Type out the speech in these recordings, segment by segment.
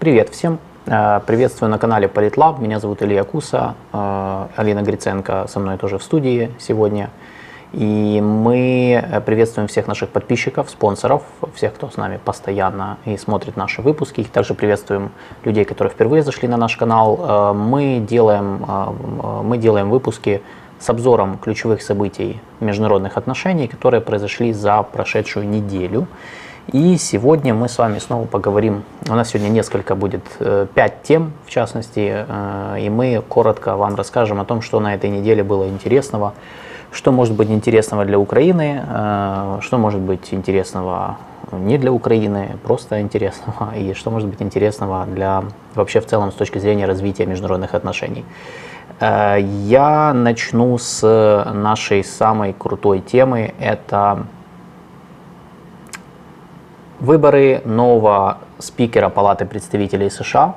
Привет всем! Приветствую на канале Политлаб. Меня зовут Илья Куса. Алина Гриценко со мной тоже в студии сегодня. И мы приветствуем всех наших подписчиков, спонсоров, всех, кто с нами постоянно и смотрит наши выпуски. Также приветствуем людей, которые впервые зашли на наш канал. Мы делаем выпуски с обзором ключевых событий международных отношений, которые произошли за прошедшую неделю. И сегодня мы с вами снова поговорим, у нас сегодня несколько будет, 5 тем в частности, и мы коротко вам расскажем о том, что на этой неделе было интересного, что может быть интересного для Украины, что может быть интересного не для Украины, просто интересного, и что может быть интересного для вообще в целом с точки зрения развития международных отношений. Я начну с нашей самой крутой темы, это выборы нового спикера Палаты представителей США.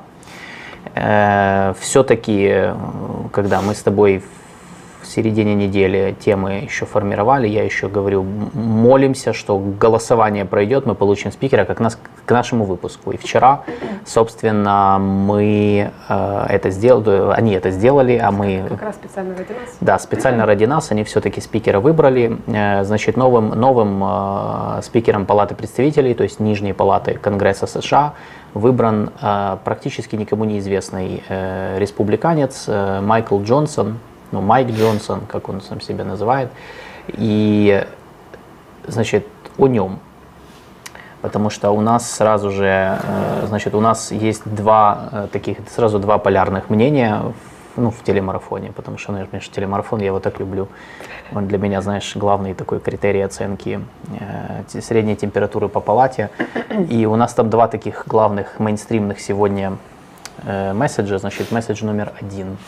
Все-таки, когда мы с тобой в середине недели темы еще формировали, я еще говорю, молимся, что голосование пройдет, мы получим спикера как к нашему выпуску. И вчера, собственно, мы это сделали, они это сделали, а мы... Как раз специально ради нас? Да, специально ради нас они все-таки спикера выбрали. Значит, новым спикером Палаты представителей, то есть Нижней Палаты Конгресса США, выбран практически никому неизвестный республиканец Майкл Джонсон, Майк Джонсон, как он сам себя называет, и, значит, о нем, потому что у нас сразу же, значит, у нас есть сразу два полярных мнения в телемарафоне, потому что, наверное, телемарафон, я его так люблю, он для меня, знаешь, главный такой критерий оценки средней температуры по палате, и у нас там два таких главных мейнстримных сегодня месседжа, значит, месседж номер 1.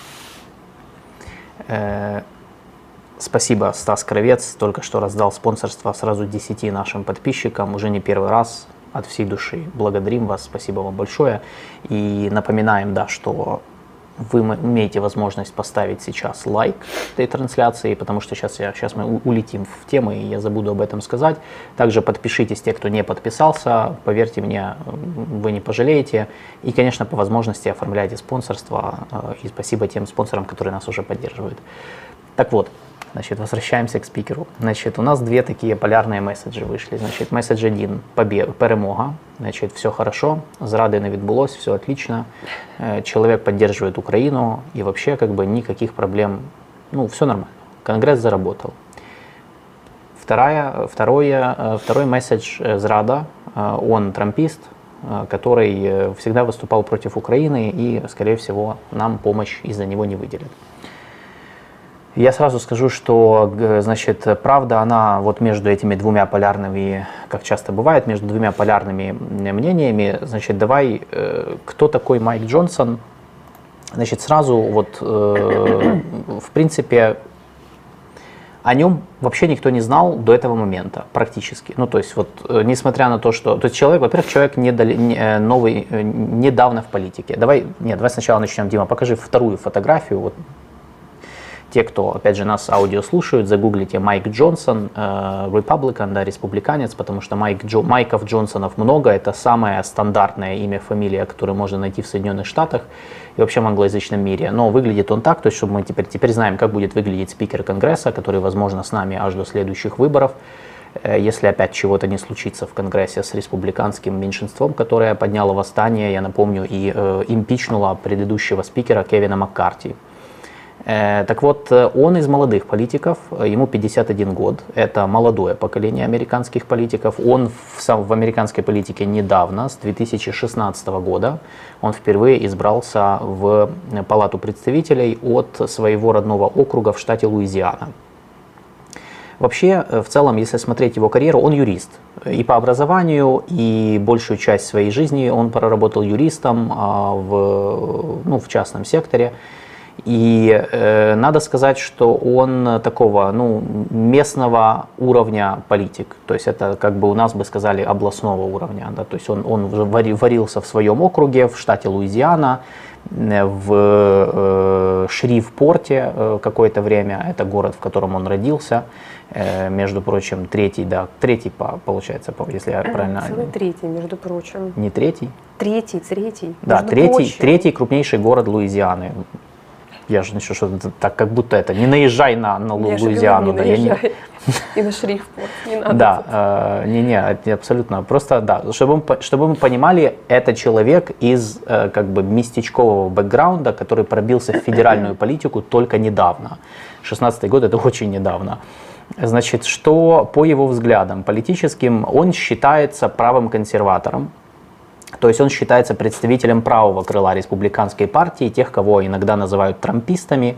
Спасибо, Стас Кровец, только что раздал спонсорство сразу 10 нашим подписчикам, уже не первый раз, от всей души. Благодарим вас, спасибо вам большое. И напоминаем, да, что вы имеете возможность поставить сейчас лайк этой трансляции, потому что сейчас мы улетим в тему, и я забуду об этом сказать. Также подпишитесь, те, кто не подписался, поверьте мне, вы не пожалеете. И, конечно, по возможности оформляйте спонсорство, и спасибо тем спонсорам, которые нас уже поддерживают. Так вот, значит, возвращаемся к спикеру. Значит, у нас две такие полярные месседжі вышли. Значит, месседж 1 – перемога. Значит, все хорошо, зради не відбулось, все отлично. Человек поддерживает Украину, и вообще как бы никаких проблем, все нормально. Конгресс заработал. Второй месседж зрада. Он трампист, который всегда выступал против Украины, и, скорее всего, нам помощь из-за него не выделят. Я сразу скажу, что, значит, правда, она вот между этими двумя полярными, как часто бывает, между двумя полярными мнениями. Значит, давай, кто такой Майк Джонсон? Значит, сразу вот, в принципе, о нем вообще никто не знал до этого момента, практически. То есть, вот, несмотря на то, что... То есть, человек, во-первых, человек новый, недавно в политике. Давай сначала начнем. Дима, покажи вторую фотографию. Вот. Те, кто, опять же, нас аудио слушают, загуглите Майк Джонсон, Republican, да, республиканец, потому что Майков Джонсонов много, это самое стандартное имя, фамилия, которое можно найти в Соединенных Штатах и вообще в англоязычном мире. Но выглядит он так, то есть, чтобы мы теперь знаем, как будет выглядеть спикер Конгресса, который, возможно, с нами аж до следующих выборов, если опять чего-то не случится в Конгрессе с республиканским меньшинством, которое подняло восстание, я напомню, и импичнуло предыдущего спикера Кевина Маккарти. Так вот, он из молодых политиков, ему 51 год, это молодое поколение американских политиков. Он в американской политике недавно, с 2016 года, он впервые избрался в Палату представителей от своего родного округа в штате Луизиана. Вообще, в целом, если смотреть его карьеру, он юрист. И по образованию, и большую часть своей жизни он проработал юристом в частном секторе. И надо сказать, что он такого, ну, местного уровня политик. То есть это, как бы у нас бы сказали, областного уровня. Да? То есть он варился в своем округе, в штате Луизиана, в Шрифпорте какое-то время. Это город, в котором он родился. Между прочим, третий, получается, если я правильно... Целый третий, между прочим. Не третий? Третий. Да, третий крупнейший город Луизианы. Я же еще что-то так, как будто это, не наезжай на Луизиану. Не наезжай. И на Шрифпорт, не надо. Да, абсолютно. Просто, да, чтобы мы понимали, это человек из как бы местечкового бэкграунда, который пробился в федеральную политику только недавно. 16-й год, это очень недавно. Значит, что по его взглядам политическим, он считается правым консерватором. То есть он считается представителем правого крыла республиканской партии, тех, кого иногда называют трампистами.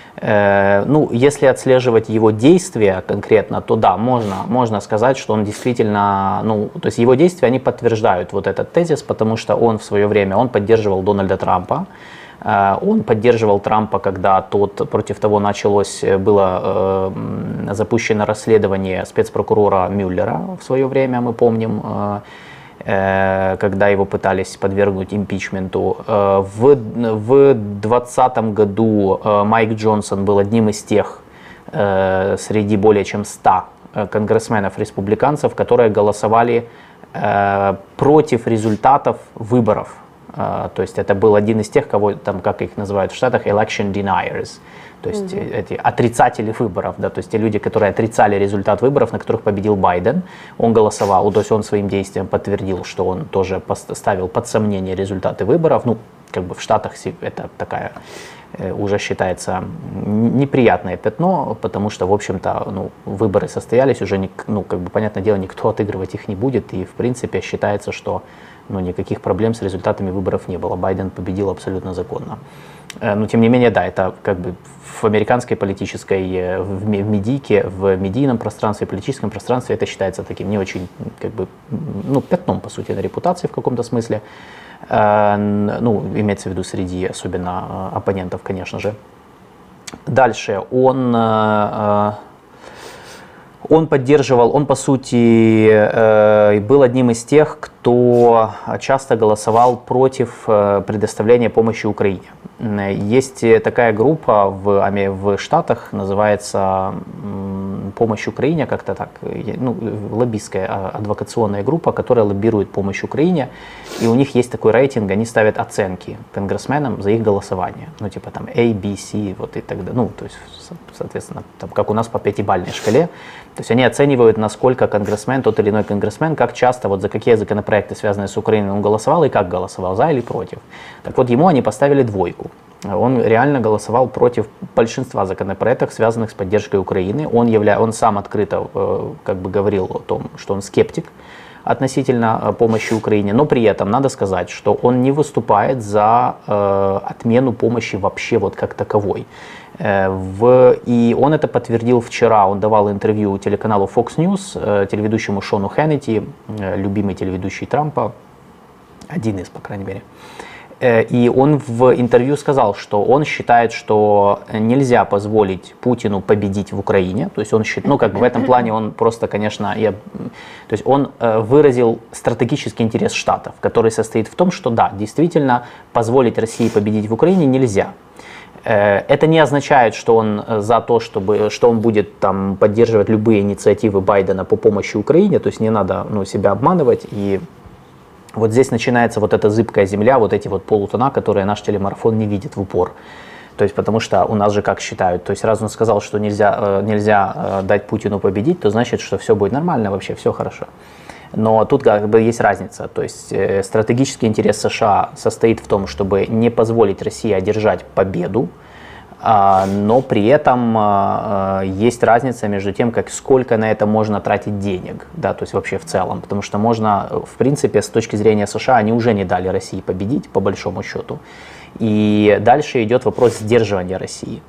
Ну, если отслеживать его действия конкретно, то да, можно сказать, что он действительно, ну, то есть его действия, они подтверждают вот этот тезис, потому что он в свое время, он поддерживал Дональда Трампа. Он поддерживал Трампа, когда против того было запущено расследование спецпрокурора Мюллера в свое время, мы помним, когда его пытались подвергнуть импичменту. В 2020 году Майк Джонсон был одним из тех среди более чем 100 конгрессменов-республиканцев, которые голосовали против результатов выборов. То есть это был один из тех, кого там, как их называют в Штатах, election deniers, то есть эти отрицатели выборов, да, то есть те люди, которые отрицали результат выборов, на которых победил Байден, он голосовал, то есть он своим действием подтвердил, что он тоже ставил под сомнение результаты выборов. Ну, как бы в Штатах это такая уже считается неприятное пятно, потому что, в общем-то, ну, выборы состоялись, уже, ну, как бы, понятное дело, никто отыгрывать их не будет, и, в принципе, считается, что, ну, никаких проблем с результатами выборов не было. Байден победил абсолютно законно. Но, тем не менее, да, это как бы в американской политической, в медийке, в медийном пространстве, в политическом пространстве это считается таким не очень, как бы, ну, пятном, по сути, на репутации в каком-то смысле. Ну, имеется в виду среди особенно оппонентов, конечно же. Дальше он поддерживал, он по сути был одним из тех, кто часто голосовал против предоставления помощи Украине. Есть такая группа в Штатах, называется «Помощь Украине», как-то так, ну, лоббистская адвокационная группа, которая лоббирует помощь Украине, и у них есть такой рейтинг, они ставят оценки конгрессменам за их голосование, ну, типа там A, B, C, вот и так далее, ну, то есть, соответственно, там, как у нас по пятибалльной шкале, то есть они оценивают, насколько конгрессмен, тот или иной конгрессмен, как часто, вот за какие законопроекты, связанные с Украиной, он голосовал и как голосовал, за или против. Так вот, ему они поставили 2. Он реально голосовал против большинства законопроектов, связанных с поддержкой Украины. Он сам открыто как бы говорил о том, что он скептик относительно помощи Украине, но при этом надо сказать, что он не выступает за отмену помощи вообще вот как таковой. И он это подтвердил вчера, он давал интервью телеканалу Fox News, телеведущему Шону Хеннети, любимый телеведущий Трампа, один из, по крайней мере. И он в интервью сказал, что он считает, что нельзя позволить Путину победить в Украине. То есть он считает, ну, как бы в этом плане он просто, конечно, то есть он выразил стратегический интерес Штатов, который состоит в том, что да, действительно позволить России победить в Украине нельзя. Это не означает, что он за то, что он будет там поддерживать любые инициативы Байдена по помощи Украине, то есть не надо, ну, себя обманывать. И вот здесь начинается вот эта зыбкая земля, вот эти вот полутона, которые наш телемарафон не видит в упор. То есть потому что у нас же как считают, то есть раз он сказал, что нельзя дать Путину победить, то значит, что все будет нормально, вообще все хорошо. Но тут как бы есть разница, то есть стратегический интерес США состоит в том, чтобы не позволить России одержать победу, но при этом есть разница между тем, сколько на это можно тратить денег, да, то есть вообще в целом, потому что можно, в принципе, с точки зрения США, они уже не дали России победить, по большому счету, и дальше идет вопрос сдерживания России.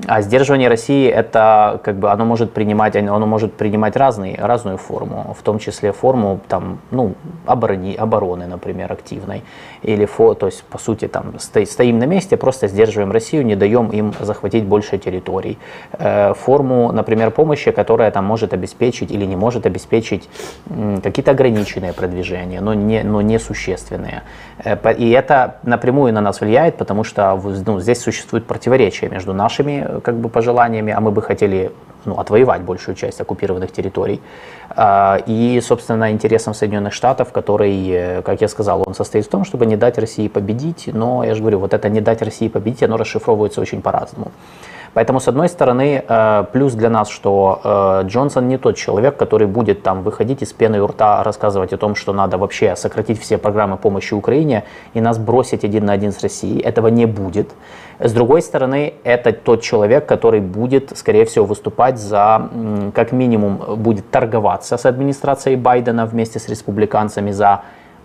А сдерживание России, это как бы оно может принимать разную форму, в том числе форму там, ну, обороны, например, активной. Или то есть, по сути, там, стоим на месте, просто сдерживаем Россию, не даем им захватить больше территорий. Форму, например, помощи, которая там может обеспечить или не может обеспечить какие-то ограниченные продвижения, но не существенные. И это напрямую на нас влияет, потому что ну, здесь существует противоречие между нашими как бы пожеланиями, а мы бы хотели отвоевать большую часть оккупированных территорий, и, собственно, интересом Соединенных Штатов, который, как я сказал, он состоит в том, чтобы не дать России победить, но, я же говорю, вот это не дать России победить, оно расшифровывается очень по-разному. Поэтому, с одной стороны, плюс для нас, что Джонсон не тот человек, который будет там выходить из пены у рта, рассказывать о том, что надо вообще сократить все программы помощи Украине и нас бросить один на один с Россией. Этого не будет. С другой стороны, это тот человек, который будет, скорее всего, выступать за, как минимум, будет торговаться с администрацией Байдена вместе с республиканцами за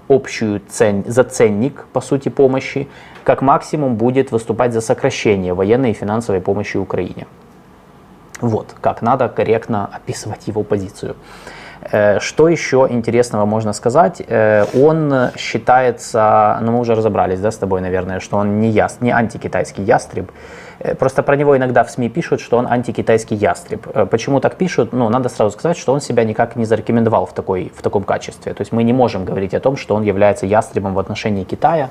за ценник, по сути, помощи, как максимум будет выступать за сокращение военной и финансовой помощи Украине. Вот, как надо корректно описывать его позицию. Что еще интересного можно сказать? Он считается, ну мы уже разобрались, да, с тобой, наверное, что он не антикитайский ястреб. Просто про него иногда в СМИ пишут, что он антикитайский ястреб. Почему так пишут? Ну, надо сразу сказать, что он себя никак не зарекомендовал в таком качестве. То есть мы не можем говорить о том, что он является ястребом в отношении Китая.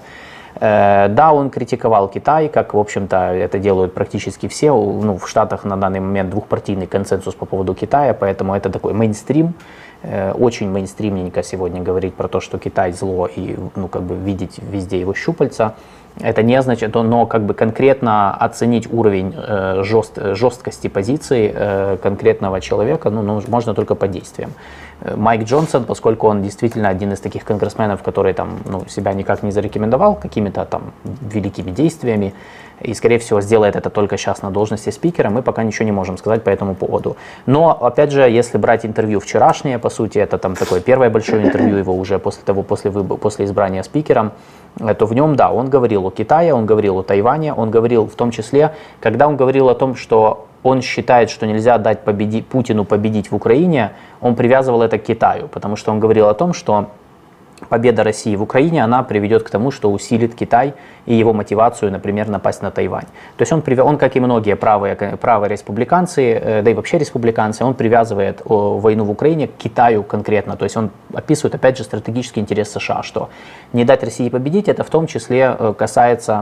Да, он критиковал Китай, как, в общем-то, это делают практически все. Ну, в Штатах на данный момент двухпартийный консенсус по поводу Китая, поэтому это такой мейнстрим. Очень мейнстримненько сегодня говорить про то, что Китай зло и, ну, как бы видеть везде его щупальца. Это не означает, но как бы конкретно оценить уровень жесткости позиции конкретного человека можно только по действиям. Майк Джонсон, поскольку он действительно один из таких конгрессменов, который там, себя никак не зарекомендовал какими-то там великими действиями, и, скорее всего, сделает это только сейчас на должности спикера, мы пока ничего не можем сказать по этому поводу. Но, опять же, если брать интервью вчерашнее, по сути, это там такое первое большое интервью его уже после избрания спикером, то в нем, да, он говорил о Китае, он говорил о Тайване, он говорил в том числе, когда он говорил о том, что он считает, что нельзя дать Путину победить в Украине, он привязывал это к Китаю, потому что он говорил о том, что победа России в Украине, она приведет к тому, что усилит Китай и его мотивацию, например, напасть на Тайвань. То есть он как и многие правые республиканцы, да и вообще республиканцы, он привязывает войну в Украине к Китаю конкретно. То есть он описывает, опять же, стратегический интерес США, что не дать России победить, это в том числе касается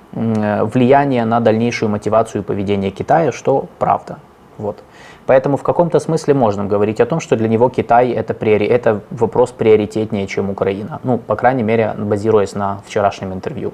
влияния на дальнейшую мотивацию и поведение Китая, что правда. Вот. Поэтому в каком-то смысле можно говорить о том, что для него Китай это вопрос приоритетнее, чем Украина. Ну, по крайней мере, базируясь на вчерашнем интервью.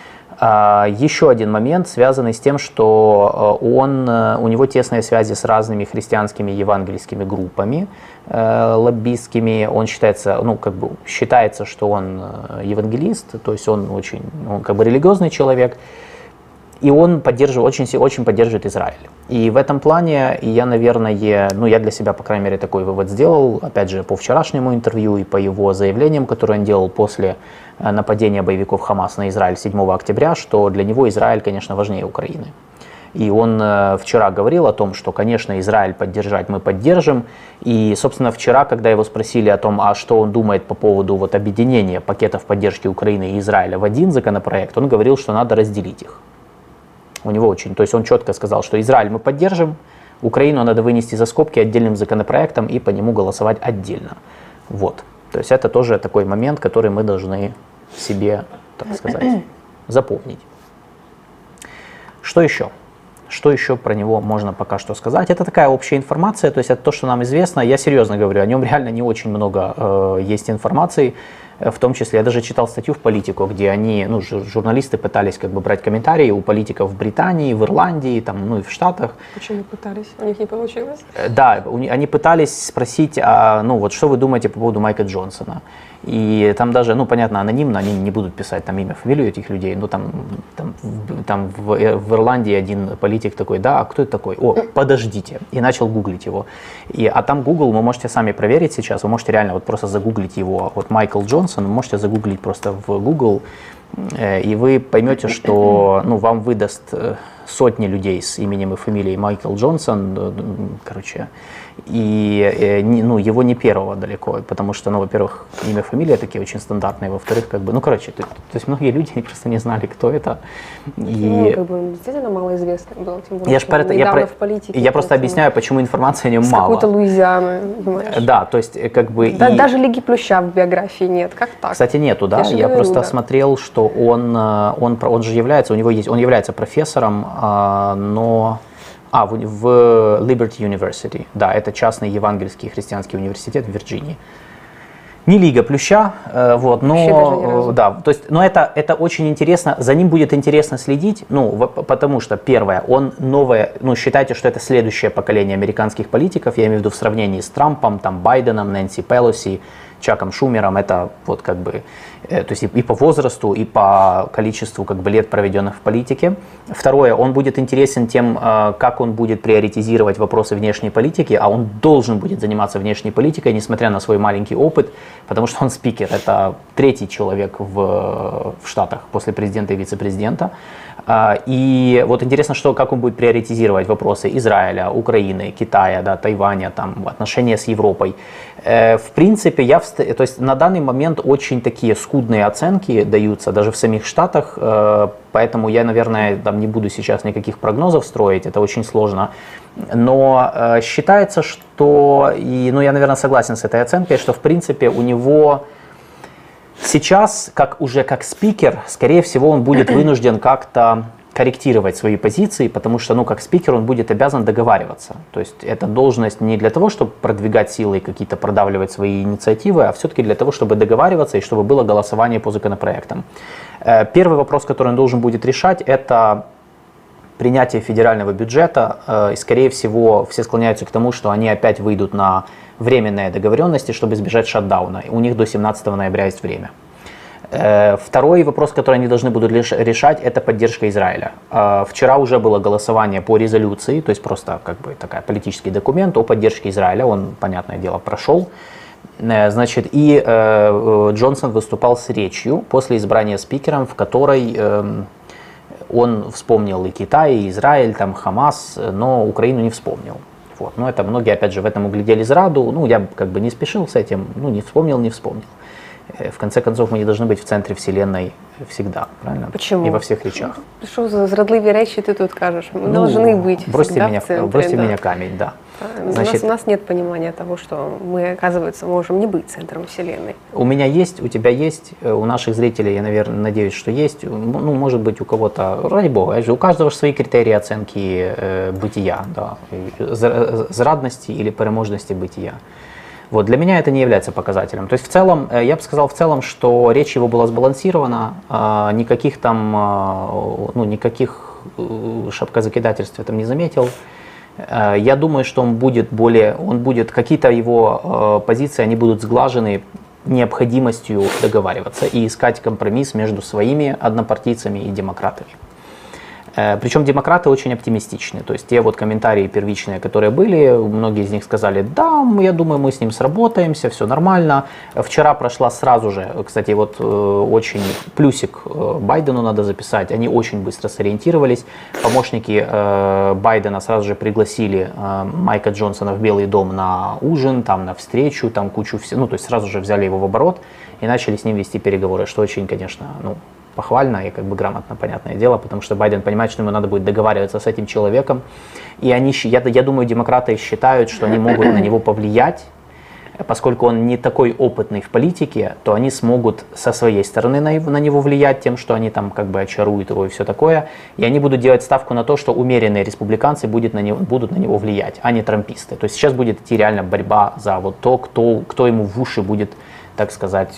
Еще один момент, связанный с тем, что у него тесные связи с разными христианскими евангельскими группами лоббистскими. Он считается, что он евангелист, то есть он как бы религиозный человек. И он очень поддерживает Израиль. И в этом плане я, наверное, я для себя, по крайней мере, такой вывод сделал, опять же, по вчерашнему интервью и по его заявлениям, которые он делал после нападения боевиков Хамас на Израиль 7 октября, что для него Израиль, конечно, важнее Украины. И он вчера говорил о том, что, конечно, Израиль поддержать мы поддержим. И, собственно, вчера, когда его спросили о том, а что он думает по поводу объединения пакетов поддержки Украины и Израиля в один законопроект, он говорил, что надо разделить их. То есть он четко сказал, что Израиль мы поддержим, Украину надо вынести за скобки отдельным законопроектом и по нему голосовать отдельно. Вот. То есть это тоже такой момент, который мы должны себе, так сказать, запомнить. Что еще? Что еще про него можно пока что сказать? Это такая общая информация, то есть это то, что нам известно. Я серьезно говорю, о нем реально не очень много есть информации. В том числе, я даже читал статью в «Политику», где журналисты пытались брать комментарии у политиков в Британии, в Ирландии, и в Штатах. Почему пытались? У них не получилось? Да, они пытались спросить, что вы думаете по поводу Майка Джонсона. И там даже, понятно, анонимно, они не будут писать имя, фамилию этих людей, но там в Ирландии один политик такой, да, а кто это такой? О, подождите. И начал гуглить его. А там Google, вы можете сами проверить сейчас, вы можете реально просто загуглить его, Майкл Джонсон, вы можете загуглить просто в Google, и вы поймете, что вам выдаст сотни людей с именем и фамилией Майкл Джонсон, короче, и его не первого далеко, потому что, во-первых, имя, фамилия такие очень стандартные, во-вторых, то есть многие люди просто не знали, кто это. И действительно малоизвестный был, тем более, недавно в политике. Я просто объясняю, почему информации о нем мало. Какой-то Луизианы, понимаешь? Да, то есть Даже Лиги Плюща в биографии нет, как так? Кстати, нету, да, я просто смотрел, что он же является, он является профессором, но... в Liberty University, да, это частный евангельский христианский университет в Вирджинии. Не Лига Плюща, но это очень интересно, за ним будет интересно следить, потому что, первое, считайте, что это следующее поколение американских политиков, я имею в виду в сравнении с Трампом, Байденом, Нэнси Пелоси, Чаком Шумером, это то есть и по возрасту, и по количеству лет, проведенных в политике. Второе, он будет интересен тем, как он будет приоритизировать вопросы внешней политики, а он должен будет заниматься внешней политикой, несмотря на свой маленький опыт, потому что он спикер, это третий человек в Штатах после президента и вице-президента. И интересно, как он будет приоритизировать вопросы Израиля, Украины, Китая, Тайваня, отношения с Европой. В принципе, то есть на данный момент очень такие скудные оценки даются даже в самих Штатах, поэтому я, наверное, не буду сейчас никаких прогнозов строить, это очень сложно. Но считается, что, я, наверное, согласен с этой оценкой, что, в принципе, у него сейчас, как спикер, скорее всего, он будет вынужден как-то корректировать свои позиции, потому что, как спикер он будет обязан договариваться. То есть эта должность не для того, чтобы продвигать силы, какие-то продавливать свои инициативы, а все-таки для того, чтобы договариваться и чтобы было голосование по законопроектам. Первый вопрос, который он должен будет решать, это принятие федерального бюджета. И, скорее всего, все склоняются к тому, что они опять выйдут на временные договоренности, чтобы избежать шатдауна. У них до 17 ноября есть время. Второй вопрос, который они должны будут решать, это поддержка Израиля. Вчера уже было голосование по резолюции, то есть просто такой политический документ о поддержке Израиля, он, понятное дело, прошел. И Джонсон выступал с речью после избрания спикером, в которой он вспомнил и Китай, и Израиль, Хамас, но Украину не вспомнил. Но это многие, опять же, в этом углядели зраду. Я не спешил с этим, не вспомнил. В конце концов, мы не должны быть в центре вселенной всегда, правильно? Почему? И во всех речах. Что за зрадливые речи ты тут кажешь? Мы должны быть бросьте в центре. Бросьте в меня камень, да. У нас нет понимания того, что мы, оказывается, можем не быть центром вселенной. У меня есть, у тебя есть, у наших зрителей, я, наверное, надеюсь, что есть. Может быть, у кого-то, ради бога, у каждого же свои критерии оценки бытия, да, зрадности или переможности бытия. Для меня это не является показателем. То есть в целом, я бы сказал что речь его была сбалансирована, никаких шапкозакидательств я там не заметил. Я думаю, что какие-то его позиции, они будут сглажены необходимостью договариваться и искать компромисс между своими однопартийцами и демократами. Причем демократы очень оптимистичны, то есть те комментарии первичные, которые были, многие из них сказали, да, я думаю, мы с ним сработаемся, все нормально. Вчера прошла сразу же, кстати, очень плюсик Байдену надо записать, они очень быстро сориентировались, помощники Байдена сразу же пригласили Майка Джонсона в Белый дом на ужин, на встречу, кучу всего, то есть сразу же взяли его в оборот и начали с ним вести переговоры, что очень, конечно, похвально и грамотно, понятное дело, потому что Байден понимает, что ему надо будет договариваться с этим человеком. И я думаю, демократы считают, что они могут на него повлиять, поскольку он не такой опытный в политике, то они смогут со своей стороны на него влиять тем, что они очаруют его и все такое. И они будут делать ставку на то, что умеренные республиканцы будут на него влиять, а не трамписты. То есть сейчас будет идти реально борьба за то, кто ему в уши будет, так сказать,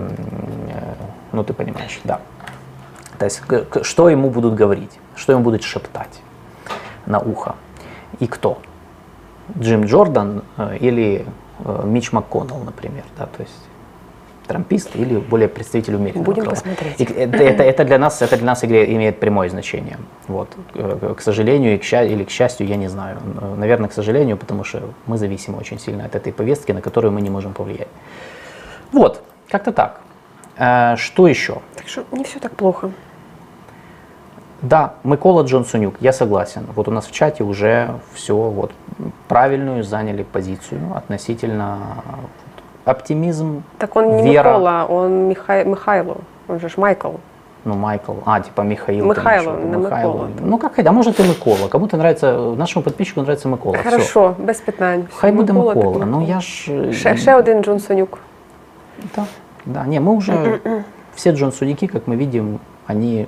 ты понимаешь, да. То есть, что ему будут говорить, что ему будут шептать на ухо и кто? Джим Джордан или Митч МакКоннелл, например, да, то есть трампист или более представитель умеренного Будем крыла. посмотреть. Это для нас имеет прямое значение. К сожалению или к счастью, я не знаю. Наверное, к сожалению, потому что мы зависимы очень сильно от этой повестки, на которую мы не можем повлиять. Как-то так. Что еще? Так что не все так плохо. Да, Микола Джонсонюк, я согласен. Вот у нас в чате уже все вот правильную заняли позицию относительно оптимизм, Так он не вера. Микола, он Михайло. Он же ж Майкл. Ну, Майкл, типа Михаил. Михайло, ты не Микола. Ну, как, а может и Микола. Кому-то нравится, нашему подписчику нравится Микола. Всё. Хорошо, без питань. Хай буде Микола, так Микола. Ну, Микола. я ж... Ще один Джонсонюк. Да, не, мы уже, все Джонсонюки, как мы видим, они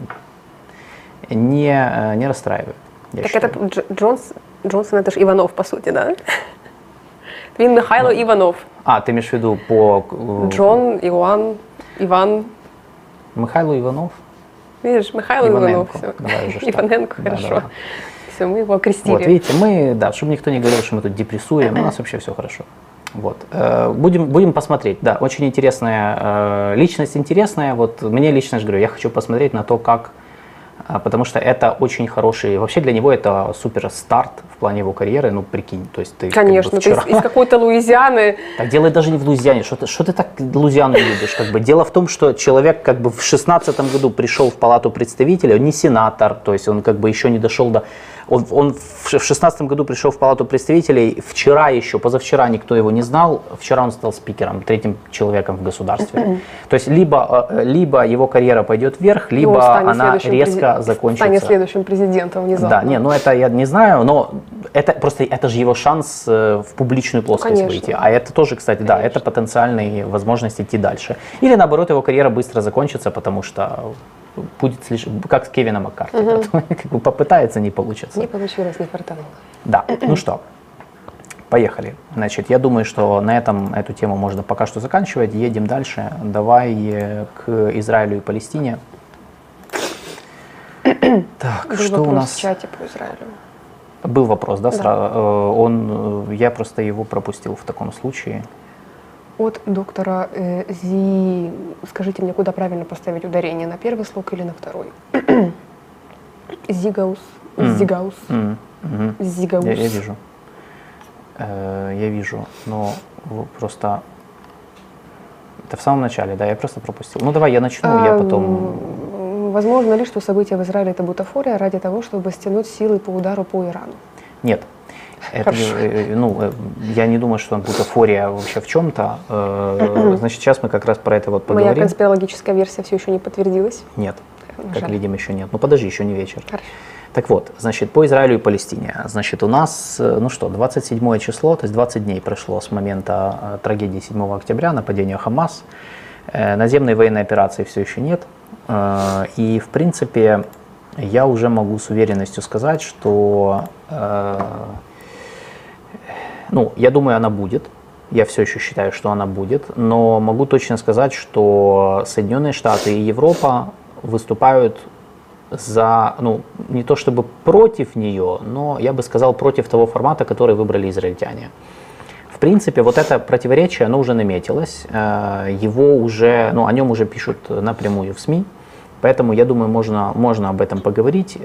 не расстраивают. Я Так считаю. это Джонсон, это ж Иванов, по сути, да? Він Михайло Иванов. Ты имеешь в виду по... Джон, Иван. Михайло Иванов? Видишь, Михайло Иванов. Иваненко. Все. Давай уже, что? Иваненко, Да, хорошо. да. Все, мы его окрестили. Вот, видите, мы, да, чтобы никто не говорил, что мы тут депрессуем, у нас вообще все хорошо. Вот. Будем посмотреть. Да, очень интересная личность, интересная. Вот мне лично, говорю, я хочу посмотреть на то, как, потому что это очень хороший, вообще для него это супер старт в плане его карьеры, ну прикинь, то есть ты Конечно, как бы вчера... ты из какой-то Луизианы. Так дело даже не в Луизиане, что ты так Луизиану любишь, как бы. Дело в том, что человек как бы в 16 году пришел в Палату представителей, он не сенатор, то есть он как бы еще не дошел до... Он в 16 году пришел в Палату представителей, вчера еще, позавчера никто его не знал, вчера он стал спикером, третьим человеком в государстве. То есть либо его карьера пойдет вверх, либо она резко закончится. Станет следующим президентом внезапно. Да, не, ну это я не знаю, но это просто это же его шанс в публичную плоскость выйти. А это тоже, кстати, да, это потенциальная возможность идти дальше. Или наоборот, его карьера быстро закончится, потому что будет слишком, как с Кевином Маккарти, как бы попытается, не получится. Не получилось, не фартануло. Да, ну что, поехали. Значит, я думаю, что на этом эту тему можно пока что заканчивать. Едем дальше. Давай к Израилю и Палестине. Так, Был что у вопрос нас? в чате по Израилю. Был вопрос, да? Да. Я просто его пропустил в таком случае. От доктора Зи. Скажите мне, куда правильно поставить ударение, на первый слог или на второй? Зигаус. Зигаус. Зигаус. Я вижу. Я вижу, но просто... Это в самом начале, да, я просто пропустил. Ну давай я начну, я потом... Возможно ли, что события в Израиле это бутафория ради того, чтобы стянуть силы по удару по Ирану? Нет. Это, я не думаю, что бутафория вообще в чем-то. Значит, сейчас мы как раз про это вот поговорим. Моя конспирологическая версия все еще не подтвердилась? Нет, как Жаль. видим, еще нет. Ну подожди, еще не вечер. Хорошо. Так вот, значит, по Израилю и Палестине. Значит, у нас, 27 число, то есть 20 дней прошло с момента трагедии 7 октября, нападения Хамас. Наземной военной операции все еще нет. И, в принципе, я уже могу с уверенностью сказать, что, я думаю, она будет. Я все еще считаю, что она будет. Но могу точно сказать, что Соединенные Штаты и Европа выступают за, не то чтобы против нее, но я бы сказал против того формата, который выбрали израильтяне. В принципе, вот это противоречие, оно уже наметилось, его уже, о нем уже пишут напрямую в СМИ, поэтому я думаю, можно об этом поговорить.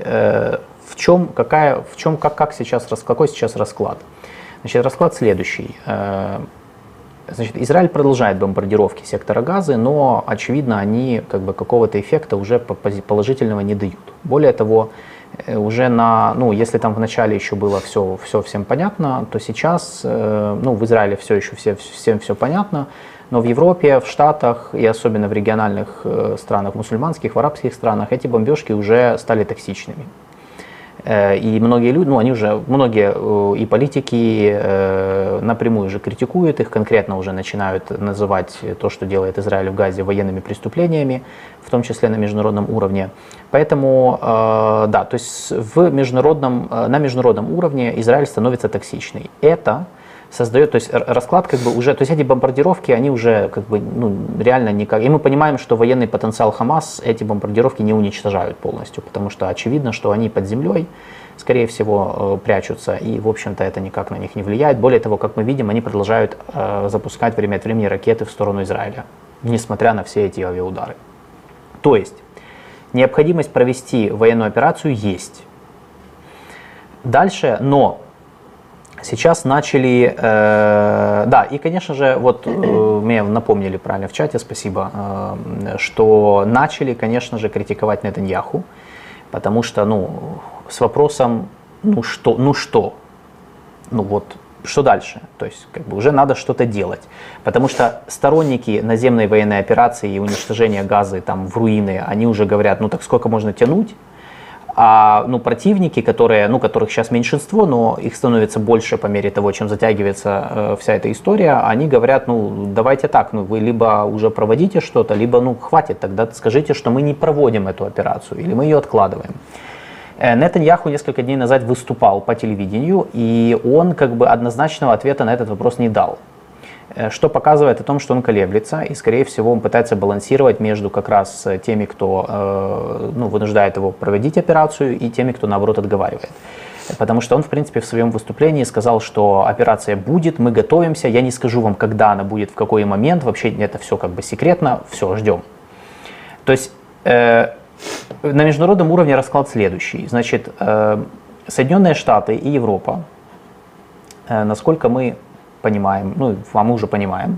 Какой сейчас расклад? Значит, расклад следующий. Значит, Израиль продолжает бомбардировки сектора Газы, но, очевидно, они какого-то эффекта уже положительного не дают. Более того, уже если там в начале еще было все всем понятно, то сейчас, в Израиле все еще всем все понятно, но в Европе, в Штатах и особенно в региональных странах, мусульманских, в арабских странах эти бомбежки уже стали токсичными. И многие люди, многие и политики напрямую уже критикуют их, конкретно уже начинают называть то, что делает Израиль в Газе, военными преступлениями, в том числе на международном уровне. Поэтому, да, то есть на международном уровне Израиль становится токсичный. Это создает, то есть расклад уже, то есть эти бомбардировки, они уже реально никак, и мы понимаем, что военный потенциал Хамас эти бомбардировки не уничтожают полностью, потому что очевидно, что они под землей, скорее всего, прячутся, и, в общем-то, это никак на них не влияет. Более того, как мы видим, они продолжают запускать время от времени ракеты в сторону Израиля, несмотря на все эти авиаудары. То есть, необходимость провести военную операцию есть. Дальше, но Сейчас начали, да, и, конечно же, вот мне напомнили правильно в чате, спасибо, что начали, конечно же, критиковать Нетаньяху, потому что, ну, с вопросом, ну что, что дальше? То есть, как бы уже надо что-то делать, потому что сторонники наземной военной операции и уничтожения Газы там в руины, они уже говорят, ну так сколько можно тянуть? А противники, которых сейчас меньшинство, но их становится больше по мере того, чем затягивается вся эта история, они говорят, ну давайте так, ну вы либо уже проводите что-то, либо ну хватит, тогда скажите, что мы не проводим эту операцию или мы ее откладываем. Нетаньяху несколько дней назад выступал по телевидению, и он как бы однозначного ответа на этот вопрос не дал. Что показывает о том, что он колеблется, и, скорее всего, он пытается балансировать между как раз теми, кто вынуждает его проводить операцию, и теми, кто, наоборот, отговаривает. Потому что он, в принципе, в своем выступлении сказал, что операция будет, мы готовимся, я не скажу вам, когда она будет, в какой момент, вообще это все как бы секретно, все, ждем. То есть на международном уровне расклад следующий. Значит, Соединенные Штаты и Европа, насколько мы понимаем, а мы уже понимаем,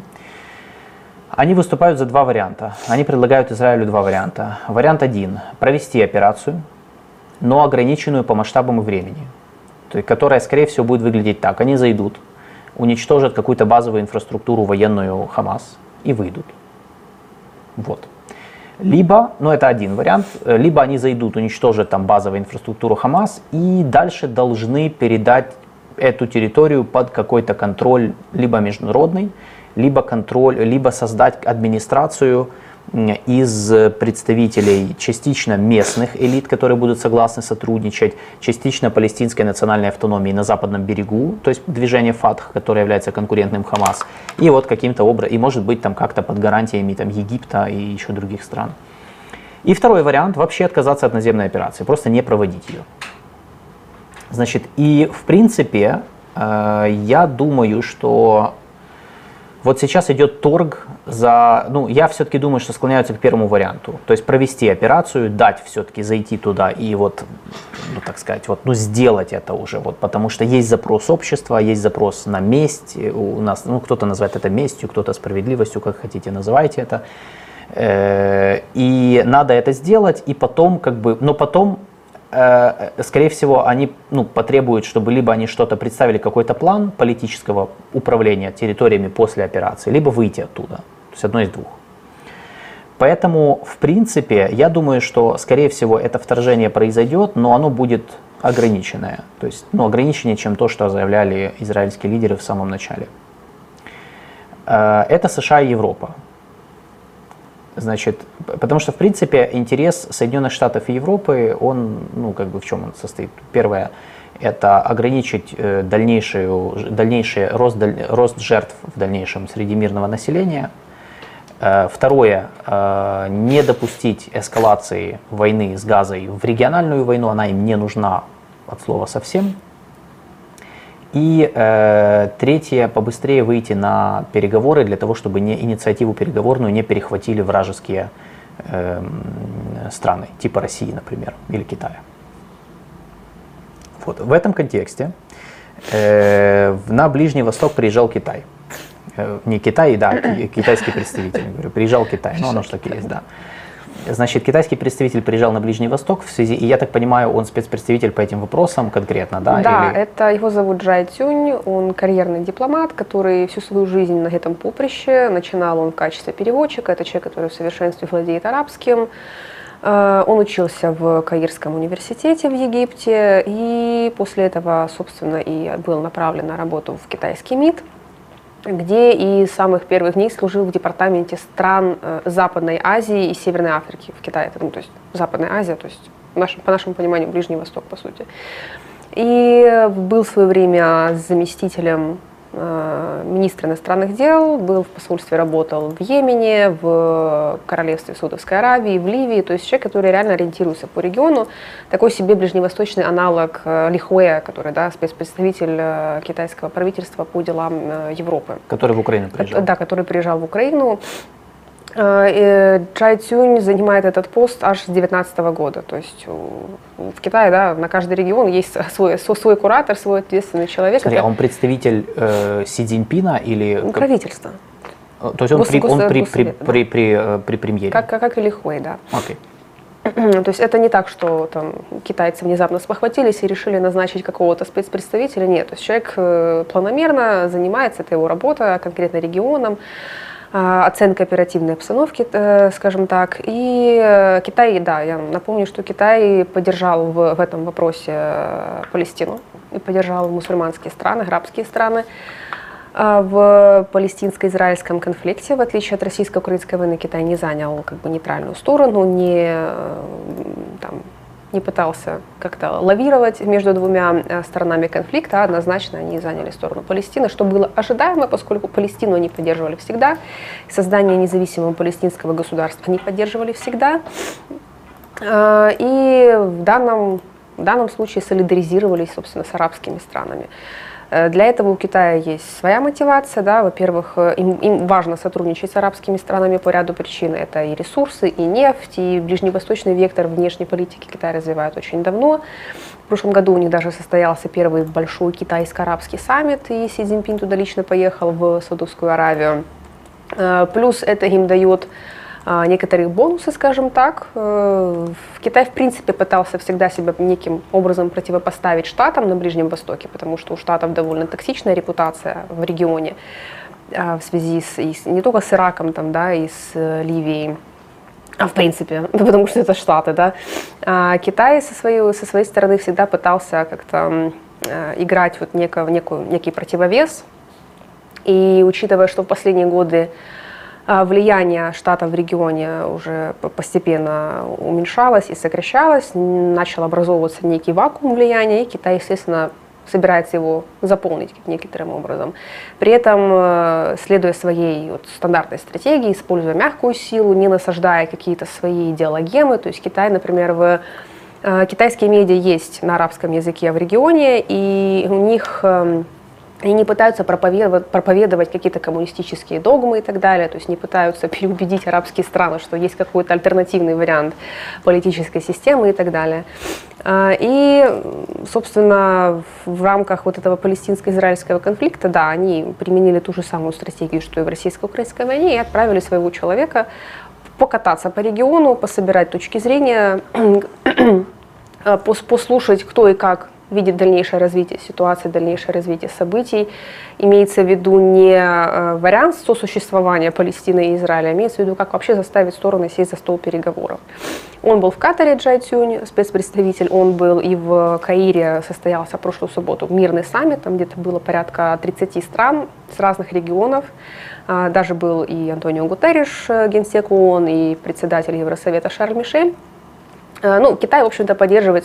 они выступают за два варианта. Они предлагают Израилю два варианта. Вариант один – провести операцию, но ограниченную по масштабам и времени, то есть, которая, скорее всего, будет выглядеть так. Они зайдут, уничтожат какую-то базовую инфраструктуру военную Хамас и выйдут. Вот. Либо, это один вариант, либо они зайдут, уничтожат там базовую инфраструктуру Хамас и дальше должны передать эту территорию под какой-то контроль либо международный, либо создать администрацию из представителей частично местных элит, которые будут согласны сотрудничать, частично палестинской национальной автономии на западном берегу, то есть движение Фатх, которое является конкурентным Хамас, и вот каким-то образом, и может быть там как-то под гарантиями там, Египта и еще других стран. И второй вариант – вообще отказаться от наземной операции, просто не проводить ее. Значит, и в принципе, я думаю, что вот сейчас идет торг за, я все-таки думаю, что склоняются к первому варианту, то есть провести операцию, дать все-таки зайти туда и вот, так сказать, сделать это уже, потому что есть запрос общества, есть запрос на месть, у нас, кто-то называет это местью, кто-то справедливостью, как хотите, называйте это, и надо это сделать, и потом, потом, скорее всего, они потребуют, чтобы либо они что-то представили, какой-то план политического управления территориями после операции, либо выйти оттуда. То есть одно из двух. Поэтому, в принципе, я думаю, что, скорее всего, это вторжение произойдет, но оно будет ограниченное. То есть, ограниченнее, чем то, что заявляли израильские лидеры в самом начале. Это США и Европа. Значит, потому что, в принципе, интерес Соединенных Штатов и Европы, он, в чем он состоит? Первое, это ограничить дальнейший рост жертв в дальнейшем среди мирного населения. Второе, не допустить эскалации войны с Газой в региональную войну, она им не нужна от слова совсем. И третье, побыстрее выйти на переговоры для того, чтобы инициативу переговорную не перехватили вражеские страны, типа России, например, или Китая. Вот. В этом контексте на Ближний Восток приезжал Китай. Не Китай, да, китайский представитель, говорю, приезжал Китай, оно же так и есть, да. Значит, китайский представитель приезжал на Ближний Восток в связи, и я так понимаю, он спецпредставитель по этим вопросам конкретно, да? Да, это его зовут Джай Цюнь, он карьерный дипломат, который всю свою жизнь на этом поприще. Начинал он в качестве переводчика, это человек, который в совершенстве владеет арабским. Он учился в Каирском университете в Египте, и после этого, собственно, и был направлен на работу в китайский МИД, где и с самых первых дней служил в департаменте стран Западной Азии и Северной Африки в Китае. То есть Западная Азия, то есть по нашему пониманию Ближний Восток, по сути. И был в свое время заместителем министра иностранных дел, был в посольстве, работал в Йемене, в королевстве Саудовской Аравии, в Ливии, то есть человек, который реально ориентируется по региону, такой себе ближневосточный аналог Ли Хуэ, который, спецпредставитель китайского правительства по делам Европы. Который в Украину приезжал. Да, который приезжал в Украину. Чжай Цюнь занимает этот пост аж с 2019 года. То есть в Китае, да, на каждый регион есть свой куратор, свой ответственный человек. Скорее, он представитель Си Цзиньпина или... Правительство. То есть он при премьере? Как и Ли Хуэй, да. Окей. То есть это не так, что там китайцы внезапно спохватились и решили назначить какого-то спецпредставителя. Нет, то есть человек планомерно занимается, это его работа, конкретно регионом, оценка оперативной обстановки, скажем так. И Китай, да, я напомню, что Китай поддержал в этом вопросе Палестину и поддержал мусульманские страны, арабские страны. В палестинско-израильском конфликте, в отличие от российско-украинской войны, Китай не занял как бы нейтральную сторону, не пытался как-то лавировать между двумя сторонами конфликта, а однозначно они заняли сторону Палестины, что было ожидаемо, поскольку Палестину они поддерживали всегда, создание независимого палестинского государства они поддерживали всегда, и в данном случае солидаризировались, собственно, с арабскими странами. Для этого у Китая есть своя мотивация, да, во-первых, им важно сотрудничать с арабскими странами по ряду причин, это и ресурсы, и нефть, и ближневосточный вектор внешней политики Китай развивает очень давно. В прошлом году у них даже состоялся первый большой китайско-арабский саммит, и Си Цзиньпин туда лично поехал в Саудовскую Аравию. Плюс это им дает некоторые бонусы, скажем так. Китай, в принципе, пытался всегда себя неким образом противопоставить Штатам на Ближнем Востоке, потому что у Штатов довольно токсичная репутация в регионе в связи не только с Ираком, там, да, и с Ливией, а в принципе, потому что это Штаты, да. А Китай со своей стороны всегда пытался как-то играть вот некий противовес. И учитывая, что в последние годы влияние Штатов в регионе уже постепенно уменьшалось и сокращалось, начал образовываться некий вакуум влияния, и Китай, естественно, собирается его заполнить некоторым образом. При этом, следуя своей вот стандартной стратегии, используя мягкую силу, не насаждая какие-то свои идеологемы, то есть Китай, например, китайские медиа есть на арабском языке в регионе, и у них... Они не пытаются проповедовать какие-то коммунистические догмы и так далее, то есть не пытаются переубедить арабские страны, что есть какой-то альтернативный вариант политической системы и так далее. И, собственно, в рамках вот этого палестинско-израильского конфликта, да, они применили ту же самую стратегию, что и в российско-украинской войне, и отправили своего человека покататься по региону, пособирать точки зрения, послушать, кто и как видит дальнейшее развитие ситуации, дальнейшее развитие событий. Имеется в виду не вариант сосуществования Палестины и Израиля, а имеется в виду, как вообще заставить стороны сесть за стол переговоров. Он был в Катаре, Чжай Цюнь, спецпредставитель, он был и в Каире, состоялся в прошлую субботу мирный саммит, там где-то было порядка 30 стран с разных регионов. Даже был и Антонио Гутерриш, генсек ООН, и председатель Евросовета Шарль Мишель. Ну, Китай, в общем-то, поддерживает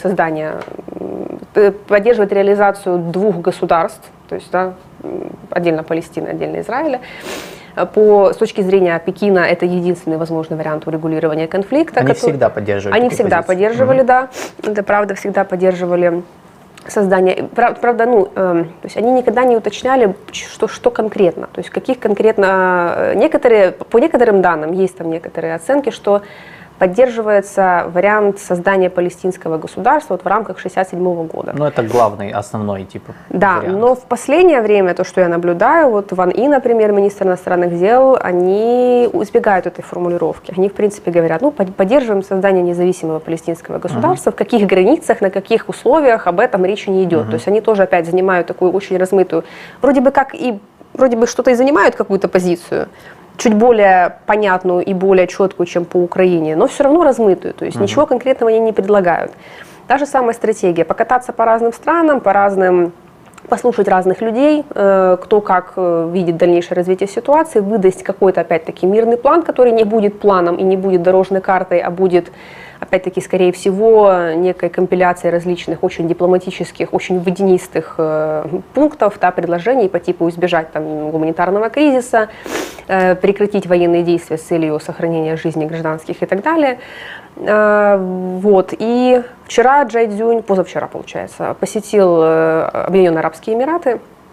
реализацию двух государств, то есть, да, отдельно Палестины, отдельно Израиля. С точки зрения Пекина, это единственный возможный вариант урегулирования конфликта. Они всегда поддерживали. Они всегда поддерживали, да, это правда, всегда поддерживали создание. Правда, то есть они никогда не уточняли, что конкретно, то есть каких конкретно, по некоторым данным, есть там некоторые оценки, что поддерживается вариант создания палестинского государства вот в рамках 1967 года. Ну, это главный, основной типа Да, вариант. Но в последнее время, то, что я наблюдаю, вот Ван И, например, министр иностранных дел, они избегают этой формулировки. Они, в принципе, говорят, поддерживаем создание независимого палестинского государства, в каких границах, на каких условиях, об этом речи не идет. То есть они тоже опять занимают такую очень размытую, вроде бы что-то и занимают какую-то позицию, чуть более понятную и более четкую, чем по Украине, но все равно размытую, то есть ничего конкретного они не предлагают. Та же самая стратегия, покататься по разным странам, послушать разных людей, кто как видит дальнейшее развитие ситуации, выдать какой-то, опять-таки, мирный план, который не будет планом и не будет дорожной картой, а будет, опять-таки, скорее всего, некой компиляцией различных очень дипломатических, очень водянистых пунктов, предложений по типу избежать гуманитарного кризиса, прекратить военные действия с целью сохранения жизни гражданских и так далее. Вот. И вчера позавчера, получается, посетил Объединенные Арабские Эмираты.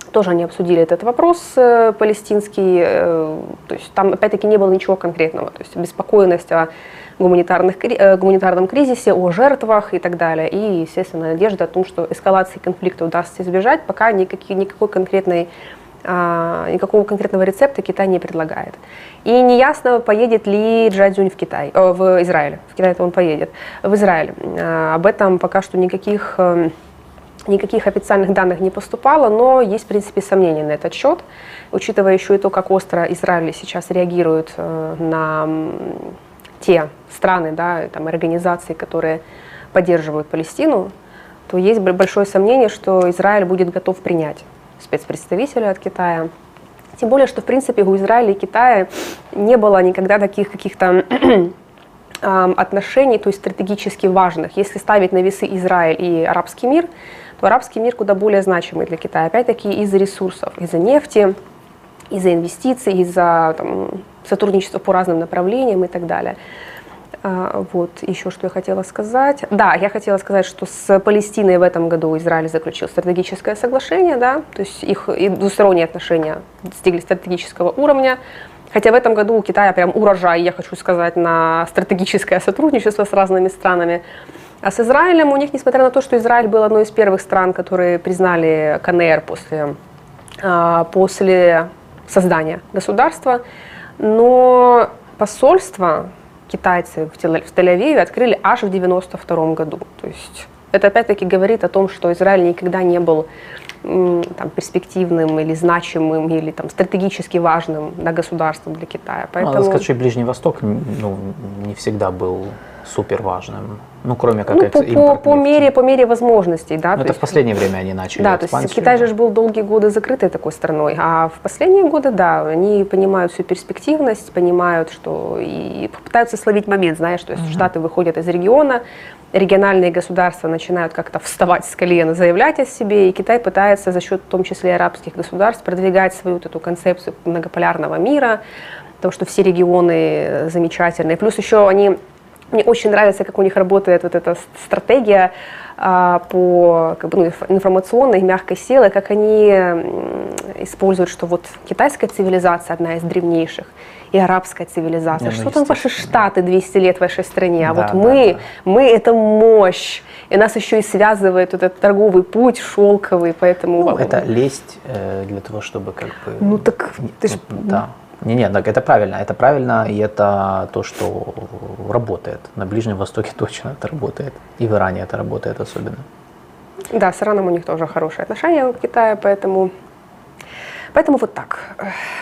Тоже они обсудили этот вопрос палестинский, то есть там опять-таки не было ничего конкретного, то есть обеспокоенность о гуманитарном кризисе, о жертвах и так далее, и, естественно, надежда о том, что эскалации конфликта удастся избежать, пока никакого конкретного рецепта Китай не предлагает. И неясно, поедет ли Джа Цзюнь в Израиль. В Китай-то он поедет. В Израиль. Об этом пока что никаких официальных данных не поступало, но есть, в принципе, сомнения на этот счет, учитывая еще и то, как остро Израиль сейчас реагирует на те страны, да, там, организации, которые поддерживают Палестину, то есть большое сомнение, что Израиль будет готов принять спецпредставителя от Китая. Тем более, что, в принципе, у Израиля и Китая не было никогда таких каких-то отношений, то есть стратегически важных. Если ставить на весы Израиль и арабский мир, то арабский мир куда более значимый для Китая. Опять-таки из-за ресурсов, из-за нефти, из-за инвестиций, из-за сотрудничества по разным направлениям и так далее. Вот, еще что я хотела сказать. Да, я хотела сказать, что с Палестиной в этом году Израиль заключил стратегическое соглашение, да, то есть их двусторонние отношения достигли стратегического уровня. Хотя в этом году у Китая прям урожай, я хочу сказать, на стратегическое сотрудничество с разными странами. А с Израилем у них, несмотря на то, что Израиль был одной из первых стран, которые признали КНР после создания государства, но посольство китайцы в Тель-Авиве открыли аж в 1992 году. То есть это опять-таки говорит о том, что Израиль никогда не был там, перспективным или значимым, или там, стратегически важным государством для Китая. Поэтому... Надо сказать, что Ближний Восток не всегда был супер важным. Ну, кроме как по мере возможностей, да. Но это в последнее время они начали. Да, то есть Китай же был долгие годы закрытой такой страной, а в последние годы, да, они понимают всю перспективность, понимают, что и пытаются словить момент, знаешь, то есть Штаты выходят из региона, региональные государства начинают как-то вставать с колен, заявлять о себе, и Китай пытается за счет, в том числе, арабских государств, продвигать свою вот эту концепцию многополярного мира, потому что все регионы замечательные. Плюс еще мне очень нравится, как у них работает вот эта стратегия по информационной и мягкой силе, как они используют, что вот китайская цивилизация одна из древнейших, и арабская цивилизация. Что там ваши штаты 200 лет в вашей стране, а да, вот мы это мощь, и нас еще и связывает вот этот торговый путь шелковый, поэтому... это лесть для того, чтобы как бы... Ну так ты ж... Да. Нет, так это правильно, и это то, что работает. На Ближнем Востоке точно это работает, и в Иране это работает особенно. Да, с Ираном у них тоже хорошие отношения у Китая, поэтому вот так.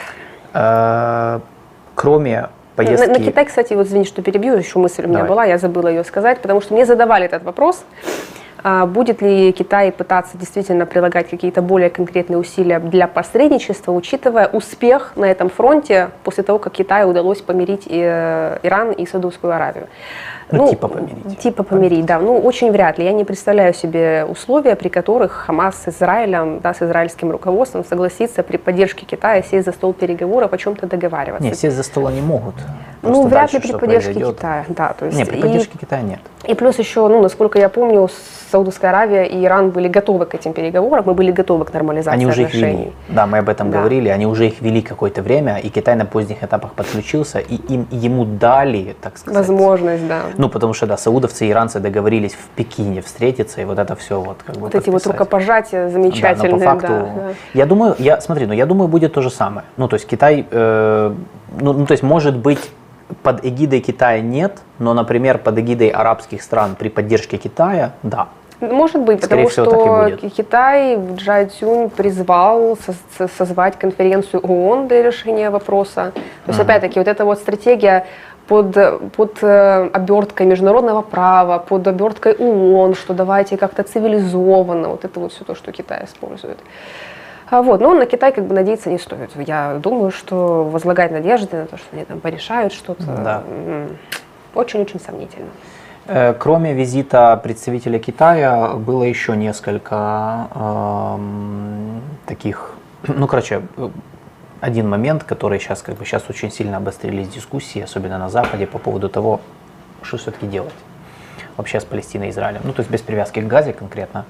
Кроме поездки... На Китай, кстати, вот извини, что перебью, еще мысль у меня была, я забыла ее сказать, потому что мне задавали этот вопрос. Будет ли Китай пытаться действительно прилагать какие-то более конкретные усилия для посредничества, учитывая успех на этом фронте после того, как Китаю удалось помирить Иран и Саудовскую Аравию? Типа помирить, да. Ну, очень вряд ли. Я не представляю себе условия, при которых Хамас с Израилем, да, с израильским руководством согласится при поддержке Китая сесть за стол переговоров, о чем-то договариваться. Нет, сесть за стол они могут. Ну, вряд ли при поддержке Китая, да. То есть нет, при поддержке Китая нет. И плюс еще, насколько я помню, Саудовская Аравия и Иран были готовы к этим переговорам, мы были готовы к нормализации они уже отношений. Их вели. Да, мы об этом говорили, они уже их вели какое-то время, и Китай на поздних этапах подключился, и ему дали, так сказать... Возможность, да. Ну, потому что, да, саудовцы и иранцы договорились в Пекине встретиться, и вот это все вот как бы вот эти вот рукопожатия замечательные. Да, но по факту, я думаю, будет то же самое. Ну, то есть Китай, то есть может быть, под эгидой Китая нет, но, например, под эгидой арабских стран при поддержке Китая, да. Может быть, потому что Китай Джа Цзюнь призвал созвать конференцию ООН для решения вопроса. То есть, опять-таки, вот эта вот стратегия под оберткой международного права, под оберткой ООН, что давайте как-то цивилизованно, вот это вот все то, что Китай использует. Вот, но на Китай как бы надеяться не стоит. Я думаю, что возлагать надежды на то, что они там порешают что-то, очень-очень сомнительно. Кроме визита представителя Китая, было еще несколько таких, один момент, который сейчас очень сильно обострились дискуссии, особенно на Западе, по поводу того, что все-таки делать. вообще с Палестиной и Израилем, ну, то есть без привязки к Газе конкретно.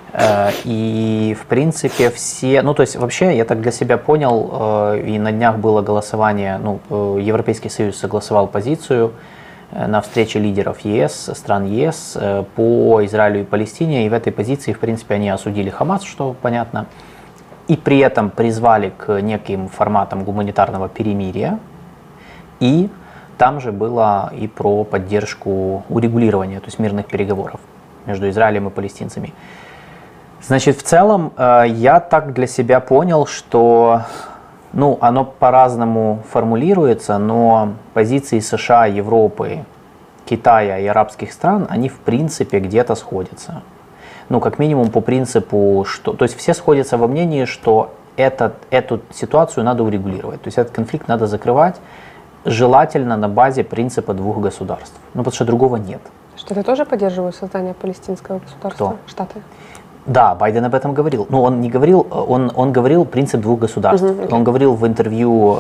И, в принципе, все, ну, то есть вообще я так для себя понял, и на днях было голосование, ну, Европейский Союз согласовал позицию на встрече лидеров ЕС, стран ЕС по Израилю и Палестине, и в этой позиции, в принципе, они осудили Хамас, что понятно, и при этом призвали к неким форматам гуманитарного перемирия, и там же было и про поддержку урегулирования, то есть мирных переговоров между Израилем и палестинцами. Значит, в целом я так для себя понял, что, ну, оно по-разному формулируется, но позиции США, Европы, Китая и арабских стран, они в принципе где-то сходятся. Ну, как минимум по принципу, что, то есть все сходятся во мнении, что эту ситуацию надо урегулировать, то есть этот конфликт надо закрывать, желательно на базе принципа двух государств, ну, потому что другого нет. Штаты тоже поддерживают создание палестинского государства? Кто? Штаты. Да, Байден об этом говорил. Но он не говорил, он говорил принцип двух государств. Он говорил в интервью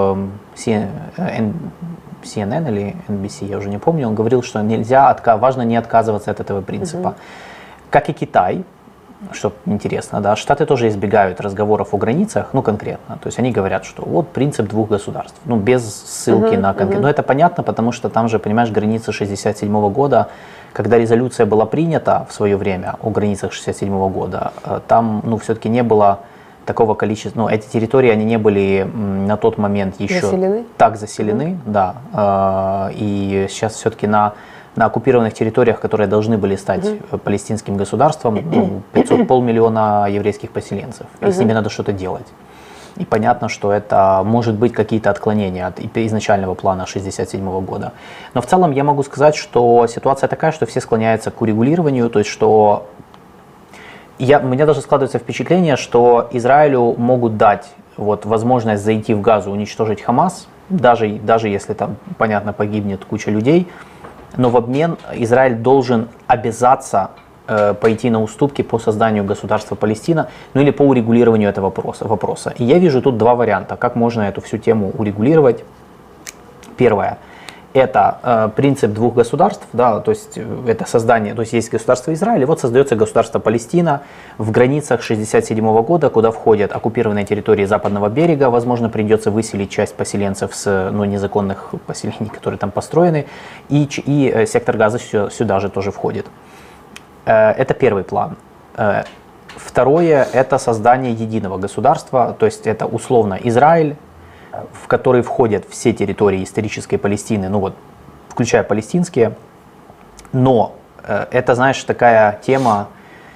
CNN или NBC, я уже не помню, он говорил, что важно не отказываться от этого принципа. Как и Китай, что интересно, да, Штаты тоже избегают разговоров о границах, ну, конкретно. То есть они говорят, что вот принцип двух государств, ну, без ссылки на конкретно. Но это понятно, потому что там же, понимаешь, границы 1967 года, когда резолюция была принята в свое время о границах 1967 года, там, ну, все-таки не было такого количества, ну, эти территории, они не были на тот момент еще так заселены, да, и сейчас все-таки на оккупированных территориях, которые должны были стать палестинским государством, ну, 500 еврейских поселенцев, и с ними надо что-то делать. И понятно, что это может быть какие-то отклонения от изначального плана 1967 года. Но в целом я могу сказать, что ситуация такая, что все склоняются к урегулированию, то есть что у меня даже складывается впечатление, что Израилю могут дать вот возможность зайти в Газу, уничтожить Хамас, даже если там, понятно, погибнет куча людей, но в обмен Израиль должен обязаться пойти на уступки по созданию государства Палестина, ну или по урегулированию этого вопроса. И я вижу тут два варианта, как можно эту всю тему урегулировать. Первое – это принцип двух государств, да, то есть это создание, то есть есть государство Израиль, и вот создается государство Палестина в границах 1967 года, куда входят оккупированные территории Западного берега, возможно, придется выселить часть поселенцев с незаконных поселений, которые там построены, и сектор Газа сюда же тоже входит. Это первый план. Второе – это создание единого государства, то есть это условно Израиль, в который входят все территории исторической Палестины, ну вот, включая палестинские, но это, знаешь, такая тема,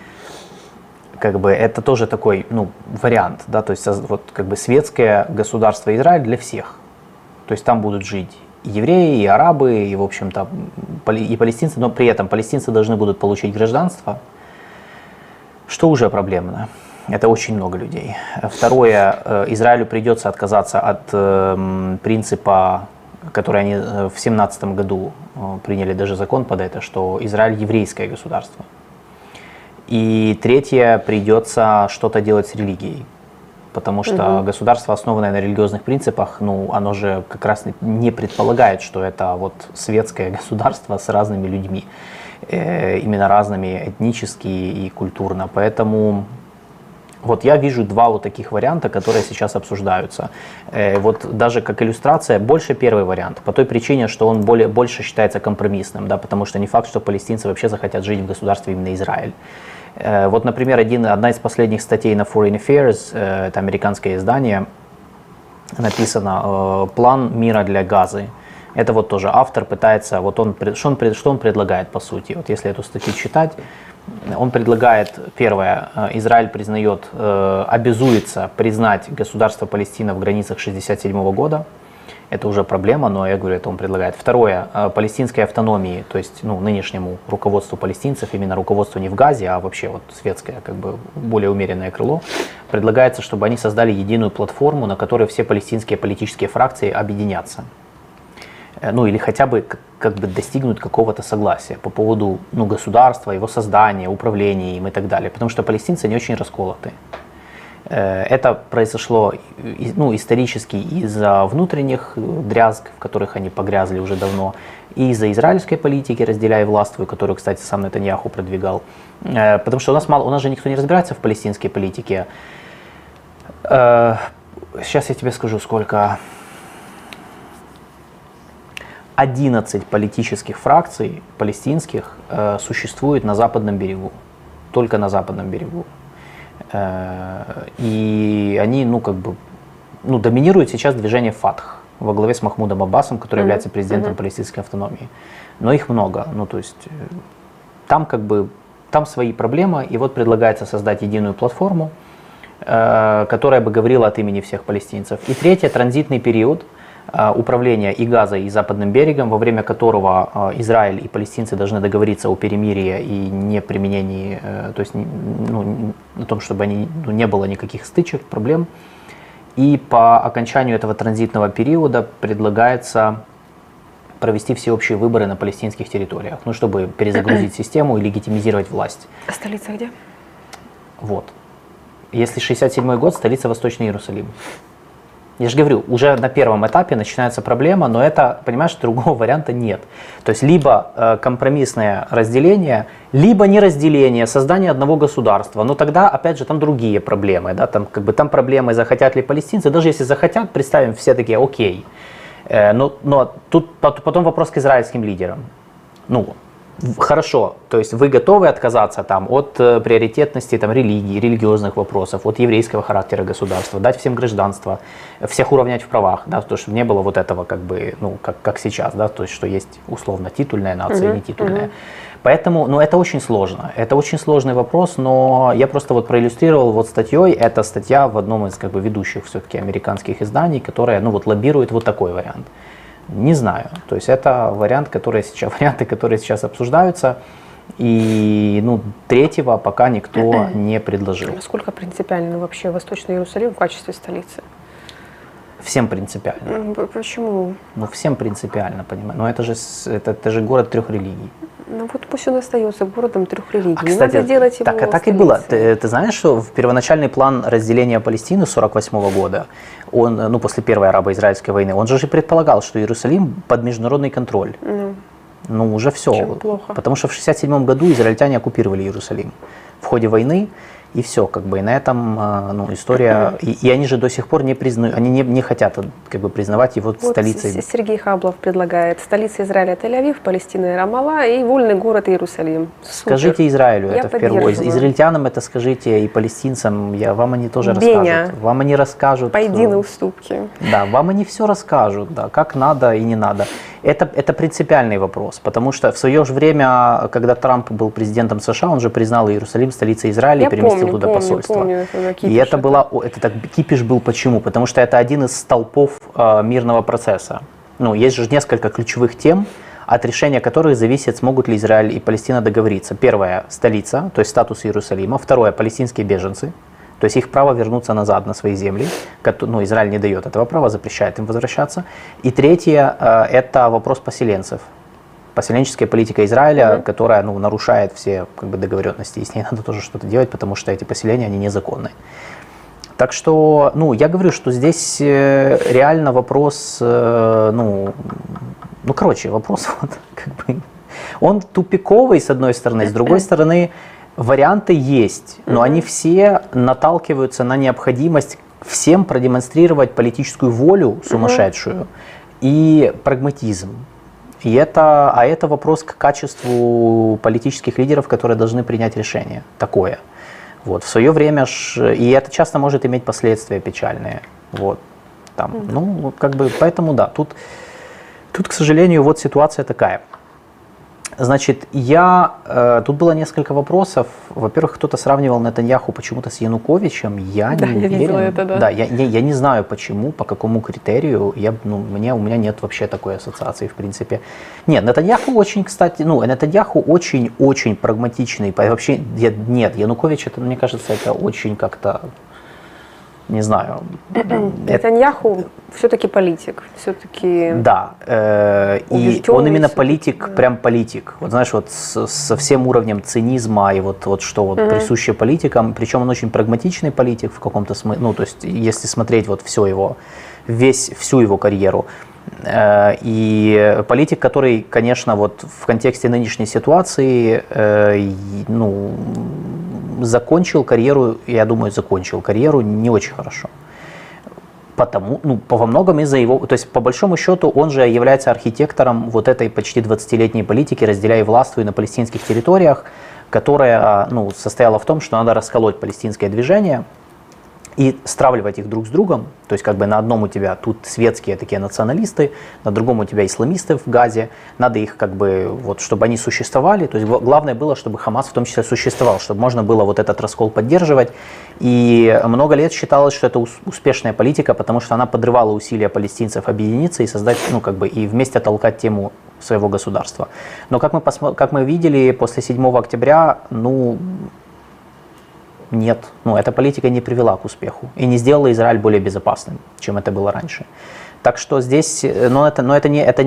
как бы это тоже такой, ну, вариант, да, то есть вот как бы светское государство Израиль для всех, то есть там будут жить и евреи, и арабы, и, в общем-то, и палестинцы, но при этом палестинцы должны будут получить гражданство, что уже проблемно. Это очень много людей. Второе, Израилю придется отказаться от принципа, который они в 2017 году приняли даже закон под это, что Израиль еврейское государство. И третье, придется что-то делать с религией. Потому что государство, основанное на религиозных принципах, ну, оно же как раз не предполагает, что это вот светское государство с разными людьми, именно разными этнически и культурно. Поэтому вот я вижу два вот таких варианта, которые сейчас обсуждаются. Вот даже как иллюстрация, больше первый вариант, по той причине, что он больше считается компромиссным, да, потому что не факт, что палестинцы вообще захотят жить в государстве именно Израиль. Вот, например, одна из последних статей на Foreign Affairs, это американское издание, написано «План мира для Газы». Это вот тоже автор пытается, вот что он предлагает по сути. Вот если эту статью читать, он предлагает, первое, Израиль обязуется признать государство Палестина в границах 1967 года. Это уже проблема, но я говорю, это он предлагает. Второе, палестинской автономии, то есть нынешнему руководству палестинцев, именно руководству не в Газе, а вообще вот светское, как бы более умеренное крыло, предлагается, чтобы они создали единую платформу, на которой все палестинские политические фракции объединятся. Ну или хотя бы как бы достигнуть какого-то согласия по поводу государства, его создания, управления им и так далее. Потому что палестинцы не очень расколоты. Это произошло ну, исторически из-за внутренних дрязг, в которых они погрязли уже давно, и из-за израильской политики «разделяй и властвуй», которую, кстати, сам Нетаньяху продвигал. Потому что у нас же никто не разбирается в палестинской политике. Сейчас я тебе скажу, сколько. 11 политических фракций палестинских существует на Западном берегу. Только на Западном берегу. И они, ну, как бы, ну, доминирует сейчас движение Фатх во главе с Махмудом Аббасом, который является президентом палестинской автономии. Но их много. Ну, то есть там как бы там свои проблемы, и вот предлагается создать единую платформу, которая бы говорила от имени всех палестинцев. И третье, транзитный период управления и Газой, и Западным берегом, во время которого Израиль и палестинцы должны договориться о перемирии и не применении, то есть ну, о том, чтобы не было никаких стычек, проблем. И по окончанию этого транзитного периода предлагается провести всеобщие выборы на палестинских территориях, ну, чтобы перезагрузить систему и легитимизировать власть. А столица где? Вот. Если 67-й год, столица Восточный Иерусалим. Я же говорю, уже на первом этапе начинается проблема, но это, понимаешь, другого варианта нет. То есть либо компромиссное разделение, либо неразделение, создание одного государства. Но тогда, опять же, там другие проблемы. Да? Там, как бы, там проблемы, захотят ли палестинцы. Даже если захотят, представим, все такие, окей. Но тут потом вопрос к израильским лидерам. Ну, хорошо, то есть вы готовы отказаться там, от приоритетности там, религии, религиозных вопросов, от еврейского характера государства, дать всем гражданство, всех уравнять в правах, да, то, чтобы не было вот этого, как бы, ну, как сейчас, да, то есть, что есть условно титульная нация и нетитульная. Поэтому, ну, это очень сложно, это очень сложный вопрос, но я просто вот проиллюстрировал вот статьей, это статья в одном из, как бы, ведущих все-таки американских изданий, которая, ну, вот лоббирует вот такой вариант. Не знаю. То есть это варианты, которые сейчас обсуждаются. И ну, третьего пока никто не предложил. Насколько принципиально вообще Восточный Иерусалим в качестве столицы? Всем принципиально. Почему? Ну, всем принципиально, понимаю. Но это же город 3 религий. Ну вот пусть он остается городом 3 религий. Кстати, надо сделать его так и было. Ты знаешь, что в первоначальный план разделения Палестины 1948 года, он, ну, после Первой арабо-израильской войны, он же предполагал, что Иерусалим под международный контроль. Ну, уже все. Плохо. Потому что в 1967 году израильтяне оккупировали Иерусалим в ходе войны. И все, как бы, и на этом ну, история, и они же до сих пор не признают, они не хотят, как бы, признавать его вот столицей. Сергей Хаблов предлагает: столица Израиля Тель-Авив, Палестина Рамалла и вольный город Иерусалим. Супер. Скажите Израилю Я это в первую очередь, израильтянам это скажите, и палестинцам, вам они тоже расскажут. Вам они расскажут. Пойди на уступки. Да, вам они все расскажут, да, как надо и не надо. Это принципиальный вопрос, потому что в свое же время, когда Трамп был президентом США, он же признал Иерусалим столицей Израиля и переместил туда посольство. Помню, и это так кипиш был почему? Потому что это один из столпов мирного процесса. Ну, есть же несколько ключевых тем, от решения которых зависит, смогут ли Израиль и Палестина договориться. Первое – столица, то есть статус Иерусалима. Второе – палестинские беженцы. То есть их право вернуться назад на свои земли, ну, Израиль не дает этого права, запрещает им возвращаться. И третье – это вопрос поселенцев. Поселенческая политика Израиля, которая, ну, нарушает все, как бы, договоренности, и с ней надо тоже что-то делать, потому что эти поселения, они незаконны. Так что, ну, я говорю, что здесь реально вопрос, вопрос, вот, как бы, он тупиковый, с одной стороны, с другой стороны, варианты есть, но они все наталкиваются на необходимость всем продемонстрировать политическую волю сумасшедшую и прагматизм. Это вопрос к качеству политических лидеров, которые должны принять решение такое. Вот. В свое время, и это часто может иметь последствия печальные. Вот. Там, ну, как бы, поэтому да, тут, к сожалению, вот ситуация такая. Значит, тут было несколько вопросов. Во-первых, кто-то сравнивал Нетаньяху почему-то с Януковичем. Я не уверен. Это, да. Да, я не знаю почему, по какому критерию. У меня нет вообще такой ассоциации, в принципе. Нет, Нетаньяху очень, кстати, Нетаньяху очень прагматичный. Вообще, нет, Янукович, это, мне кажется, это очень как-то... не знаю. Нетаньяху все-таки политик, все-таки. Да, и он именно политик, прям политик. Вот знаешь, вот со всем уровнем цинизма и вот что вот присуще политикам, причем он очень прагматичный политик в каком-то смысле, ну то есть если смотреть вот всю его карьеру. И политик, который, конечно, вот в контексте нынешней ситуации, ну, закончил карьеру не очень хорошо. Потому, ну, во многом из-за его, то есть по большому счету он же является архитектором вот этой почти 20-летней политики «разделяй и властвуй» на палестинских территориях, которая, ну, состояла в том, что надо расколоть палестинское движение и стравливать их друг с другом, то есть как бы на одном у тебя тут светские такие националисты, на другом у тебя исламисты в Газе, надо их как бы, вот, чтобы они существовали, то есть главное было, чтобы Хамас в том числе существовал, чтобы можно было вот этот раскол поддерживать, и много лет считалось, что это успешная политика, потому что она подрывала усилия палестинцев объединиться и создать, ну как бы, и вместе толкать тему своего государства. Но как мы видели после 7 октября, ну, нет, ну, эта политика не привела к успеху и не сделала Израиль более безопасным, чем это было раньше. Так что здесь, это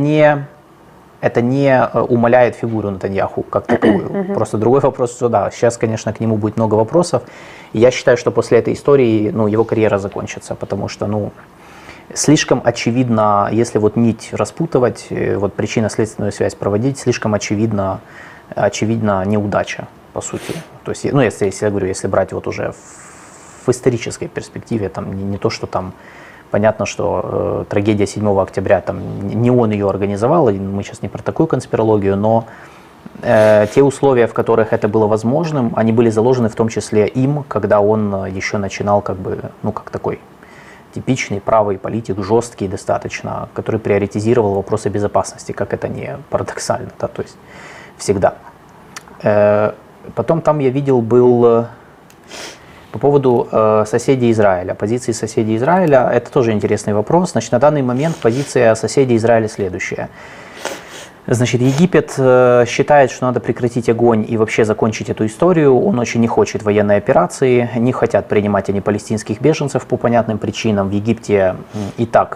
не умаляет фигуру Нетаньяху как таковую. Просто другой вопрос, что да, сейчас, конечно, к нему будет много вопросов. И я считаю, что после этой истории, ну, его карьера закончится, потому что, ну, слишком очевидно, если вот нить распутывать, вот причинно-следственную связь проводить, слишком очевидна неудача, по сути. То есть, ну, если я говорю, если брать вот уже в исторической перспективе, там не то, что там понятно, что трагедия 7 октября, там не он ее организовал, и мы сейчас не про такую конспирологию, но те условия, в которых это было возможным, они были заложены в том числе им, когда он еще начинал как бы, ну, как такой типичный правый политик, жесткий достаточно, который приоритизировал вопросы безопасности, как это не парадоксально, да, то есть всегда. Потом там я видел был по поводу соседей Израиля, позиции соседей Израиля. Это тоже интересный вопрос. Значит, на данный момент позиция соседей Израиля следующая. Значит, Египет считает, что надо прекратить огонь и вообще закончить эту историю. Он очень не хочет военной операции, не хотят принимать они палестинских беженцев по понятным причинам. В Египте и так,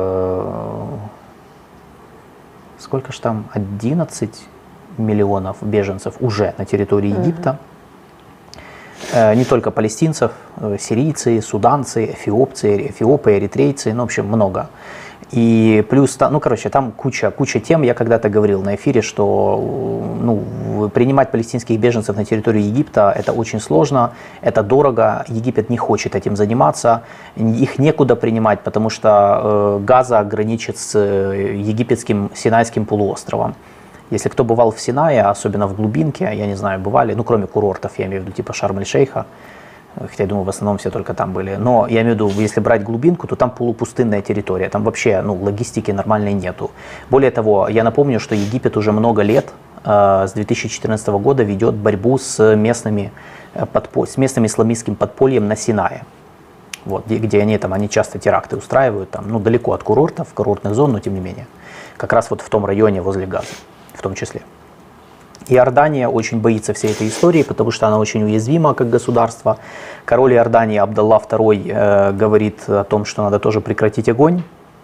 сколько ж там, 11 миллионов беженцев уже на территории Египта. Не только палестинцев, сирийцы, суданцы, эфиопы, эритрейцы, ну, в общем, много. И плюс, ну, короче, там куча тем. Я когда-то говорил на эфире, что, ну, принимать палестинских беженцев на территорию Египта – это очень сложно, это дорого, Египет не хочет этим заниматься, их некуда принимать, потому что Газа граничит с египетским Синайским полуостровом. Если кто бывал в Синае, особенно в глубинке, я не знаю, бывали, ну, кроме курортов, я имею в виду, типа Шарм-эль-Шейха, хотя, я думаю, в основном все только там были, но я имею в виду, если брать глубинку, то там полупустынная территория, там вообще, ну, логистики нормальной нету. Более того, я напомню, что Египет уже много лет, с 2014 года, ведет борьбу с местным исламистским подпольем на Синае. Вот, где они часто теракты устраивают, там, ну, далеко от курортов, курортных зон, но тем не менее, как раз вот в том районе возле Газы. В том числе. Иордания очень боится всей этой истории, потому что она очень уязвима как государство. Король Иордании Абдалла II говорит о том, что надо тоже прекратить огонь.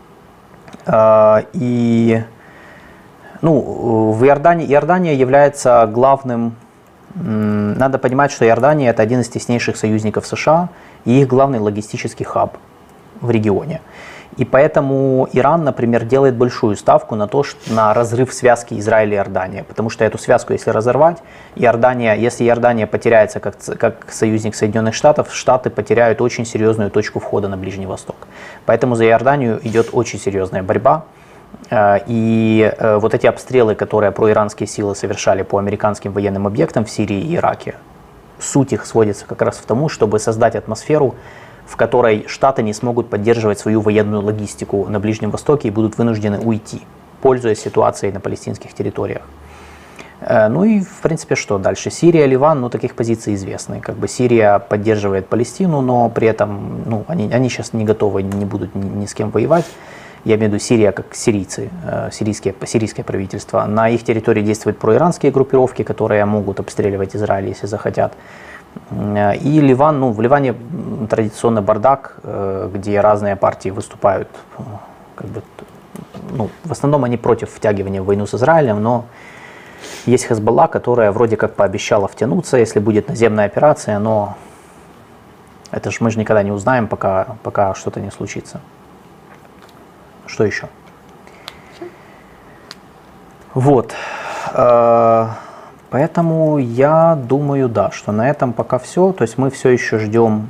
И, ну, в Иордания является главным, надо понимать, что Иордания – это один из теснейших союзников США и их главный логистический хаб в регионе. И поэтому Иран, например, делает большую ставку на на разрыв связки Израиля и Иордания. Потому что эту связку, если разорвать, если Иордания потеряется как союзник Соединенных Штатов, Штаты потеряют очень серьезную точку входа на Ближний Восток. Поэтому за Иорданию идет очень серьезная борьба. И вот эти обстрелы, которые проиранские силы совершали по американским военным объектам в Сирии и Ираке, суть их сводится как раз к тому, чтобы создать атмосферу, в которой Штаты не смогут поддерживать свою военную логистику на Ближнем Востоке и будут вынуждены уйти, пользуясь ситуацией на палестинских территориях. Ну и, в принципе, что дальше? Сирия, Ливан, ну, таких позиций известны. Как бы Сирия поддерживает Палестину, но при этом, ну, они сейчас не готовы, не будут ни с кем воевать. Я имею в виду Сирия как сирийцы, сирийское правительство. На их территории действуют проиранские группировки, которые могут обстреливать Израиль, если захотят. И Ливан, ну, в Ливане традиционно бардак, где разные партии выступают, как бы, ну, в основном они против втягивания в войну с Израилем, но есть Хезболла, которая вроде как пообещала втянуться, если будет наземная операция, но это ж мы же никогда не узнаем, пока что-то не случится. Что еще? Вот. Поэтому я думаю, да, что на этом пока все. То есть мы все еще ждем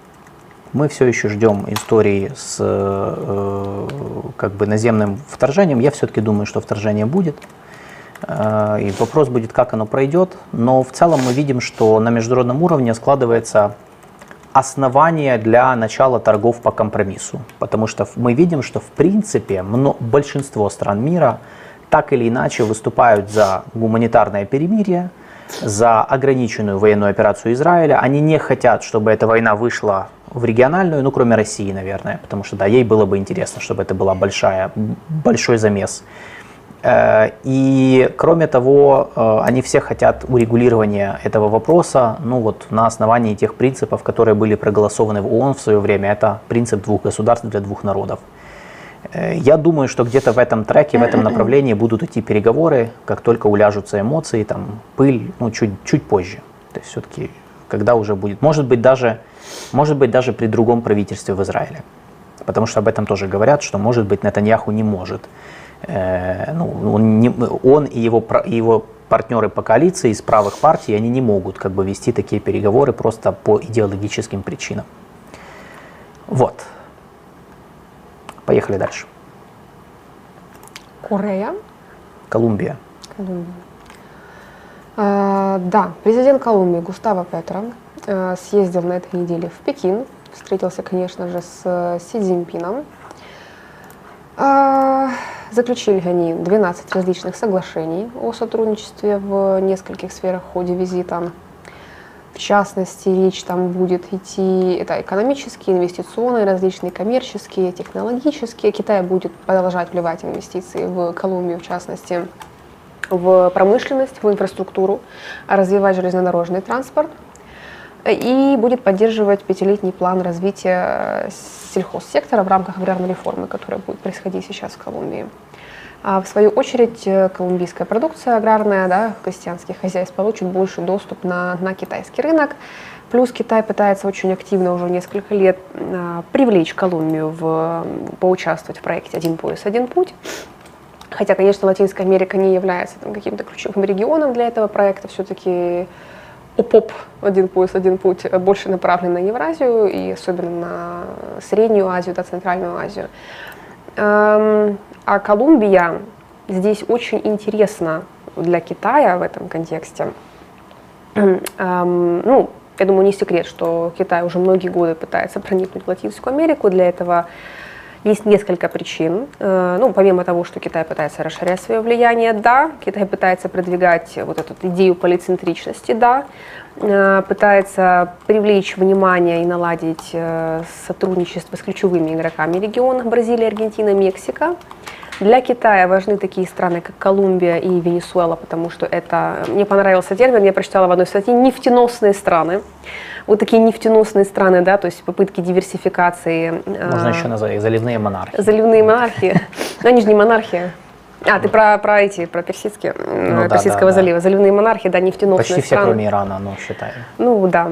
истории с как бы наземным вторжением. Я все-таки думаю, что вторжение будет. И вопрос будет, как оно пройдет. Но в целом мы видим, что на международном уровне складывается основание для начала торгов по компромиссу. Потому что мы видим, что в принципе большинство стран мира так или иначе выступают за гуманитарное перемирие, за ограниченную военную операцию Израиля. Они не хотят, чтобы эта война вышла в региональную, ну кроме России, наверное, потому что да, ей было бы интересно, чтобы это был большой замес. И кроме того, они все хотят урегулирования этого вопроса, ну вот на основании тех принципов, которые были проголосованы в ООН в свое время. Это принцип двух государств для двух народов. Я думаю, что где-то в этом треке, в этом направлении будут идти переговоры, как только уляжутся эмоции, там, пыль, ну, чуть позже. То есть все-таки, когда уже будет, может быть, даже при другом правительстве в Израиле. Потому что об этом тоже говорят, что, может быть, Нетаньяху не может. Он и его партнеры по коалиции из правых партий, они не могут как бы вести такие переговоры просто по идеологическим причинам. Вот. Поехали дальше. Корея. Колумбия. Да, президент Колумбии Густаво Петро съездил на этой неделе в Пекин, встретился, конечно же, с Си Цзиньпином. Заключили они 12 различных соглашений о сотрудничестве в нескольких сферах в ходе визита. В частности, речь там будет идти, это экономические, инвестиционные, различные коммерческие, технологические. Китай будет продолжать вливать инвестиции в Колумбию, в частности, в промышленность, в инфраструктуру, развивать железнодорожный транспорт. И будет поддерживать 5-летний план развития сельхозсектора в рамках аграрной реформы, которая будет происходить сейчас в Колумбии. А в свою очередь, колумбийская продукция аграрная, да, крестьянских хозяйств получит больше доступ на китайский рынок. Плюс Китай пытается очень активно уже несколько лет привлечь Колумбию поучаствовать в проекте «Один пояс, один путь». Хотя, конечно, Латинская Америка не является каким-то ключевым регионом для этого проекта, все-таки ОПОП «Один пояс, один путь» больше направлен на Евразию и особенно на Среднюю Азию, да, Центральную Азию. А Колумбия здесь очень интересна для Китая в этом контексте. Ну, я думаю, не секрет, что Китай уже многие годы пытается проникнуть в Латинскую Америку. Для этого есть несколько причин. Ну, помимо того, что Китай пытается расширять свое влияние, да, Китай пытается продвигать вот эту идею полицентричности, да, пытается привлечь внимание и наладить сотрудничество с ключевыми игроками региона Бразилия, Аргентина, Мексика. Для Китая важны такие страны, как Колумбия и Венесуэла, потому что это, мне понравился термин, я прочитала в одной статье, нефтеносные страны. Вот такие нефтеносные страны, да, то есть попытки диверсификации. Можно еще назвать их заливные монархии. Заливные монархии. Но они же не монархии. Ты про персидские, Персидского залива. Заливные монархии, да, нефтеносные страны. Почти все, кроме Ирана, но считаю. Ну, да.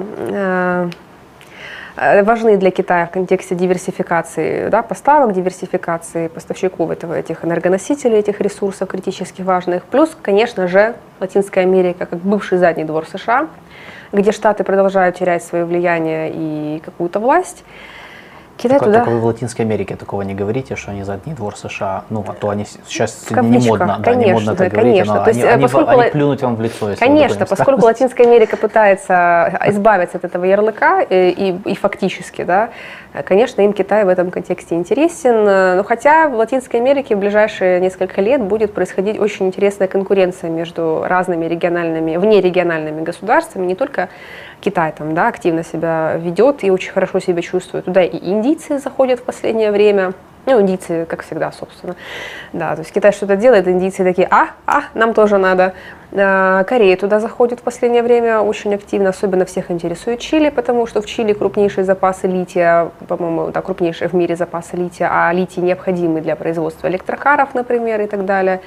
Важны для Китая в контексте диверсификации, да, поставок, диверсификации поставщиков этих энергоносителей, этих ресурсов критически важных. Плюс, конечно же, Латинская Америка как бывший задний двор США, где Штаты продолжают терять свое влияние и какую-то власть. Китай туда... Только вы в Латинской Америке такого не говорите, что они задний двор США, ну, а то они сейчас не модно, да, не модно так говорить, но они плюнуть вам в лицо. Конечно, поскольку Латинская Америка пытается избавиться от этого ярлыка и фактически, да, конечно, им Китай в этом контексте интересен, но хотя в Латинской Америке в ближайшие несколько лет будет происходить очень интересная конкуренция между разными региональными, внерегиональными государствами, не только Китай там, да, активно себя ведет и очень хорошо себя чувствует. Туда и индийцы заходят в последнее время. Ну, индийцы, как всегда, собственно. Да, то есть Китай что-то делает, индийцы такие, нам тоже надо. Корея туда заходит в последнее время очень активно, особенно всех интересует Чили, потому что в Чили крупнейшие запасы лития, по-моему, да, крупнейшие в мире запасы лития, а литий необходимый для производства электрокаров, например, и так далее.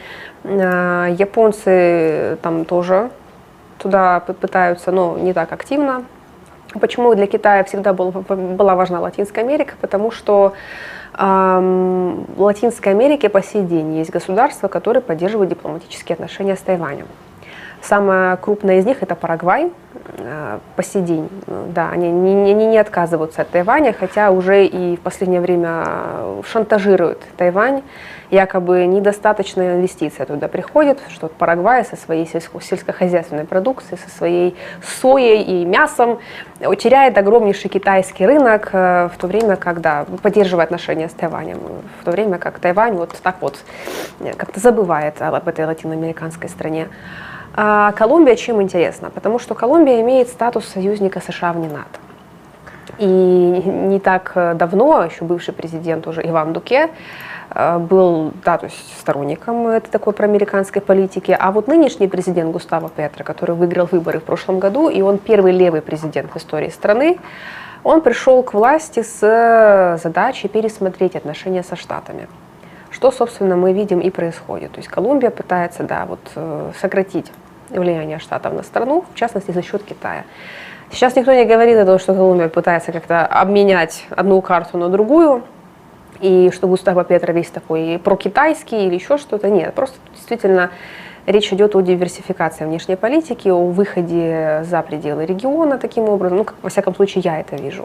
Японцы там тоже туда пытаются, но не так активно. Почему для Китая всегда была важна Латинская Америка? Потому что в Латинской Америке по сей день есть государства, которые поддерживают дипломатические отношения с Тайванем. Самое крупное из них – это Парагвай по сей день. Да, они не отказываются от Тайваня, хотя уже и в последнее время шантажируют Тайвань. Якобы недостаточно инвестиций туда приходит, что Парагвай со своей сельскохозяйственной продукцией, со своей соей и мясом теряет огромнейший китайский рынок, в то время, когда поддерживает отношения с Тайванем, в то время как Тайвань вот так вот как-то забывает об этой латиноамериканской стране. А Колумбия чем интересна? Потому что Колумбия имеет статус союзника США вне НАТО. И не так давно еще бывший президент уже Иван Дуке был, да, то есть сторонником этой такой проамериканской политики. А вот нынешний президент Густаво Петро, который выиграл выборы в прошлом году, и он первый левый президент в истории страны, он пришел к власти с задачей пересмотреть отношения со Штатами. Что, собственно, мы видим и происходит. То есть Колумбия пытается, да, вот, сократить влияние Штатов на страну, в частности, за счет Китая. Сейчас никто не говорит о том, что Колумбия пытается как-то обменять одну карту на другую, и что Густаво Петро весь такой прокитайский или еще что-то. Нет, просто действительно речь идет о диверсификации внешней политики, о выходе за пределы региона таким образом. Ну, как, во всяком случае, я это вижу.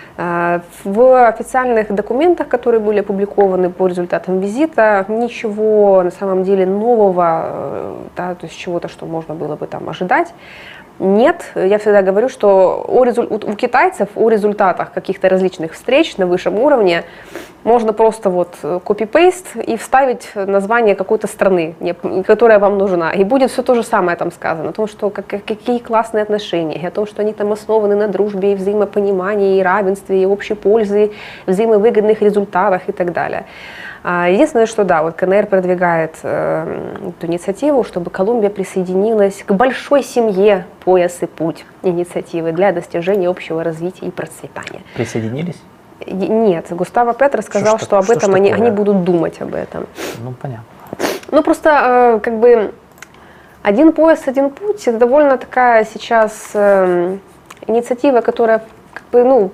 В официальных документах, которые были опубликованы по результатам визита, ничего на самом деле нового, да, то есть чего-то, что можно было бы там ожидать, нет. Я всегда говорю, что у китайцев о результатах каких-то различных встреч на высшем уровне можно просто вот копи-пейст и вставить название какой-то страны, которая вам нужна. И будет все то же самое там сказано. О том, что какие классные отношения, о том, что они там основаны на дружбе и взаимопонимании, и равенстве, и общей пользе, взаимовыгодных результатах и так далее. Единственное, что да, вот КНР продвигает эту инициативу, чтобы Колумбия присоединилась к большой семье «Пояс и путь» инициативы для достижения общего развития и процветания. Присоединились? Нет, Густаво Петро сказал, что об этом они будут думать об этом. Ну, понятно. Ну, просто как бы «Один пояс, один путь» — это довольно такая сейчас инициатива, которая как бы, ну,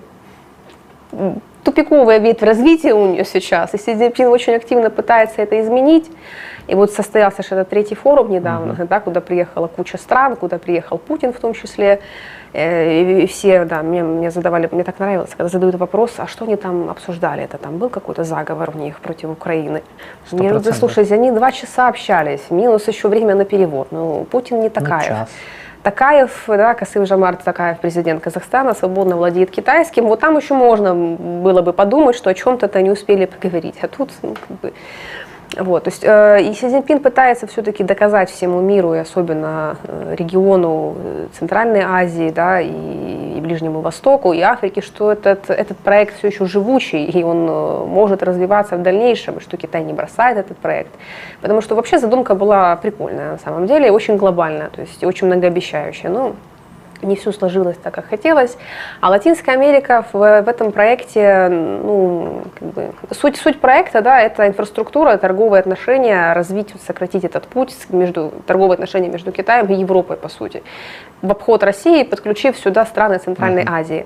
тупиковая ветвь развития у нее сейчас, и Си Цзиньпин очень активно пытается это изменить. И вот состоялся же этот третий форум недавно, да, куда приехала куча стран, куда приехал Путин в том числе. И все, да, мне задавали, мне так нравилось, когда задают вопрос, а что они там обсуждали, это там был какой-то заговор у них против Украины. Мне говорят, слушайте, они 2 часа общались, минус еще время на перевод, ну, Путин не Токаев. Токаев, да, Касым-Жомарт Токаев, президент Казахстана, свободно владеет китайским. Вот там еще можно было бы подумать, что о чем-то не успели поговорить. А тут, ну, как бы, вот, то есть, и Си Цзиньпин пытается все-таки доказать всему миру, и особенно региону Центральной Азии, да, и Ближнему Востоку, и Африке, что этот проект все еще живучий, и он может развиваться в дальнейшем, и что Китай не бросает этот проект. Потому что вообще задумка была прикольная на самом деле, очень глобальная, то есть очень многообещающая. Но не все сложилось так, как хотелось. А Латинская Америка в этом проекте, ну, как бы, суть проекта, да, это инфраструктура, торговые отношения, развить, сократить этот путь торговые отношения между Китаем и Европой, по сути, в обход России, подключив сюда страны Центральной Азии.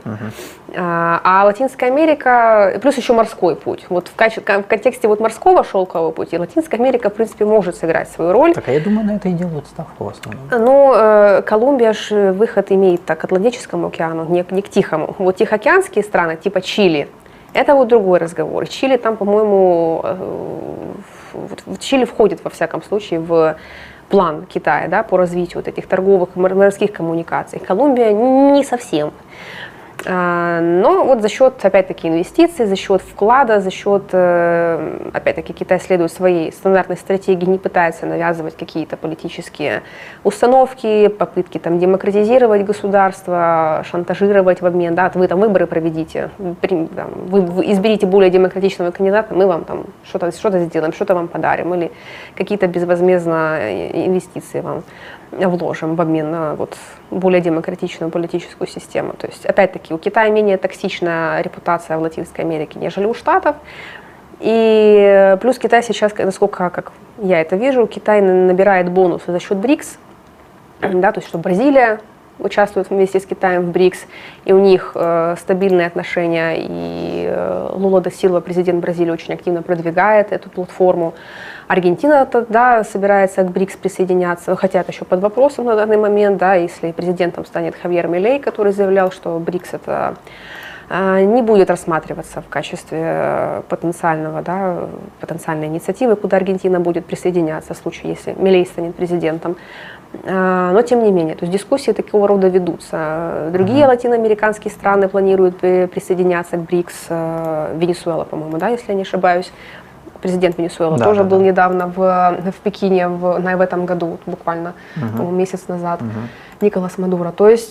А Латинская Америка, плюс еще морской путь. Вот в контексте вот морского шелкового пути Латинская Америка, в принципе, может сыграть свою роль. Так, а я думаю, на это и делают ставку в основном. Ну, Колумбия же выход имеет к Атлантическому океану, не к Тихому. Вот тихоокеанские страны, типа Чили, это вот другой разговор. Чили там, по-моему, Чили входит, во всяком случае, в план Китая, да, по развитию вот этих торговых морских коммуникаций. Колумбия не совсем. Но вот за счет, опять-таки, инвестиций, за счет вклада, за счет, опять-таки, Китай следует своей стандартной стратегии, не пытается навязывать какие-то политические установки, попытки там демократизировать государство, шантажировать в обмен, да, вы там выборы проведите, вы изберите более демократичного кандидата, мы вам там что-то сделаем, что-то вам подарим, или какие-то безвозмездные инвестиции вам вложим в обмен на вот более демократичную политическую систему. То есть, опять-таки, у Китая менее токсичная репутация в Латинской Америке, нежели у Штатов. И плюс Китай сейчас, насколько как я это вижу, Китай набирает бонусы за счет БРИКС, да, то есть что Бразилия участвует вместе с Китаем в БРИКС, и у них стабильные отношения, и Лула да Силва, президент Бразилии, очень активно продвигает эту платформу. Аргентина тогда собирается к БРИКС присоединяться, но хотят еще под вопросом на данный момент, да, если президентом станет Хавьер Милей, который заявлял, что БРИКС это не будет рассматриваться в качестве потенциальной инициативы, куда Аргентина будет присоединяться в случае, если Милей станет президентом. Но тем не менее, то есть дискуссии такого рода ведутся. Другие латиноамериканские страны планируют присоединяться к БРИКС, Венесуэла, по-моему, да, если я не ошибаюсь. Президент Венесуэлы тоже был недавно в Пекине в этом году, буквально месяц назад, Николас Мадуро. То есть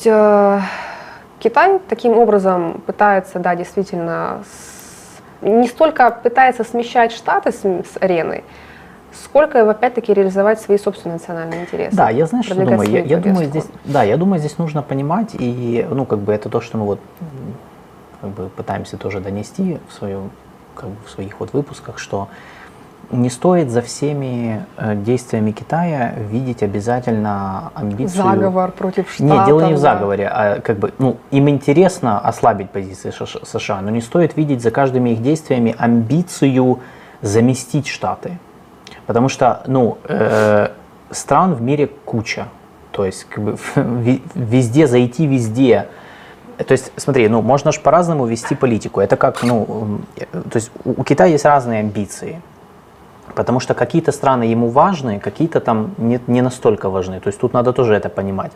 Китай таким образом пытается, да, действительно, не столько пытается смещать Штаты с арены, сколько, опять-таки, реализовать свои собственные национальные интересы. Да, я знаю, что думаю. Я думаю, здесь нужно понимать, и, ну, как бы это то, что мы вот как бы пытаемся тоже донести в своих вот выпусках, что не стоит за всеми действиями Китая видеть обязательно амбицию... Заговор против Штатов. Нет, дело не в заговоре, а как бы, ну, им интересно ослабить позиции США, но не стоит видеть за каждыми их действиями амбицию заместить Штаты. Потому что, ну, стран в мире куча, то есть как бы везде, зайти везде. То есть, смотри, ну, можно же по-разному вести политику. Это как, ну, то есть у Китая есть разные амбиции. Потому что какие-то страны ему важны, какие-то там не настолько важны. То есть тут надо тоже это понимать.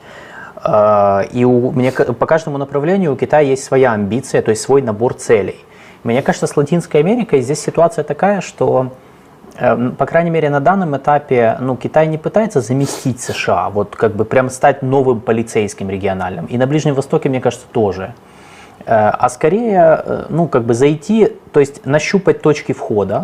И по каждому направлению у Китая есть своя амбиция, то есть свой набор целей. Мне кажется, с Латинской Америкой здесь ситуация такая, что, по крайней мере, на данном этапе, ну, Китай не пытается заместить США, вот как бы прям стать новым полицейским региональным. И на Ближнем Востоке, мне кажется, тоже. А скорее, ну, как бы зайти, то есть нащупать точки входа,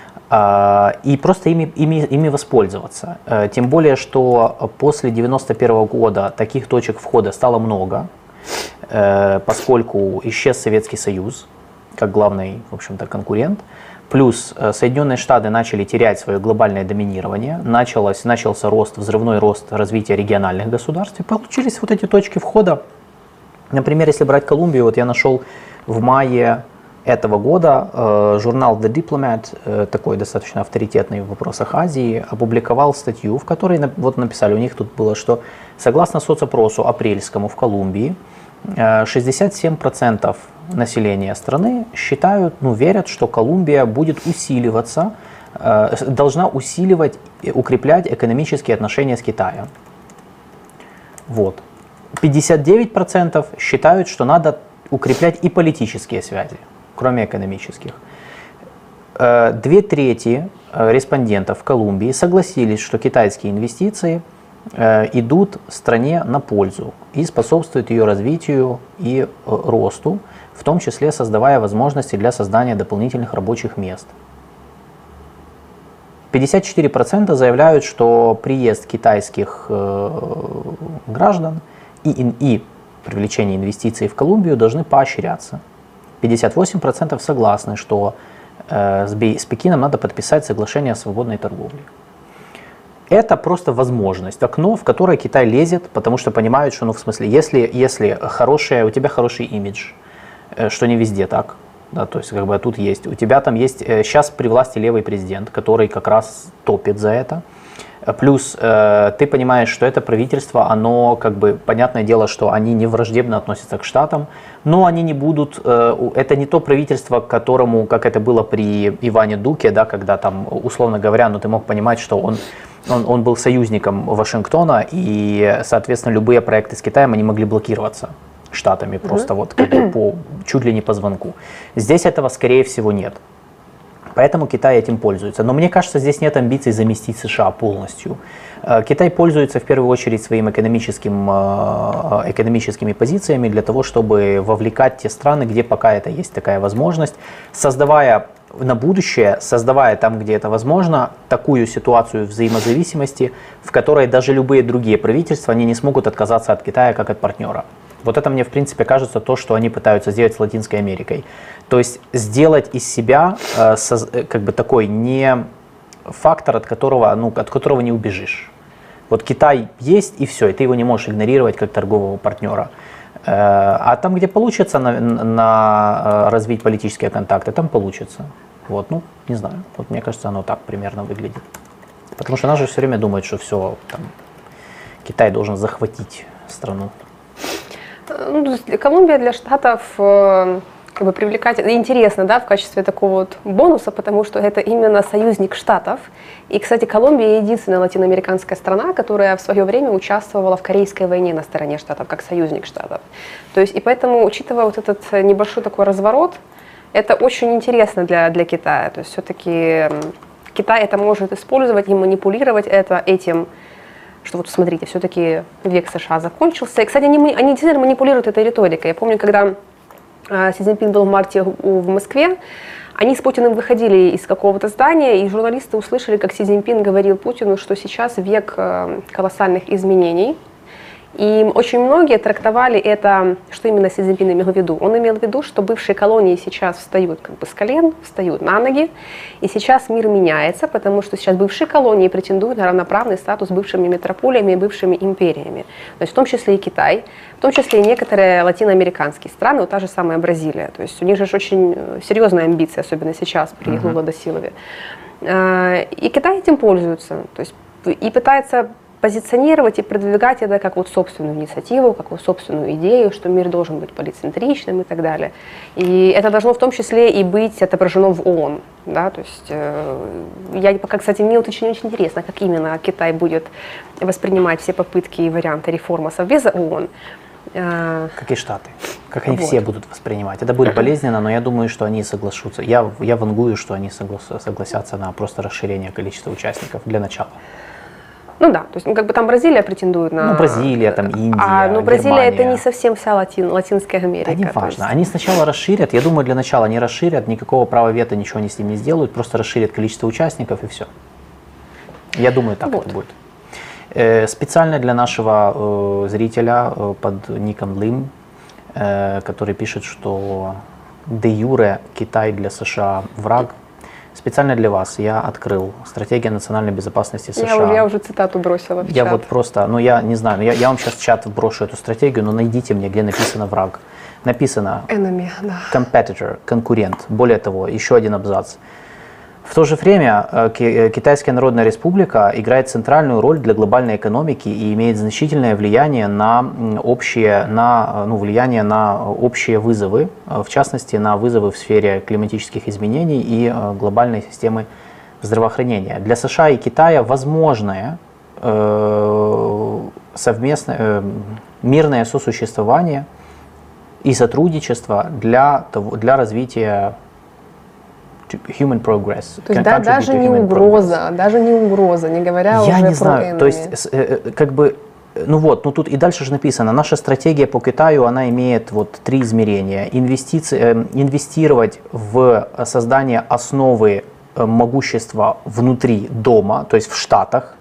и просто ими воспользоваться. Тем более, что после 1991 года таких точек входа стало много, поскольку исчез Советский Союз как главный, в общем-то, конкурент. Плюс Соединенные Штаты начали терять свое глобальное доминирование, начался взрывной рост развития региональных государств, и получились вот эти точки входа. Например, если брать Колумбию, вот я нашел в мае этого года журнал The Diplomat, такой достаточно авторитетный в вопросах Азии, опубликовал статью, в которой вот написали, у них тут было, что согласно соцопросу апрельскому в Колумбии, 67% населения страны считают, ну, верят, что Колумбия будет усиливаться, должна усиливать, укреплять экономические отношения с Китаем. Вот. 59% считают, что надо укреплять и политические связи, кроме экономических. 2/3 респондентов в Колумбии согласились, что китайские инвестиции идут стране на пользу и способствуют ее развитию и росту, в том числе создавая возможности для создания дополнительных рабочих мест. 54% заявляют, что приезд китайских граждан и привлечение инвестиций в Колумбию должны поощряться. 58% согласны, что с Пекином надо подписать соглашение о свободной торговле. Это просто возможность, окно, в которое Китай лезет, потому что понимают, что, ну, в смысле, если у тебя хороший имидж, что не везде так, да, то есть как бы тут есть, у тебя там есть, сейчас при власти левый президент, который как раз топит за это. Плюс ты понимаешь, что это правительство, оно, как бы, понятное дело, что они не враждебно относятся к Штатам, но они не будут, это не то правительство, к которому, как это было при Иване Дуке, да, когда там, условно говоря, ну, ты мог понимать, что он был союзником Вашингтона, и, соответственно, любые проекты с Китаем, они могли блокироваться. Штатами, просто вот как бы чуть ли не по звонку. Здесь этого, скорее всего, нет. Поэтому Китай этим пользуется. Но мне кажется, здесь нет амбиций заместить США полностью. Китай пользуется в первую очередь своими экономическими позициями для того, чтобы вовлекать те страны, где пока это есть такая возможность, создавая на будущее, создавая там, где это возможно, такую ситуацию взаимозависимости, в которой даже любые другие правительства они не смогут отказаться от Китая как от партнера. Вот это мне, в принципе, кажется то, что они пытаются сделать с Латинской Америкой. То есть сделать из себя как бы такой не фактор, от которого не убежишь. Вот Китай есть и все, и ты его не можешь игнорировать как торгового партнера. А там, где получится развить политические контакты, там получится. Вот, ну, не знаю. Вот мне кажется, оно так примерно выглядит. Потому что нас же все время думают, что все, там, Китай должен захватить страну. Ну, Колумбия для Штатов как бы привлекательна, интересно, да, в качестве такого вот бонуса, потому что это именно союзник Штатов. И, кстати, Колумбия единственная латиноамериканская страна, которая в свое время участвовала в Корейской войне на стороне Штатов, как союзник Штатов. То есть, и поэтому, учитывая вот этот небольшой такой разворот, это очень интересно для Китая. То есть, все-таки Китай это может использовать и манипулировать этим, что вот смотрите, все-таки век США закончился. И, кстати, они действительно манипулируют этой риторикой. Я помню, когда Си Цзиньпин был в марте в Москве, они с Путиным выходили из какого-то здания, и журналисты услышали, как Си Цзиньпин говорил Путину, что сейчас век колоссальных изменений. И очень многие трактовали это, что именно Си Цзиньпин имел в виду. Он имел в виду, что бывшие колонии сейчас встают как бы с колен, встают на ноги, и сейчас мир меняется, потому что сейчас бывшие колонии претендуют на равноправный статус с бывшими метрополиями и бывшими империями. То есть в том числе и Китай, в том числе и некоторые латиноамериканские страны, вот та же самая Бразилия. То есть у них же очень серьезные амбиции, особенно сейчас при Лула да Силове. И Китай этим пользуется, то есть и пытается позиционировать и продвигать это как вот собственную инициативу, как вот собственную идею, что мир должен быть полицентричным и так далее. И это должно в том числе и быть отображено в ООН. Да? То есть, я пока, кстати, мне вот очень интересно, как именно Китай будет воспринимать все попытки и варианты реформы Совбеза ООН. Как и Штаты. Как они все будут воспринимать. Это будет болезненно, но я думаю, что они соглашутся. Я вангую, что они согласятся на просто расширение количества участников для начала. Ну да, то есть как бы там Бразилия претендует на... Ну, Бразилия, там Индия, но Бразилия Германия. Это не совсем вся Латинская Америка. Да не важно. Они сначала расширят, я думаю, для начала они расширят, никакого права вето, ничего они с ним не сделают, просто расширят количество участников и все. Я думаю, так это будет. Специально для нашего зрителя под ником Лим, который пишет, что де юре Китай для США враг. Специально для вас я открыл «Стратегия национальной безопасности США». Я уже цитату бросила в чат. Я вот просто, ну я не знаю, я вам сейчас в чат вброшу эту стратегию, но найдите мне, где написано «враг». Написано Enemy, да. «competitor», «конкурент». Более того, еще один абзац. В то же время Китайская Народная Республика играет центральную роль для глобальной экономики и имеет значительное влияние на общие вызовы, в частности на вызовы в сфере климатических изменений и глобальной системы здравоохранения. Для США и Китая возможное совместное мирное сосуществование и сотрудничество для развития human progress. То есть даже не угроза, не говоря уже про Я не знаю, то есть как бы, тут и дальше же написано, наша стратегия по Китаю, она имеет вот 3 измерения. Инвестировать в создание основы могущества внутри дома, то есть в Штатах,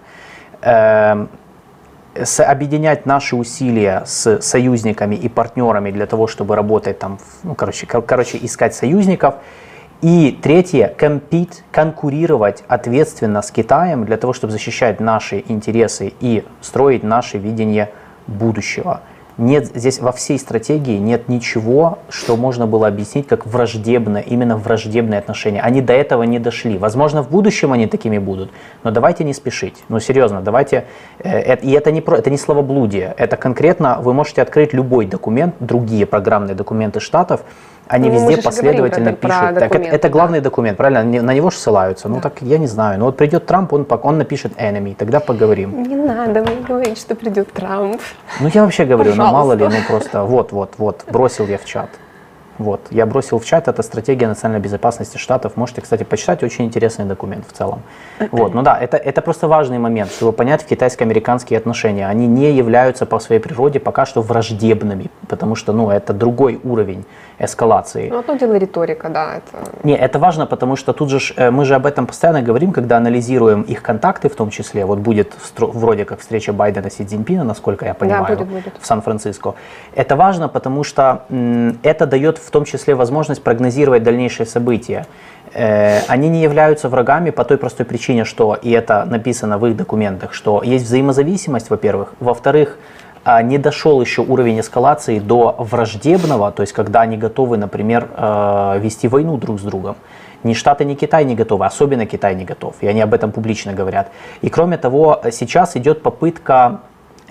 объединять наши усилия с союзниками и партнерами для того, чтобы работать там, искать союзников. И третье, конкурировать ответственно с Китаем для того, чтобы защищать наши интересы и строить наше видение будущего. Нет, здесь во всей стратегии нет ничего, что можно было объяснить как именно враждебные отношения. Они до этого не дошли. Возможно, в будущем они такими будут, но давайте не спешить. Ну, серьезно, давайте. И это не словоблудие. Это конкретно, вы можете открыть любой документ, другие программные документы Штатов, они Ну, мы везде же последовательно говорим про пишут. Так документы, это главный документ, правильно? На него же ссылаются. Ну Да. так я не знаю. Ну вот придет Трамп, он напишет enemy, тогда поговорим. Не надо мне говорить, что придет Трамп. Ну я вообще говорю, ну мало ли, Пожалуйста. ну просто вот, бросил я в чат. Вот, я бросил в чат, это стратегия национальной безопасности Штатов. Можете, кстати, почитать, очень интересный документ в целом. Вот, ну да, это просто важный момент, чтобы понять китайско-американские отношения. Они не являются по своей природе пока что враждебными, потому что, ну, это другой уровень эскалации. Ну, одно дело риторика, да. Это... Не, это важно, потому что тут же мы же об этом постоянно говорим, когда анализируем их контакты в том числе. Вот будет вроде как встреча Байдена с Си Цзиньпина, насколько я понимаю, Да, будет. в Сан-Франциско. Это важно, потому что это дает в том числе возможность прогнозировать дальнейшие события. Они не являются врагами по той простой причине, что, и это написано в их документах, что есть взаимозависимость, во-первых. Во-вторых, не дошел еще уровень эскалации до враждебного, то есть когда они готовы, например, вести войну друг с другом. Ни Штаты, ни Китай не готовы, особенно Китай не готов, и они об этом публично говорят. И кроме того, сейчас идет попытка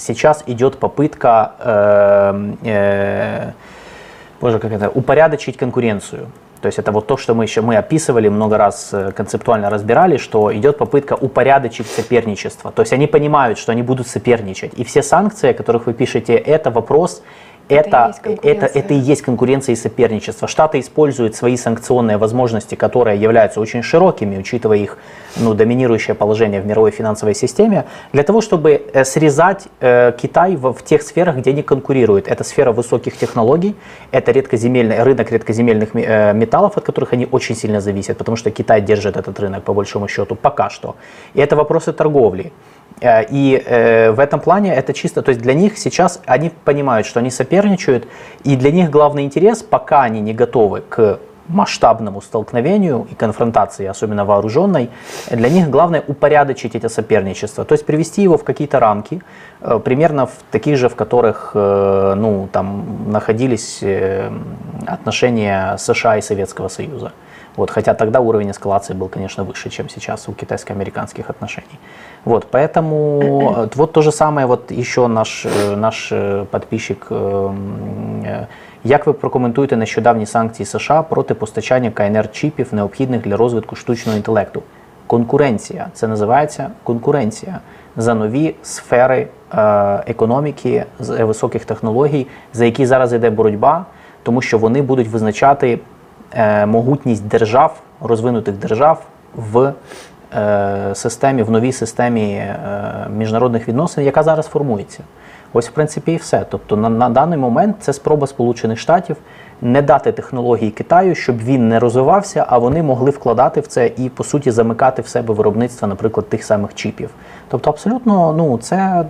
упорядочить конкуренцию. То есть это вот то, что мы описывали, много раз концептуально разбирали, что идет попытка упорядочить соперничество. То есть они понимают, что они будут соперничать. И все санкции, о которых вы пишете, это вопрос, это и есть конкуренция и соперничество. Штаты используют свои санкционные возможности, которые являются очень широкими, учитывая их доминирующее положение в мировой финансовой системе, для того, чтобы срезать Китай в тех сферах, где они конкурируют. Это сфера высоких технологий, это рынок редкоземельных металлов, от которых они очень сильно зависят, потому что Китай держит этот рынок по большому счету пока что. И это вопросы торговли. И в этом плане это чисто, то есть для них сейчас они понимают, что они соперничают, и для них главный интерес, пока они не готовы к масштабному столкновению и конфронтации, особенно вооруженной, для них главное упорядочить это соперничество, то есть привести его в какие-то рамки, примерно в таких же, в которых там находились отношения США и Советского Союза. Вот, хотя тогда уровень эскалации был, конечно, выше, чем сейчас у китайско-американских отношений. Вот, поэтому вот то же самое, вот еще наш подписчик. Як ви прокоментуєте нещодавні санкції США проти постачання КНР-чіпів, необхідних для розвитку штучного інтелекту? Конкуренція. Це називається конкуренція за нові сфери економіки, високих технологій, за які зараз йде боротьба, тому що вони будуть визначати могутність держав, розвинутих держав в новій системі міжнародних відносин, яка зараз формується. Ось, в принципі, і все. Тобто на даний момент це спроба Сполучених Штатів не дати технології Китаю, щоб він не розвивався, а вони могли вкладати в це і, по суті, замикати в себе виробництво, наприклад, тих самих чіпів. Тобто, абсолютно, це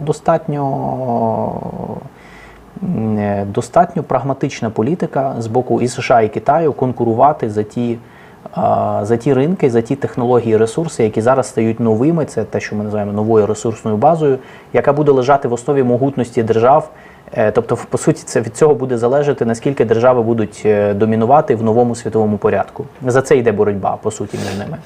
достатньо прагматична політика з боку і США, і Китаю конкурувати за ті ринки, за ті технології і ресурси, які зараз стають новими, це те, що ми називаємо новою ресурсною базою, яка буде лежати в основі могутності держав. Тобто, по суті, це від цього буде залежати, наскільки держави будуть домінувати в новому світовому порядку. За це йде боротьба, по суті, між ними.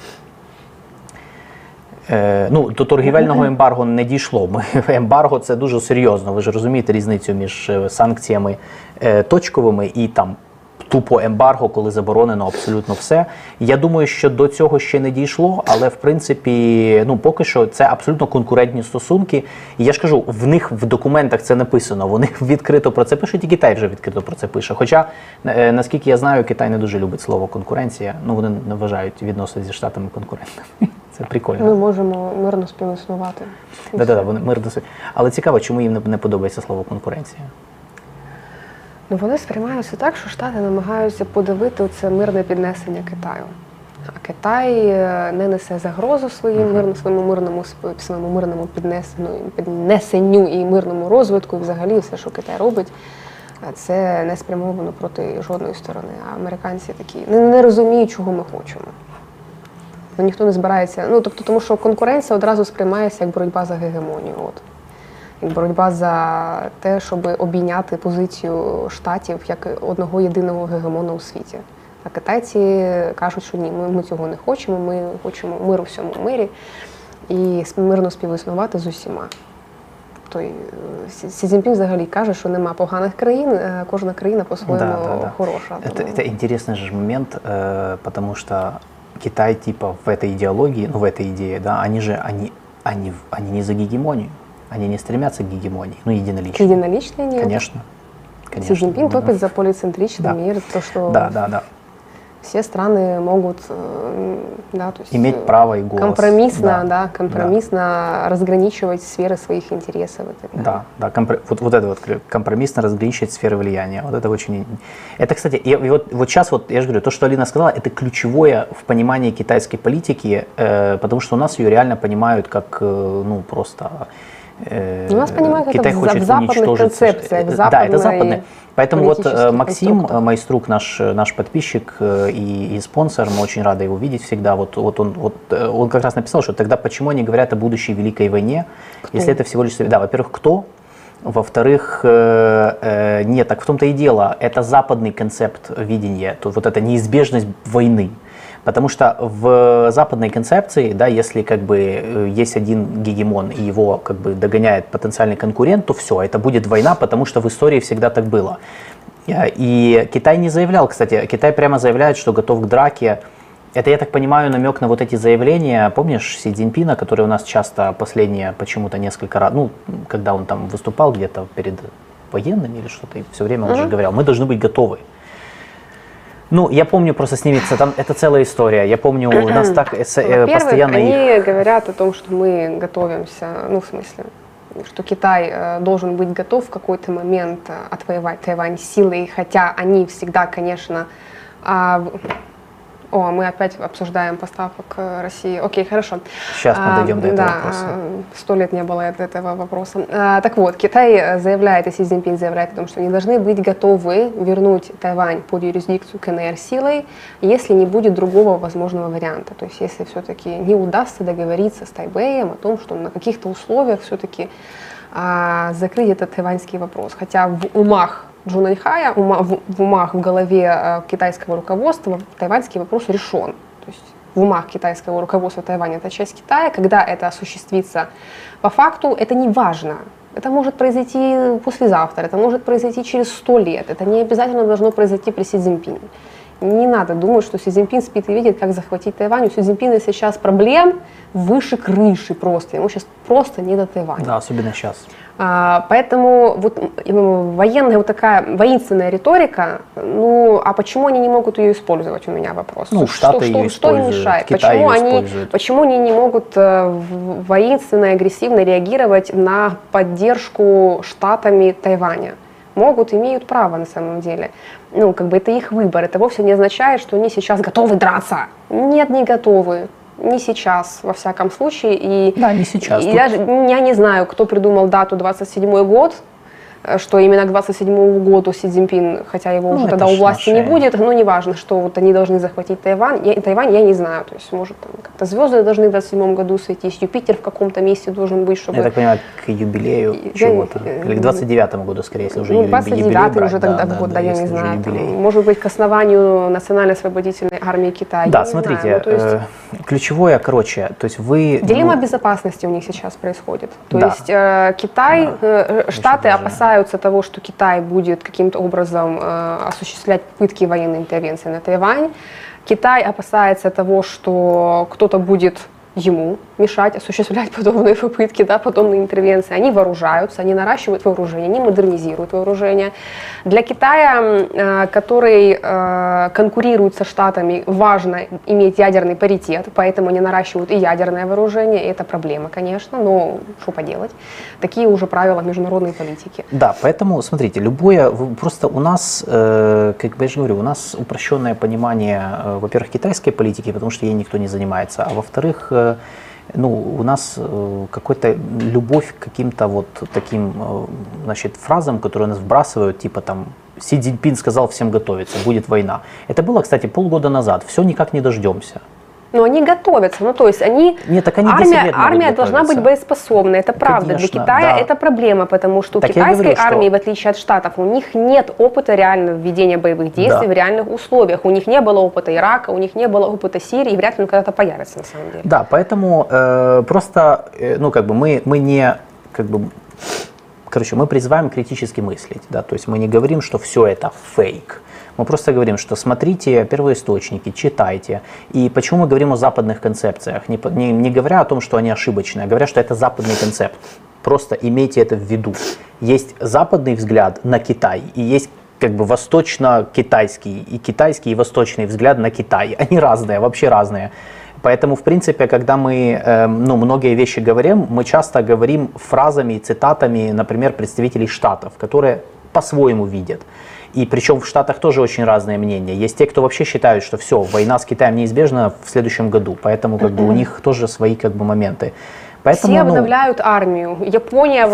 До торгівельного ембарго не дійшло. Ембарго – це дуже серйозно. Ви ж розумієте різницю між санкціями точковими і там тупо ембарго, коли заборонено абсолютно все. Я думаю, що до цього ще не дійшло, але в принципі, поки що це абсолютно конкурентні стосунки. І я ж кажу, в них в документах це написано, вони відкрито про це пишуть, і Китай вже відкрито про це пише. Хоча, наскільки я знаю, Китай не дуже любить слово конкуренція, вони не вважають відносини зі Штатами конкурентними. Це прикольно. Ми можемо мирно співіснувати. Вони мирно. Але цікаво, чому їм не подобається слово конкуренція? Вони сприймаються так, що Штати намагаються подавити це мирне піднесення Китаю. А Китай не несе загрозу своєму мирному піднесенню і мирному розвитку, і взагалі все, що Китай робить, це не спрямовано проти жодної сторони. А американці такі не розуміють, чого ми хочемо. Ніхто не збирається, тому що конкуренція одразу сприймається як боротьба за гегемонію. Як боротьба за те, щоб обійняти позицію Штатів як одного єдиного гегемона у світі. А китайці кажуть, що ні, ми цього не хочемо, ми хочемо миру у всьому мирі і мирно співіснувати з усіма. Сі Цзіньпін взагалі каже, що нема поганих країн, кожна країна по-своєму хороша. Это интересный же момент, потому что Китай типа в этой идеологии, ну в этой идее, да, они не за гегемонию, они не стремятся к гегемонии, ну единоличной. К единоличной нет? Конечно. Си Цзиньпин топит за полицентричный мир, то, что все страны могут то есть иметь право и голос. Компромиссно разграничивать сферы своих интересов. Вот это вот компромиссно разграничивать сферы влияния. Вот это очень... Это, кстати, вот сейчас, вот, я же говорю, то, что Алина сказала, это ключевое в понимании китайской политики, потому что у нас ее реально понимают как, ну, просто... У нас понимают Китай это хочет в западных концепциях. Да, это западные. Поэтому вот Максим, Майструк, наш подписчик и спонсор, мы очень рады его видеть всегда. Он как раз написал, что тогда почему они говорят о будущей Великой войне, если это всего лишь... Да, во-первых, кто? Во-вторых, нет, так в том-то и дело, это западный концепт видения, тут вот эта неизбежность войны. Потому что в западной концепции, да, если как бы есть один гегемон и его как бы догоняет потенциальный конкурент, то все, это будет война, потому что в истории всегда так было. И Китай не заявлял, кстати, Китай прямо заявляет, что готов к драке. Это, я так понимаю, намек на вот эти заявления, помнишь, Си Цзиньпина, который у нас часто последние почему-то несколько раз, ну, когда он там выступал где-то перед военными или что-то, и все время он же говорил, мы должны быть готовы. Ну, я помню просто с ними, там это целая история. Я помню, у нас так постоянно... Они говорят о том, что мы готовимся, ну, в смысле, что Китай должен быть готов в какой-то момент отвоевать Тайвань силой, хотя они всегда, конечно... мы опять обсуждаем поставок России. Окей, хорошо. Сейчас мы дойдем до этого вопроса. 100 лет не было этого вопроса. Так вот, Китай заявляет, и Си Цзиньпин заявляет о том, что они должны быть готовы вернуть Тайвань под юрисдикцию КНР силой, если не будет другого возможного варианта. То есть, если все-таки не удастся договориться с Тайбэем о том, что на каких-то условиях все-таки закрыть этот тайваньский вопрос. Хотя в умах Джунаньхая, в умах, в голове китайского руководства тайваньский вопрос решен. То есть в умах китайского руководства Тайваня это часть Китая. Когда это осуществится по факту, это не важно. Это может произойти послезавтра, это может произойти через 100 лет. Это не обязательно должно произойти при Си Цзиньпине. Не надо думать, что Си Цзиньпин спит и видит, как захватить Тайвань. У Си Цзиньпина сейчас проблем выше крыши просто. Ему сейчас просто не до Тайваня. Да, особенно сейчас. Поэтому вот военная вот такая воинственная риторика, ну, а почему они не могут ее использовать, у меня вопрос. Ну, Штаты ее что им мешает? Китай ее использует. Почему они не могут воинственно и агрессивно реагировать на поддержку Штатами Тайваня? Могут, имеют право на самом деле. Ну, как бы это их выбор. Это вовсе не означает, что они сейчас готовы драться. Нет, не готовы. Не сейчас, во всяком случае. Да, не сейчас. Я не знаю, кто придумал дату 27-й год, что именно к 27 году Си Цзиньпин, хотя его уже тогда у власти не будет, но неважно, что вот они должны захватить Тайвань, я не знаю, то есть может там как-то звезды должны в 27 году светить, Юпитер в каком-то месте должен быть, чтобы... Я так понимаю, к юбилею чего-то, или к 29 году, скорее, если уже юбилей 29-й уже тогда год, да, я не знаю, там, может быть, к основанию Национально-освободительной армии Китая. Да, смотрите, ключевое, короче, то есть вы... Дилемма безопасности у них сейчас происходит, то есть Китай, Штаты опасаются того, что Китай будет каким-то образом осуществлять попытки военной интервенции на Тайвань. Китай опасается того, что кто-то будет ему мешать осуществлять подобные попытки, да, подобные интервенции. Они вооружаются, они наращивают вооружение, они модернизируют вооружение. Для Китая, который конкурирует со Штатами, важно иметь ядерный паритет, поэтому они наращивают и ядерное вооружение, и это проблема, конечно, но что поделать. Такие уже правила международной политики. Да, поэтому, смотрите, любое, просто у нас, как бы я же говорю, у нас упрощенное понимание, во-первых, китайской политики, потому что ей никто не занимается, а во-вторых, ну, у нас какая-то любовь к каким-то вот таким, значит, фразам, которые нас вбрасывают, типа там Си Цзиньпин сказал всем готовиться, будет война. Это было, кстати, полгода назад, все никак не дождемся. Но они готовятся, ну то есть они, нет, так они армия должна быть боеспособной, это правда. Конечно, для Китая это проблема, потому что так у китайской армии, в отличие от Штатов, у них нет опыта реального ведения боевых действий в реальных условиях. У них не было опыта Ирака, у них не было опыта Сирии, и вряд ли он когда-то появится на самом деле. Да, поэтому просто, ну как бы мы не, как бы, короче, мы призываем критически мыслить, да, то есть мы не говорим, что все это фейк. Мы просто говорим, что смотрите первоисточники, читайте. И почему мы говорим о западных концепциях? Не говоря о том, что они ошибочные, а говоря, что это западный концепт. Просто имейте это в виду. Есть западный взгляд на Китай, и есть как бы восточно-китайский, и восточный взгляд на Китай. Они разные, вообще разные. Поэтому, в принципе, когда мы многие вещи говорим, мы часто говорим фразами и цитатами, например, представителей Штатов, которые по-своему видят. И причем в Штатах тоже очень разные мнения. Есть те, кто вообще считают, что все, война с Китаем неизбежна в следующем году, поэтому как бы у них тоже свои как бы моменты. Поэтому, все обновляют армию. Япония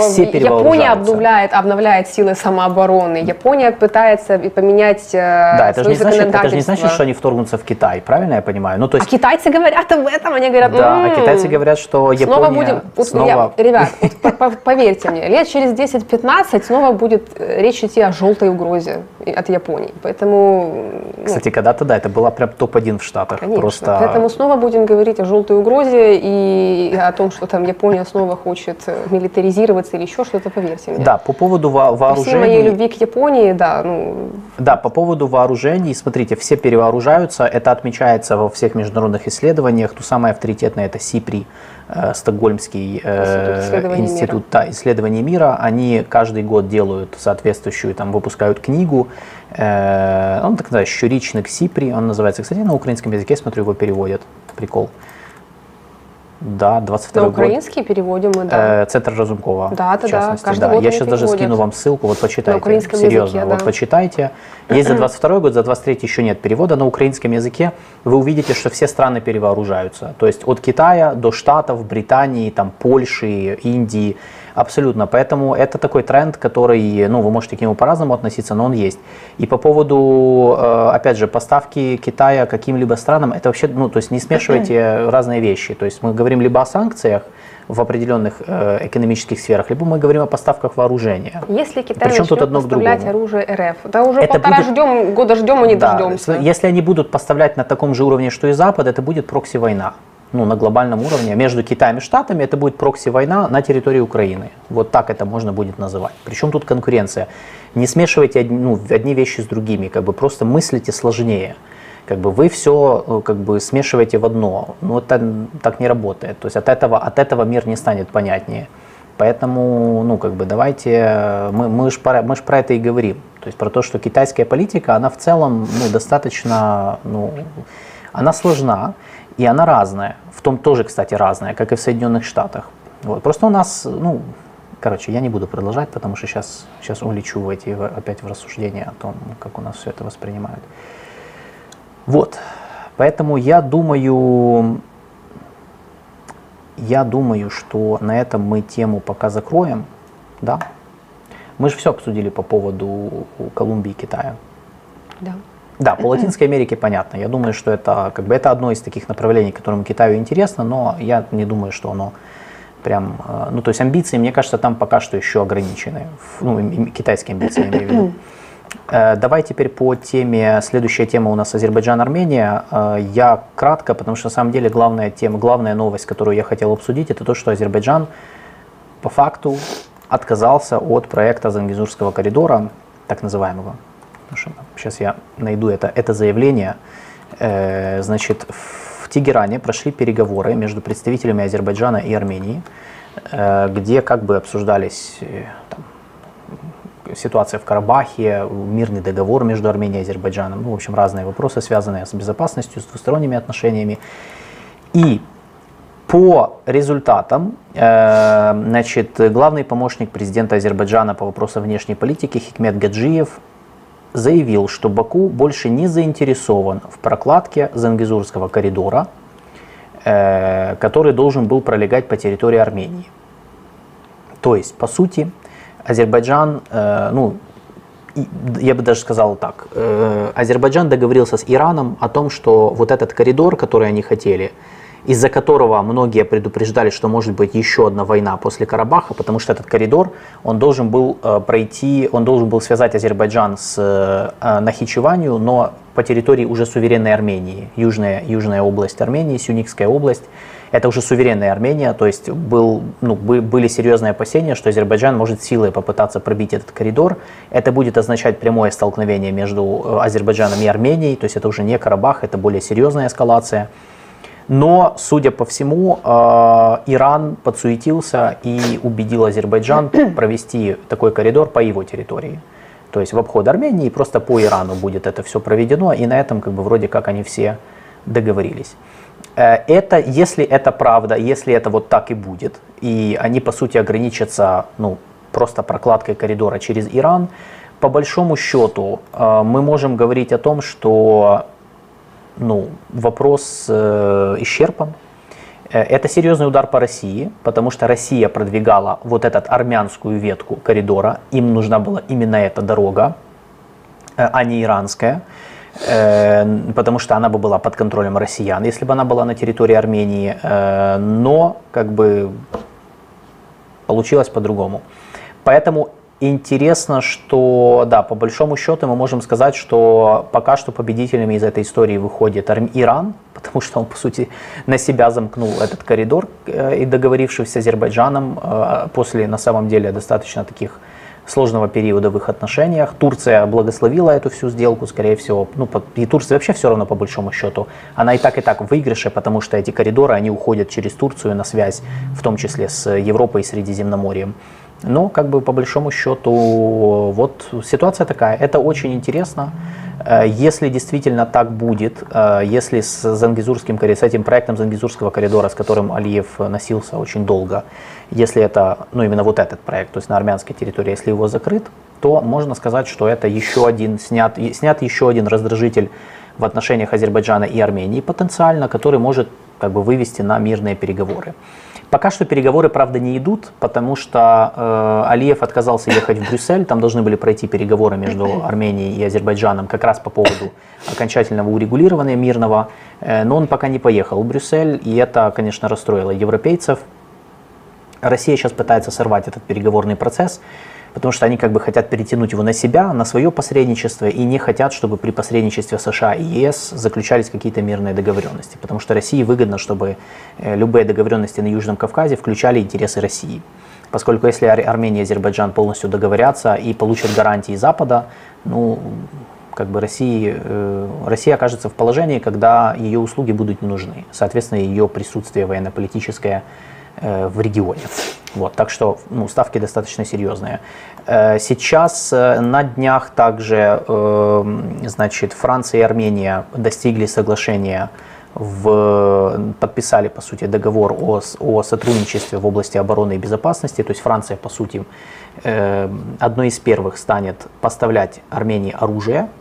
обновляет силы самообороны. Япония пытается поменять да, это свое законодательство. Это же не значит, что они вторгнутся в Китай, правильно я понимаю? Ну, то есть, а китайцы говорят об этом, они говорят, да, а китайцы говорят, что Япония ребят, поверьте мне, лет через 10-15 снова будет речь идти о желтой угрозе от Японии. Поэтому... Кстати, когда-то, да, это была прям топ-1 в Штатах. Конечно, просто... поэтому снова будем говорить о желтой угрозе и о том, что там Япония снова хочет милитаризироваться или еще что-то, поверьте мне. Да, по поводу вооружений... При всей моей любви к Японии, да. Да, по поводу вооружений, смотрите, все перевооружаются, это отмечается во всех международных исследованиях. То самое авторитетное, это СИПРИ, Стокгольмский институт исследований мира. Они каждый год делают соответствующую, там, выпускают книгу. Он так называется «Щуричник СИПРИ», он называется, кстати, на украинском языке, смотрю, его переводят. Прикол. Да, 22 год. На украинский переводим мы, да. Центр Разумкова, да, в частности. Каждый да. год Я сейчас даже скину вам ссылку, вот почитайте. На украинском серьезно, языке, вот да. почитайте. Есть за 22 год, за 23 еще нет перевода. На украинском языке вы увидите, что все страны перевооружаются. То есть от Китая до Штатов, Британии, там, Польши, Индии. Абсолютно. Поэтому это такой тренд, который, вы можете к нему по-разному относиться, но он есть. И по поводу, опять же, поставки Китая каким-либо странам, это вообще, то есть не смешивайте разные вещи. То есть мы говорим либо о санкциях в определенных экономических сферах, либо мы говорим о поставках вооружения. Если Китай начнет поставлять оружие РФ, да уже года ждем и не дождемся. Если они будут поставлять на таком же уровне, что и Запад, это будет прокси-война. На глобальном уровне между Китаем и Штатами это будет прокси-война на территории Украины. Вот так это можно будет называть. Причем тут конкуренция. Не смешивайте одни вещи с другими, просто мыслите сложнее. Вы все смешиваете в одно. Это так не работает. То есть от этого мир не станет понятнее. Поэтому, давайте, мы ж про это и говорим. То есть про то, что китайская политика, она в целом, достаточно, она сложна. И она разная, в том тоже, кстати, разная, как и в Соединенных Штатах. Вот. Просто у нас, я не буду продолжать, потому что сейчас улечу опять в рассуждения о том, как у нас все это воспринимают. Вот, поэтому я думаю, что на этом мы тему пока закроем, да? Мы же все обсудили по поводу Колумбии и Китая. Да. Да, по Латинской Америке понятно. Я думаю, что это одно из таких направлений, которым Китаю интересно, но я не думаю, что оно прям... то есть амбиции, мне кажется, там пока что еще ограничены. Китайские амбиции, я имею в виду. Давай теперь по теме, следующая тема у нас Азербайджан-Армения. Я кратко, потому что на самом деле главная новость, которую я хотел обсудить, это то, что Азербайджан по факту отказался от проекта Зангезурского коридора, так называемого. Сейчас я найду это заявление. Значит, в Тегеране прошли переговоры между представителями Азербайджана и Армении, где обсуждались ситуация в Карабахе, мирный договор между Арменией и Азербайджаном, в общем, разные вопросы, связанные с безопасностью, с двусторонними отношениями. И по результатам, главный помощник президента Азербайджана по вопросам внешней политики Хикмет Гаджиев заявил, что Баку больше не заинтересован в прокладке Зангезурского коридора, который должен был пролегать по территории Армении. То есть, по сути, Азербайджан, я бы даже сказал так, Азербайджан договорился с Ираном о том, что вот этот коридор, который они хотели, из-за которого многие предупреждали, что может быть еще одна война после Карабаха, потому что этот коридор, он должен был связать Азербайджан с Нахичеванью, но по территории уже суверенной Армении, южная область Армении, Сюникская область. Это уже суверенная Армения, то есть были серьезные опасения, что Азербайджан может силой попытаться пробить этот коридор. Это будет означать прямое столкновение между Азербайджаном и Арменией, то есть это уже не Карабах, это более серьезная эскалация. Но, судя по всему, Иран подсуетился и убедил Азербайджан провести такой коридор по его территории. То есть в обход Армении, просто по Ирану будет это все проведено, и на этом вроде как они все договорились. Если это правда, если это вот так и будет, и они по сути ограничатся просто прокладкой коридора через Иран, по большому счету мы можем говорить о том, что вопрос исчерпан. Это серьезный удар по России, потому что Россия продвигала вот эту армянскую ветку коридора, им нужна была именно эта дорога, а не иранская, потому что она бы была под контролем россиян, если бы она была на территории Армении, но получилось по-другому. Поэтому интересно, что, да, по большому счету мы можем сказать, что пока что победителями из этой истории выходит Иран, потому что он, по сути, на себя замкнул этот коридор, и договорившись с Азербайджаном после, на самом деле, достаточно таких сложного периода в их отношениях. Турция благословила эту всю сделку, скорее всего, и Турция вообще все равно, по большому счету, она и так в выигрыше, потому что эти коридоры, они уходят через Турцию на связь, в том числе с Европой и Средиземноморьем. Но, по большому счету, вот ситуация такая. Это очень интересно. Если действительно так будет, если с этим проектом Зангезурского коридора, с которым Алиев носился очень долго, если это, именно вот этот проект, то есть на армянской территории, если его закрыт, то можно сказать, что это снят еще один раздражитель в отношениях Азербайджана и Армении, потенциально, который может вывести на мирные переговоры. Пока что переговоры, правда, не идут, потому что Алиев отказался ехать в Брюссель, там должны были пройти переговоры между Арменией и Азербайджаном как раз по поводу окончательного урегулирования мирного, но он пока не поехал в Брюссель, и это, конечно, расстроило европейцев. Россия сейчас пытается сорвать этот переговорный процесс, потому что они хотят перетянуть его на себя, на свое посредничество, и не хотят, чтобы при посредничестве США и ЕС заключались какие-то мирные договоренности, потому что России выгодно, чтобы любые договоренности на Южном Кавказе включали интересы России. Поскольку если Армения и Азербайджан полностью договорятся и получат гарантии Запада, Россия окажется в положении, когда ее услуги будут не нужны, соответственно, ее присутствие военно-политическое в регионе. Так что ставки достаточно серьезные. Сейчас на днях также Франция и Армения достигли соглашения, подписали по сути договор о сотрудничестве в области обороны и безопасности. То есть Франция по сути одной из первых станет поставлять Армении оружие.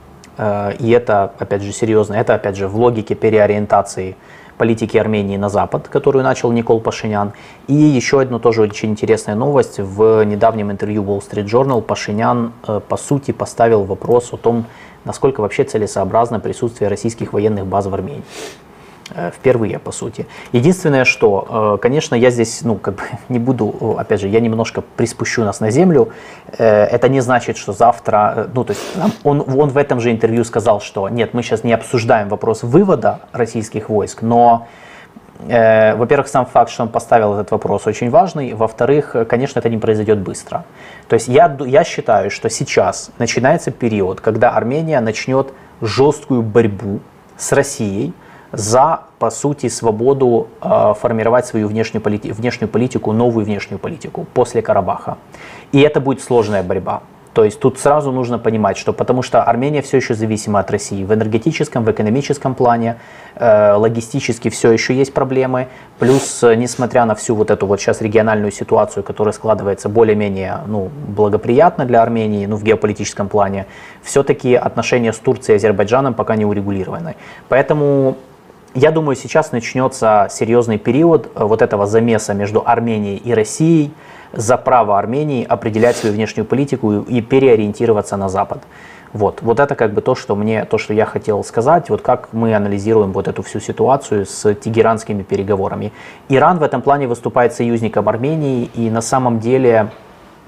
И это опять же серьезно, это опять же в логике переориентации политики Армении на Запад, которую начал Никол Пашинян. И еще одна тоже очень интересная новость. В недавнем интервью Wall Street Journal Пашинян по сути поставил вопрос о том, насколько вообще целесообразно присутствие российских военных баз в Армении. Впервые, по сути. Единственное, что, конечно, я здесь, не буду, опять же, я немножко приспущу нас на землю. Это не значит, что завтра, то есть он в этом же интервью сказал, что нет, мы сейчас не обсуждаем вопрос вывода российских войск, но, во-первых, сам факт, что он поставил этот вопрос, очень важный. Во-вторых, конечно, это не произойдет быстро. То есть я считаю, что сейчас начинается период, когда Армения начнет жесткую борьбу с Россией за, по сути, свободу формировать свою внешнюю политику, новую внешнюю политику после Карабаха. И это будет сложная борьба. То есть тут сразу нужно понимать, что потому что Армения все еще зависима от России в энергетическом, в экономическом плане, логистически все еще есть проблемы. Плюс, несмотря на всю вот эту вот сейчас региональную ситуацию, которая складывается более-менее благоприятно для Армении, в геополитическом плане, все-таки отношения с Турцией и Азербайджаном пока не урегулированы. Поэтому я думаю, сейчас начнется серьезный период вот этого замеса между Арменией и Россией за право Армении определять свою внешнюю политику и переориентироваться на Запад. Вот это то, что я хотел сказать, как мы анализируем вот эту всю ситуацию с тегеранскими переговорами. Иран в этом плане выступает союзником Армении, и на самом деле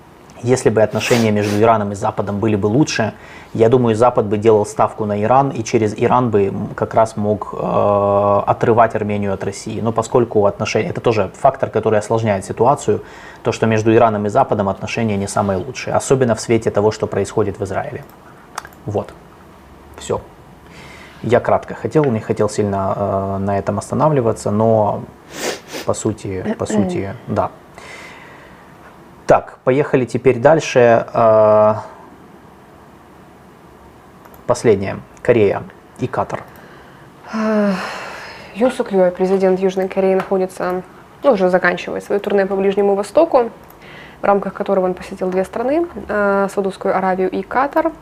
Если бы отношения между Ираном и Западом были бы лучше, я думаю, Запад бы делал ставку на Иран, и через Иран бы как раз мог отрывать Армению от России. Но поскольку отношения, это тоже фактор, который осложняет ситуацию, то, что между Ираном и Западом отношения не самые лучшие, особенно в свете того, что происходит в Израиле. Вот, все. Я кратко хотел, не хотел сильно на этом останавливаться, но по сути, да. Так, поехали теперь дальше. Последнее. Корея и Катар. Юн Сук Йой, президент Южной Кореи, находится, уже заканчивает свое турне по Ближнему Востоку, в рамках которого он посетил две страны, Саудовскую Аравию и Катар.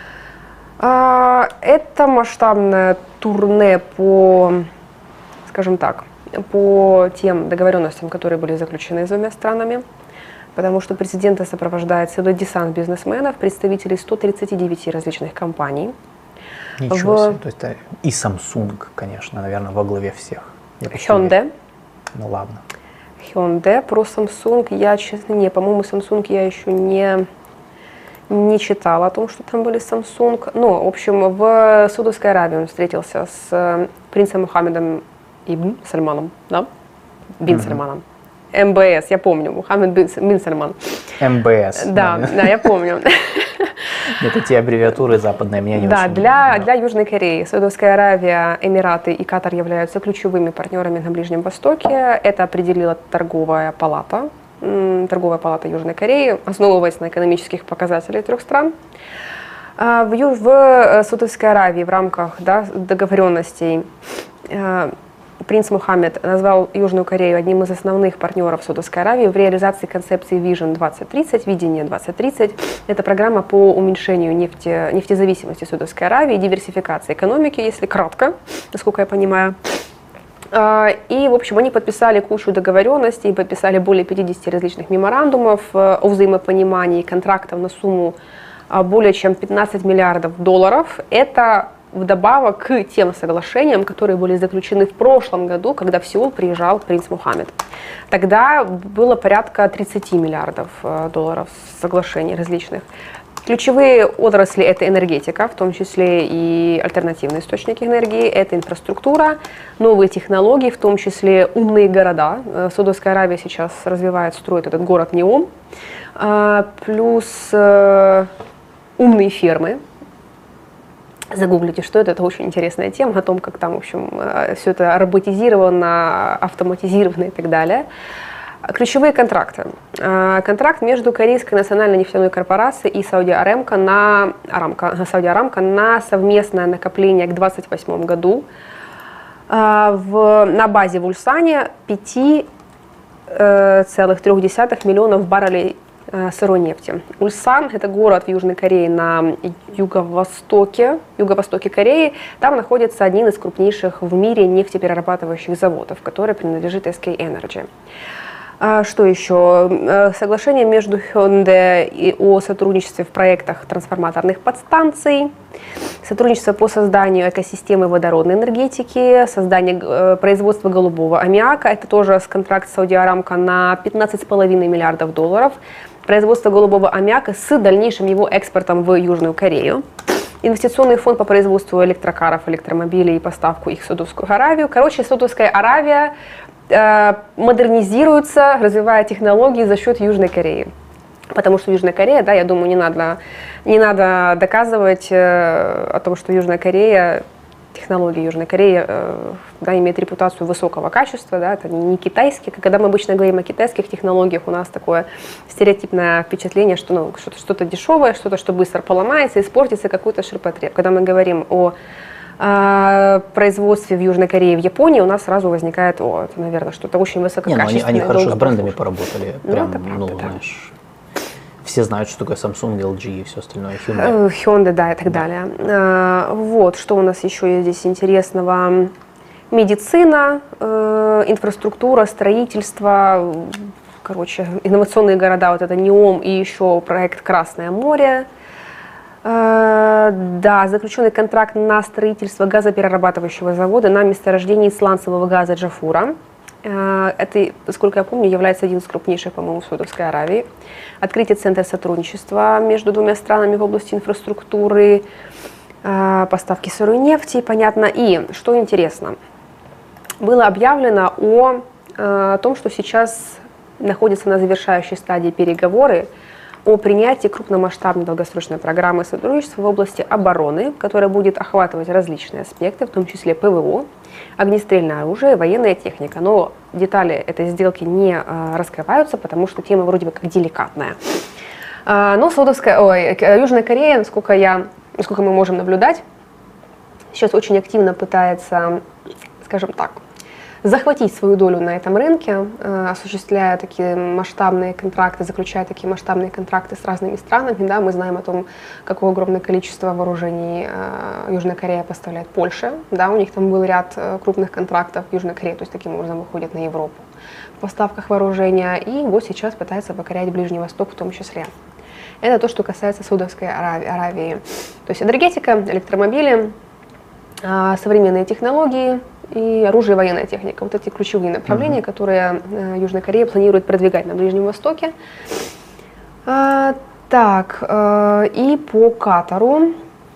Это масштабное турне по, скажем так, по тем договоренностям, которые были заключены с двумя странами, потому что президента сопровождает целый десант бизнесменов, представителей 139 различных компаний. Ничего себе, то есть и Samsung, конечно, наверное, во главе всех. Hyundai. Ну ладно. Hyundai, про Samsung я, честно, по-моему, Samsung я еще не читала о том, что там были Samsung. Но, в общем, в Саудовской Аравии он встретился с принцем Мухаммедом Ибн Сальманом, да? Бин Сальманом. МБС, я помню, Мухаммед бин Сальман. МБС. Да, я помню. Это те аббревиатуры западные, меня не да, очень... для Южной Кореи Саудовская Аравия, Эмираты и Катар являются ключевыми партнерами на Ближнем Востоке. Это определила Торговая палата Южной Кореи, основываясь на экономических показателях трех стран. В Саудовской Аравии в рамках договоренностей принц Мухаммед назвал Южную Корею одним из основных партнеров Саудовской Аравии в реализации концепции Vision 2030, видение 2030. Это программа по уменьшению нефтезависимости Саудовской Аравии, диверсификации экономики, если кратко, насколько я понимаю. И, в общем, они подписали кучу договоренностей, подписали более 50 различных меморандумов о взаимопонимании, контрактов на сумму более чем 15 миллиардов долларов. Это вдобавок к тем соглашениям, которые были заключены в прошлом году, когда в Сеул приезжал принц Мухаммед. Тогда было порядка 30 миллиардов долларов соглашений различных. Ключевые отрасли – это энергетика, в том числе и альтернативные источники энергии, это инфраструктура, новые технологии, в том числе умные города. Саудовская Аравия сейчас строит этот город Неом, плюс умные фермы. Загуглите, что это очень интересная тема, о том, как там, в общем, все это роботизировано, автоматизировано и так далее. Ключевые контракты. Контракт между Корейской национальной нефтяной корпорацией и Saudi Aramco на совместное накопление к 2028 году на базе в Ульсане 5,3 миллионов баррелей сырой нефти. Ульсан – это город в Южной Корее на юго-востоке Кореи. Там находится один из крупнейших в мире нефтеперерабатывающих заводов, который принадлежит SK Energy. Что еще? Соглашение между Hyundai и о сотрудничестве в проектах трансформаторных подстанций, сотрудничество по созданию экосистемы водородной энергетики, создание производства голубого аммиака. Это тоже контракт Saudi Aramco на 15,5 миллиардов долларов. Производство голубого аммиака с дальнейшим его экспортом в Южную Корею. Инвестиционный фонд по производству электрокаров, электромобилей и поставку их в Саудовскую Аравию. Короче, Саудовская Аравия модернизируется, развивая технологии за счет Южной Кореи. Потому что Южная Корея, я думаю, не надо доказывать о том, что Южная Корея, технологии Южной Кореи имеют репутацию высокого качества, это не китайские. Когда мы обычно говорим о китайских технологиях, у нас такое стереотипное впечатление, что что-то дешевое, что-то, что быстро поломается, испортится, какой-то ширпотреб. Когда мы говорим о производстве в Южной Корее, в Японии, у нас сразу возникает, это, наверное, что-то очень высококачественное. Они хорошо с брендами поработали. Прям, правда, знаешь, все знают, что такое Samsung, LG и все остальное, Hyundai. Hyundai, и так далее. Вот, что у нас еще есть здесь интересного. Медицина, инфраструктура, строительство, инновационные города, вот это Неом и еще проект Красное море. Заключенный контракт на строительство газоперерабатывающего завода на месторождении сланцевого газа Джафура. Это, насколько я помню, является один из крупнейших, по-моему, в Саудовской Аравии. Открытие центра сотрудничества между двумя странами в области инфраструктуры, поставки сырой нефти, понятно. И, что интересно, было объявлено о том, что сейчас находятся на завершающей стадии переговоры о принятии крупномасштабной долгосрочной программы сотрудничества в области обороны, которая будет охватывать различные аспекты, в том числе ПВО, огнестрельное оружие, военная техника. Но детали этой сделки не раскрываются, потому что тема вроде бы как деликатная. Но Южная Корея, насколько мы можем наблюдать, сейчас очень активно пытается, скажем так, захватить свою долю на этом рынке, осуществляя такие масштабные контракты, заключая такие масштабные контракты с разными странами. Да, мы знаем о том, какое огромное количество вооружений Южная Корея поставляет Польше. Да, у них там был ряд крупных контрактов Южной Кореи, то есть таким образом выходит на Европу в поставках вооружения. И вот сейчас пытается покорять Ближний Восток в том числе. Это то, что касается Саудовской Аравии. То есть энергетика, электромобили, современные технологии и оружие и военная техника. Вот эти ключевые направления, которые Южная Корея планирует продвигать на Ближнем Востоке. И по Катару.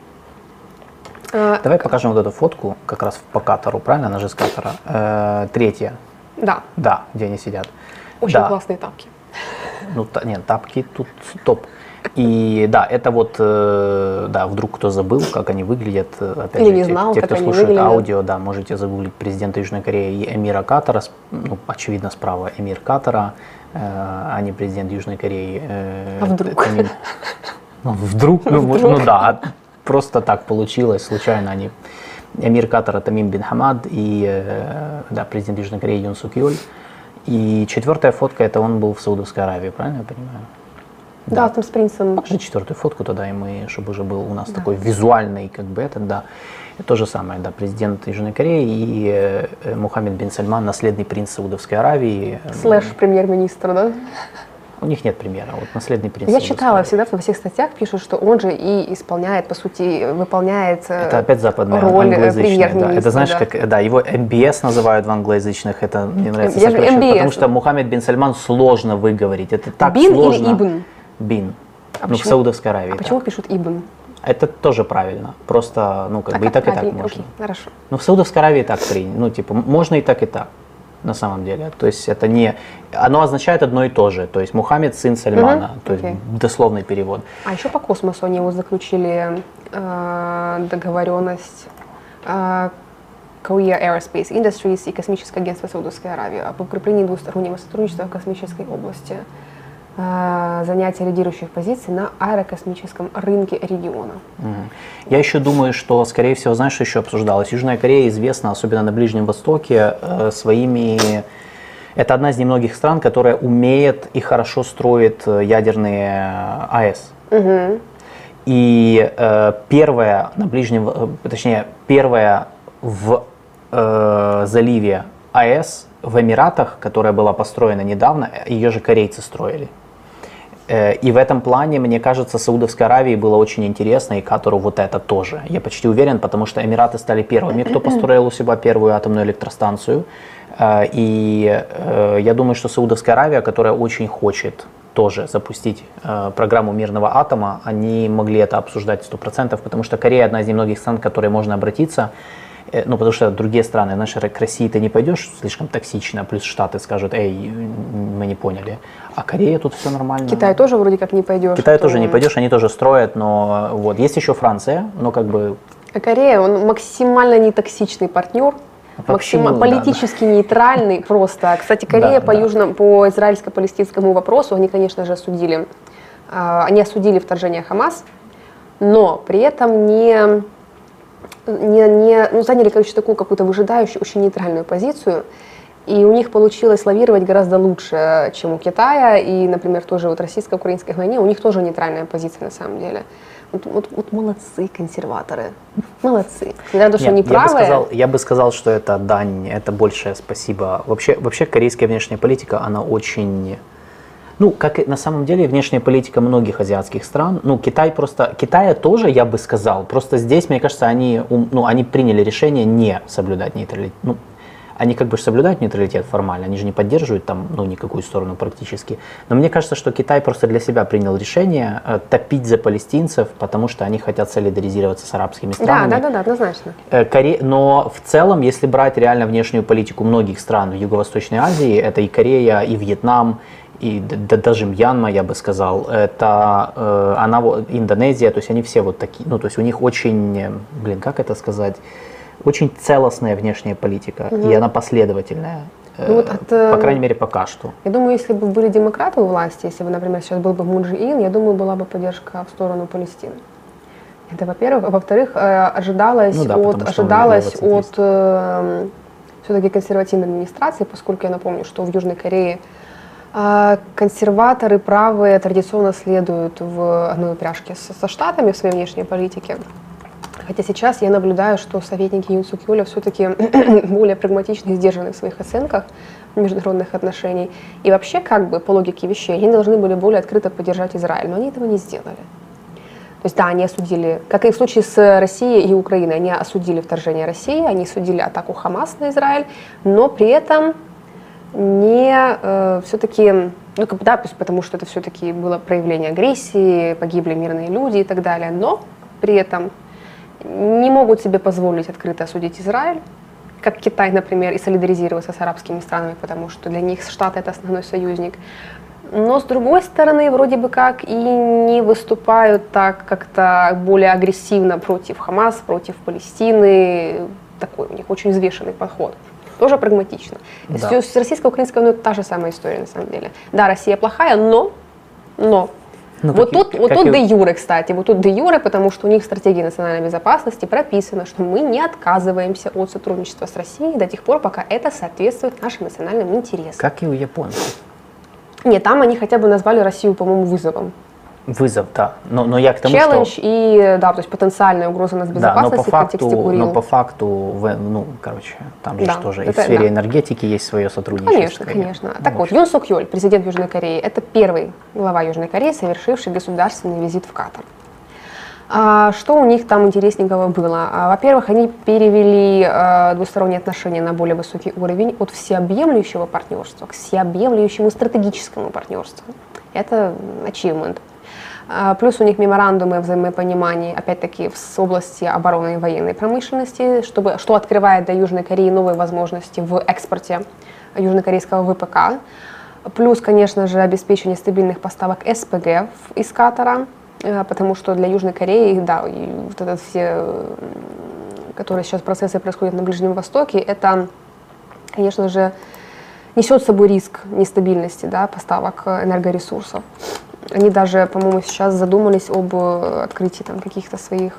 Давай покажем вот эту фотку, как раз по Катару, правильно? Она же с Катара. Третья. Да. Да, где они сидят. Очень классные тапки. Ну, нет, тапки тут топ. И да, это вот, да, вдруг кто забыл, как они выглядят, опять или же, не знал, те, кто как слушает они аудио, да, можете загуглить президента Южной Кореи и эмира Катара, ну, очевидно, справа эмир Катара, а не президент Южной Кореи. А вдруг? Вдруг, ну да, просто так получилось, случайно они. Эмир Катара Тамим бин Хамад и, да, президент Южной Кореи Юн Сук Йоль. И четвертая фотка, это он был в Саудовской Аравии, правильно я понимаю? Да, там с принцем. Покажи четвертую фотку тогда, и мы, чтобы уже был у нас такой визуальный, как бы этот, да. И то же самое, да, президент Южной Кореи и Мухаммед бин Сальман, наследный принц Саудовской Аравии. Слэш премьер-министр, да? У них нет премьера, вот наследный принц. Я читала всегда, во всех статьях пишут, что он же и исполняет, по сути, выполняет это опять западная роль англоязычная, да. Это знаешь, да. как, да, его МБС называют в англоязычных, это мне нравится Я же сокращенно, MBS. потому что Мухаммед бин Сальман сложно выговорить, это так Бин сложно. или Ибн? Бин. А ну, в Саудовской Аравии. Почему пишут Ибн? Это тоже правильно. Просто, ну, как бы и так можно. Окей, хорошо. Ну, в Саудовской Аравии так принято. Ну, типа, можно и так, на самом деле. То есть это не... Оно означает одно и то же. То есть Мухаммед сын Сальмана. То есть дословный перевод. А еще по космосу они вот заключили договоренность Korea Aerospace Industries и Космическое агентство Саудовской Аравии об укреплении двустороннего сотрудничества в космической области. Занятия лидирующих позиций на аэрокосмическом рынке региона. Я еще думаю, что, скорее всего, знаешь, что еще обсуждалось? Южная Корея известна, особенно на Ближнем Востоке, своими... Это одна из немногих стран, которая умеет и хорошо строит ядерные АЭС. И первая на Ближнем... Точнее, первая в заливе АЭС в Эмиратах, которая была построена недавно, ее же корейцы строили. И в этом плане, мне кажется, Саудовской Аравии было очень интересно, и Катару вот это тоже. Я почти уверен, потому что Эмираты стали первыми, кто построил у себя первую атомную электростанцию. И я думаю, что Саудовская Аравия, которая очень хочет тоже запустить программу мирного атома, они могли это обсуждать 100%, потому что Корея одна из немногих стран, к которой можно обратиться. Ну, потому что другие страны, знаешь, к России ты не пойдешь, слишком токсично, плюс Штаты скажут, эй, мы не поняли. А Корея тут все нормально. Китай тоже вроде как не пойдешь. Китай тоже не пойдешь, они тоже строят, но вот. Есть еще Франция, но как бы... А Корея, он максимально нетоксичный партнер, максимально политически нейтральный просто. Кстати, Корея по израильско-палестинскому вопросу, они, конечно же, осудили вторжение Хамас, но при этом заняли, короче, такую какую-то выжидающую, очень нейтральную позицию, и у них получилось лавировать гораздо лучше, чем у Китая, и, например, тоже вот российско-украинской войне, у них тоже нейтральная позиция на самом деле. Вот молодцы консерваторы, молодцы. Несмотря на то, что они правы. Я бы сказал, что это дань, это большее спасибо. Вообще корейская внешняя политика, она очень... Ну, как и на самом деле внешняя политика многих азиатских стран, ну, Китая тоже, я бы сказал, просто здесь, мне кажется, они приняли решение не соблюдать нейтралитет. Ну, они как бы соблюдают нейтралитет формально, они же не поддерживают там, ну, никакую сторону практически. Но мне кажется, что Китай просто для себя принял решение топить за палестинцев, потому что они хотят солидаризироваться с арабскими странами. Да, однозначно. Но в целом, если брать реально внешнюю политику многих стран в Юго-Восточной Азии, это и Корея, и Вьетнам, и даже Мьянма, я бы сказал, это Индонезия, то есть они все вот такие, ну, то есть у них очень, как это сказать, очень целостная внешняя политика, и она последовательная, Ну, по крайней мере, пока что. Я думаю, если бы были демократы у власти, если бы, например, сейчас был бы Мун Чжэ Ин, я думаю, была бы поддержка в сторону Палестины. Это, во-первых. А во-вторых, ожидалось от все-таки консервативной администрации, поскольку я напомню, что в Южной Корее консерваторы правые традиционно следуют в одной упряжке со Штатами в своей внешней политике. Хотя сейчас я наблюдаю, что советники Юн Сук Йоля все-таки более прагматичны и сдержаны в своих оценках международных отношений. И вообще, как бы, по логике вещей, они должны были более открыто поддержать Израиль, но они этого не сделали. То есть, да, они осудили, как и в случае с Россией и Украиной, они осудили вторжение России, они осудили атаку Хамас на Израиль, но при этом не все-таки, ну, как бы, да, потому что это все-таки было проявление агрессии, погибли мирные люди и так далее, но при этом не могут себе позволить открыто осудить Израиль, как Китай, например, и солидаризироваться с арабскими странами, потому что для них Штаты — это основной союзник. Но, с другой стороны, вроде бы как и не выступают так как-то более агрессивно против Хамас, против Палестины. Такой у них очень взвешенный подход. Тоже прагматично. Да. С российско-украинской войной та же самая история, на самом деле. Да, Россия плохая, но Ну, вот тут де юре, кстати, вот тут де юре, потому что у них в стратегии национальной безопасности прописано, что мы не отказываемся от сотрудничества с Россией до тех пор, пока это соответствует нашим национальным интересам. Как и у японцев. Нет, там они хотя бы назвали Россию, по-моему, вызовом. Вызов, да. Но я к тому, Челлендж что... и, да, то есть потенциальная угроза нацбезопасности в контексте Курил. Но по факту, там же тоже и в сфере энергетики есть свое сотрудничество. Конечно. Так вот, Юн Сук Йоль, президент Южной Кореи, это первый глава Южной Кореи, совершивший государственный визит в Катар. Что у них там интересненького было? Во-первых, они перевели двусторонние отношения на более высокий уровень от всеобъемлющего партнерства к всеобъемлющему стратегическому партнерству. Это achievement. Плюс у них меморандумы о взаимопонимании, опять-таки, в области обороны и военной промышленности, что открывает для Южной Кореи новые возможности в экспорте южнокорейского ВПК. Плюс, конечно же, обеспечение стабильных поставок СПГ из Катара, потому что для Южной Кореи, да, и вот это все, которые сейчас процессы происходят на Ближнем Востоке, это, конечно же, несет с собой риск нестабильности, да, поставок энергоресурсов. Они даже, по-моему, сейчас задумались об открытии там каких-то своих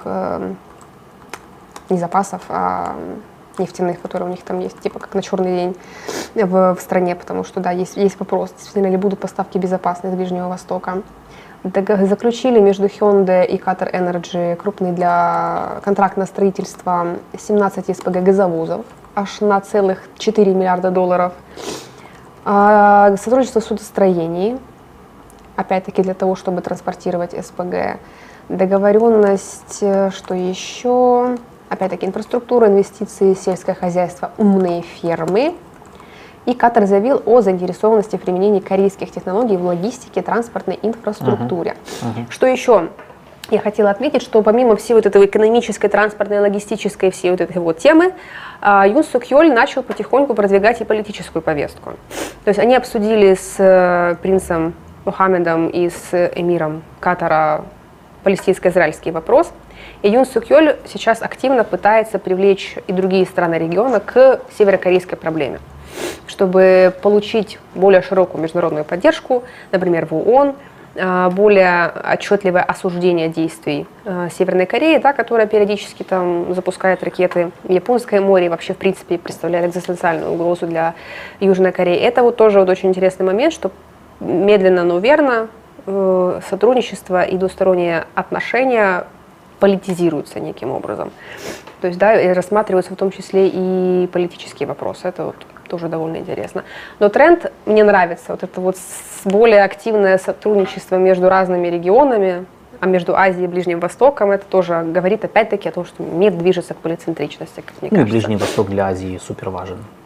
не запасов, а нефтяных, которые у них там есть, типа как на черный день в стране, потому что, да, есть вопрос, действительно ли будут поставки безопасны с Ближнего Востока. Заключили между Hyundai и Qatar Energy крупный контракт на строительство 17 СПГ газовозов, аж на целых $4 миллиарда. Сотрудничество в судостроении, опять-таки для того, чтобы транспортировать СПГ. Договоренность, что еще? Опять-таки инфраструктура, инвестиции, сельское хозяйство, умные фермы. И Катар заявил о заинтересованности в применении корейских технологий в логистике, транспортной инфраструктуре. Что еще? Я хотела отметить, что помимо всей вот этой экономической, транспортной, логистической, всей вот этой вот темы, Юн Сук Йоль начал потихоньку продвигать и политическую повестку. То есть они обсудили с принцем Мухаммедом и с эмиром Катара палестинско-израильский вопрос. И Юн Сук Йоль сейчас активно пытается привлечь и другие страны региона к северокорейской проблеме, чтобы получить более широкую международную поддержку, например, в ООН, более отчетливое осуждение действий Северной Кореи, да, которая периодически там запускает ракеты в Японское море и вообще, в принципе, представляет экзистенциальную угрозу для Южной Кореи. Это вот тоже вот очень интересный момент, что медленно, но верно сотрудничество и двусторонние отношения политизируются неким образом. То есть, да, и рассматриваются в том числе и политические вопросы. Это вот тоже довольно интересно. Но тренд мне нравится. Вот это вот более активное сотрудничество между разными регионами, а между Азией и Ближним Востоком, это тоже говорит опять-таки о том, что мир движется к полицентричности, как мне кажется. И Ближний Восток для Азии супер важен.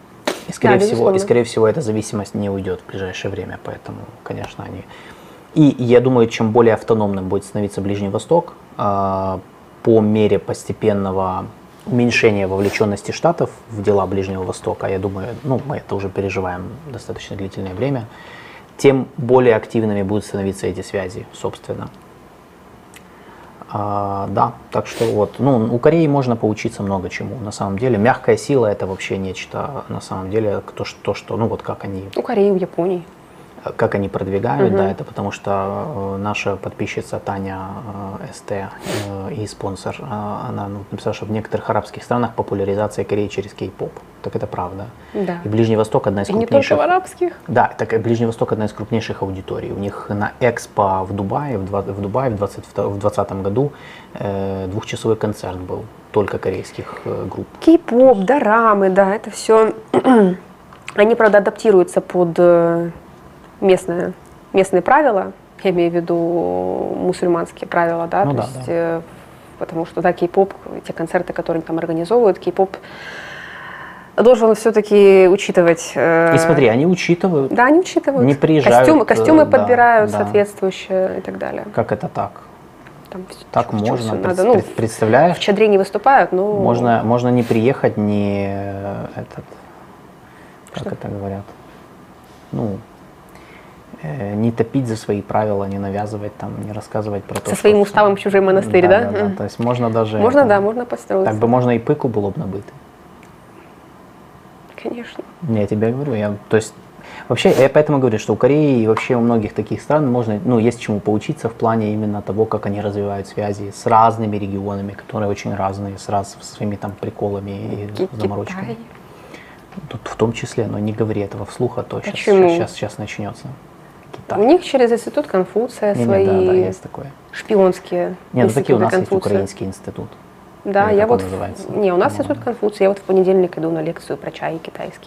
И скорее, Да, всего, безусловно. скорее всего, эта зависимость не уйдет в ближайшее время, поэтому, конечно, они... И я думаю, чем более автономным будет становиться Ближний Восток, по мере постепенного уменьшения вовлеченности Штатов в дела Ближнего Востока, я думаю, ну, мы это уже переживаем достаточно длительное время, тем более активными будут становиться эти связи, собственно. Да, так что вот, ну, у Кореи можно поучиться много чему, на самом деле. Мягкая сила — это вообще нечто, на самом деле, то, что, ну, вот как они... У Кореи, у Японии. Как они продвигают, да, это потому что наша подписчица Таня СТ и спонсор, она написала, что в некоторых арабских странах популяризация Кореи через кей-поп. Так это правда. Да. И Ближний Восток одна из И не крупнейших... только в арабских. Да, так Ближний Восток одна из крупнейших аудиторий. У них на Экспо в Дубае в 2020 году двухчасовой концерт был только корейских групп. Кей-поп, дорамы, да, это все. Они, правда, адаптируются под местные правила, я имею в виду мусульманские правила, да, Ну то да, есть, да. Потому что, да, кей-поп, те концерты, которые они там организовывают, кей-поп должен все-таки учитывать... И смотри, они учитывают, Да, они учитывают. не приезжают, Костюмы да, подбирают да. соответствующие и так далее. как это так. Там Так в чём можно, всё надо. Ну, представляешь? в чадре не выступают, но... Можно не приехать, не этот, как Что? это говорят, ну, не топить за свои правила, не навязывать там, не рассказывать про то, Со своим уставом в чужой монастырь, да? Да, то есть можно даже... Можно, это, да, можно построиться. Так би можна і пику було б набити. Конечно. Я тебе говорю, то есть вообще, я поэтому говорю, что у Кореи и вообще у многих таких стран можно, ну, есть чему поучиться в плане именно того, как они развивают связи с разными регионами, которые очень разные, с своими там приколами и заморочками. Китай. Тут в том числе, но не говори этого вслух, а то Почему? сейчас начнется. Китай. У них через институт Конфуция Не, свои да, есть такое. шпионские Нет, ну такие у институты нас есть Конфуция. украинский институт. Да, Или я как он вот... называется? Не, у нас институт Конфуция. Я вот в понедельник иду на лекцию про чай китайский.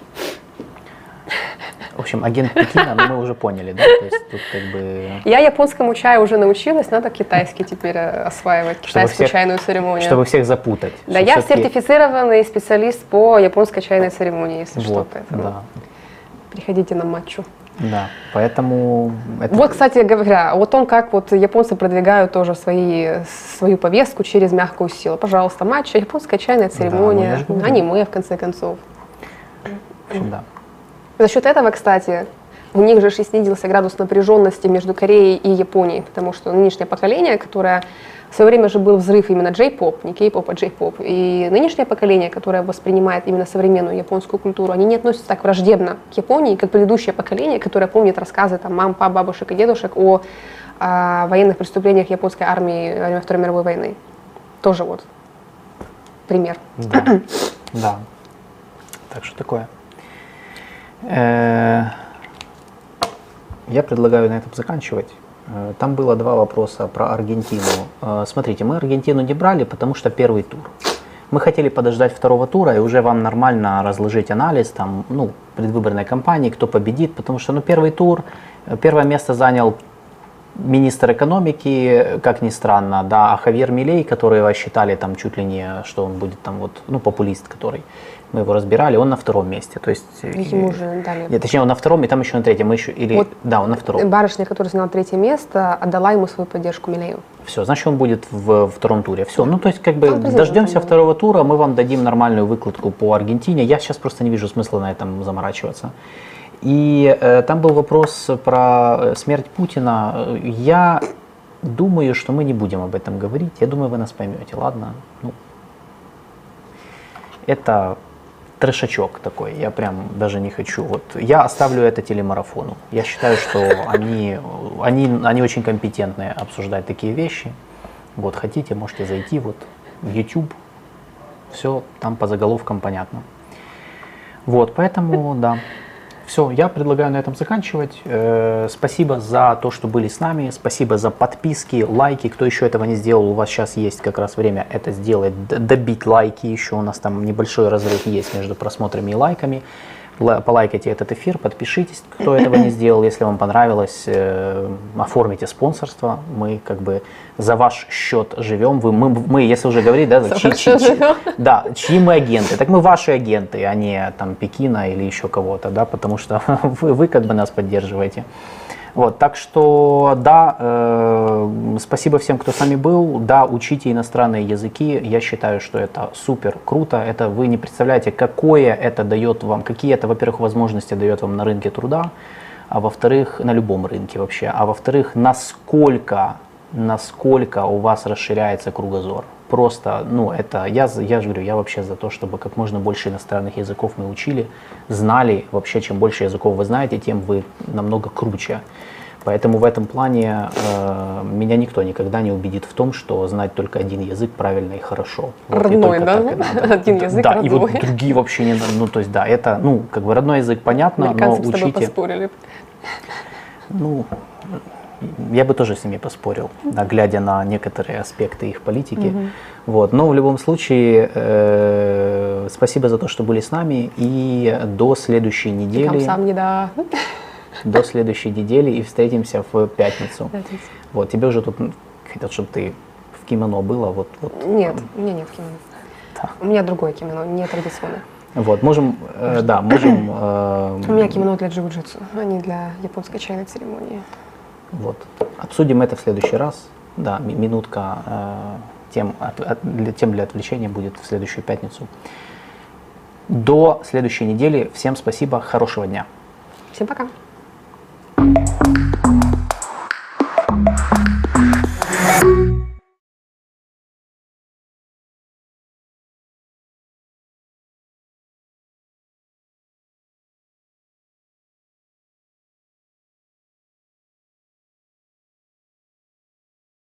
В общем, агент Пекина, ну мы уже поняли, да? То есть тут как бы... Я японскому чаю уже научилась, надо китайский теперь осваивать, китайскую чайную церемонию. Чтобы всех запутать. Да, Что я всё-таки- сертифицированный специалист по японской чайной церемонии, если что. Вот, Поэтому да, приходите на матчу. да. Поэтому... это- Вот, кстати говоря, вот он как вот японцы продвигают тоже свою повестку через мягкую силу. Пожалуйста, матча, японская чайная ну, я церемония, же говорю. аниме, в конце концов. В общем, да. За счет этого, кстати, у них же снизился градус напряженности между Кореей и Японией, потому что нынешнее поколение, которое в свое время же был взрыв именно джей-поп, не кей-поп, а джей-поп, и нынешнее поколение, которое воспринимает именно современную японскую культуру, они не относятся так враждебно к Японии, как предыдущее поколение, которое помнит рассказы там, мам, пап, бабушек и дедушек о военных преступлениях японской армии во время Второй мировой войны. Тоже вот пример. Да. Да. Так что такое. Я предлагаю на этом заканчивать. Там было два вопроса про Аргентину. Смотрите, мы Аргентину не брали, потому что первый тур. Мы хотели подождать второго тура и уже вам нормально разложить анализ там, ну, предвыборной кампании, кто победит, потому что, ну, первый тур, первое место занял министр экономики, как ни странно, да, а Хавьер Милей, которого считали там чуть ли не, что он будет там вот, ну, популист, который, мы его разбирали, он на втором месте, то есть... Ему уже дали. Нет, точнее, он на втором, и там еще на третьем, мы еще, или, Вот да, он на втором. Барышня, которая заняла третье место, отдала ему свою поддержку Милею. Все, значит, он будет в втором туре. Все, ну, то есть, как бы, Он президент, дождемся да. второго тура, мы вам дадим нормальную выкладку по Аргентине. Я сейчас просто не вижу смысла на этом заморачиваться. И там был вопрос про смерть Путина. Я думаю, что мы не будем об этом говорить. Я думаю, вы нас поймете, ладно? Ну, это трешачок такой, я прям даже не хочу. Вот, я оставлю это телемарафону. Я считаю, что они очень компетентны обсуждать такие вещи. Вот, хотите, можете зайти вот в YouTube. Все там по заголовкам понятно. Вот, поэтому, да. Все, я предлагаю на этом заканчивать. Спасибо за то, что были с нами. Спасибо за подписки, лайки. Кто еще этого не сделал, у вас сейчас есть как раз время это сделать. Добить лайки еще. У нас там небольшой разрыв есть между просмотрами и лайками. полайкайте этот эфир, подпишитесь, кто этого не сделал. Если вам понравилось, оформите спонсорство. Мы как бы за ваш счет живем. Мы, если уже говорить, да, да, чьи мы агенты. Так мы ваши агенты, а не там Пекина или еще кого-то, да, потому что вы как бы нас поддерживаете. Вот, так что, да, спасибо всем, кто с нами был. Да, учите иностранные языки. Я считаю, что это супер круто. Это вы не представляете, какое это дает вам, какие это, во-первых, возможности дает вам на рынке труда, а во-вторых, на любом рынке вообще, а во-вторых, насколько у вас расширяется кругозор. Просто, ну, это, я же говорю, я вообще за то, чтобы как можно больше иностранных языков мы учили, знали. Вообще, чем больше языков вы знаете, тем вы намного круче. Поэтому в этом плане меня никто никогда не убедит в том, что знать только один язык правильно и хорошо. Вот, родной, и да? Один язык да, родной. И вот другие вообще не, ну, то есть, да, это, ну, как бы родной язык понятно, Американцы но с тобой учите. поспорили. Ну, я бы тоже с ними поспорил, глядя на некоторые аспекты их политики. Вот. Но в любом случае, спасибо за то, что были с нами. И до следующей недели. Сам не да. До следующей недели и встретимся в пятницу. Вот, тебе уже тут хотят, чтобы ты в кимоно была. Вот. Нет, у меня нет кимоно. Да. У меня другое кимоно, не традиционное. Вот, можем, да, можем... У меня кимоно для джиу-джитсу, а не для японской чайной церемонии. Вот. Обсудим это в следующий раз. Да, минутка тем для отвлечения будет в следующую пятницу. До следующей недели. Всем спасибо, хорошего дня. Всем пока.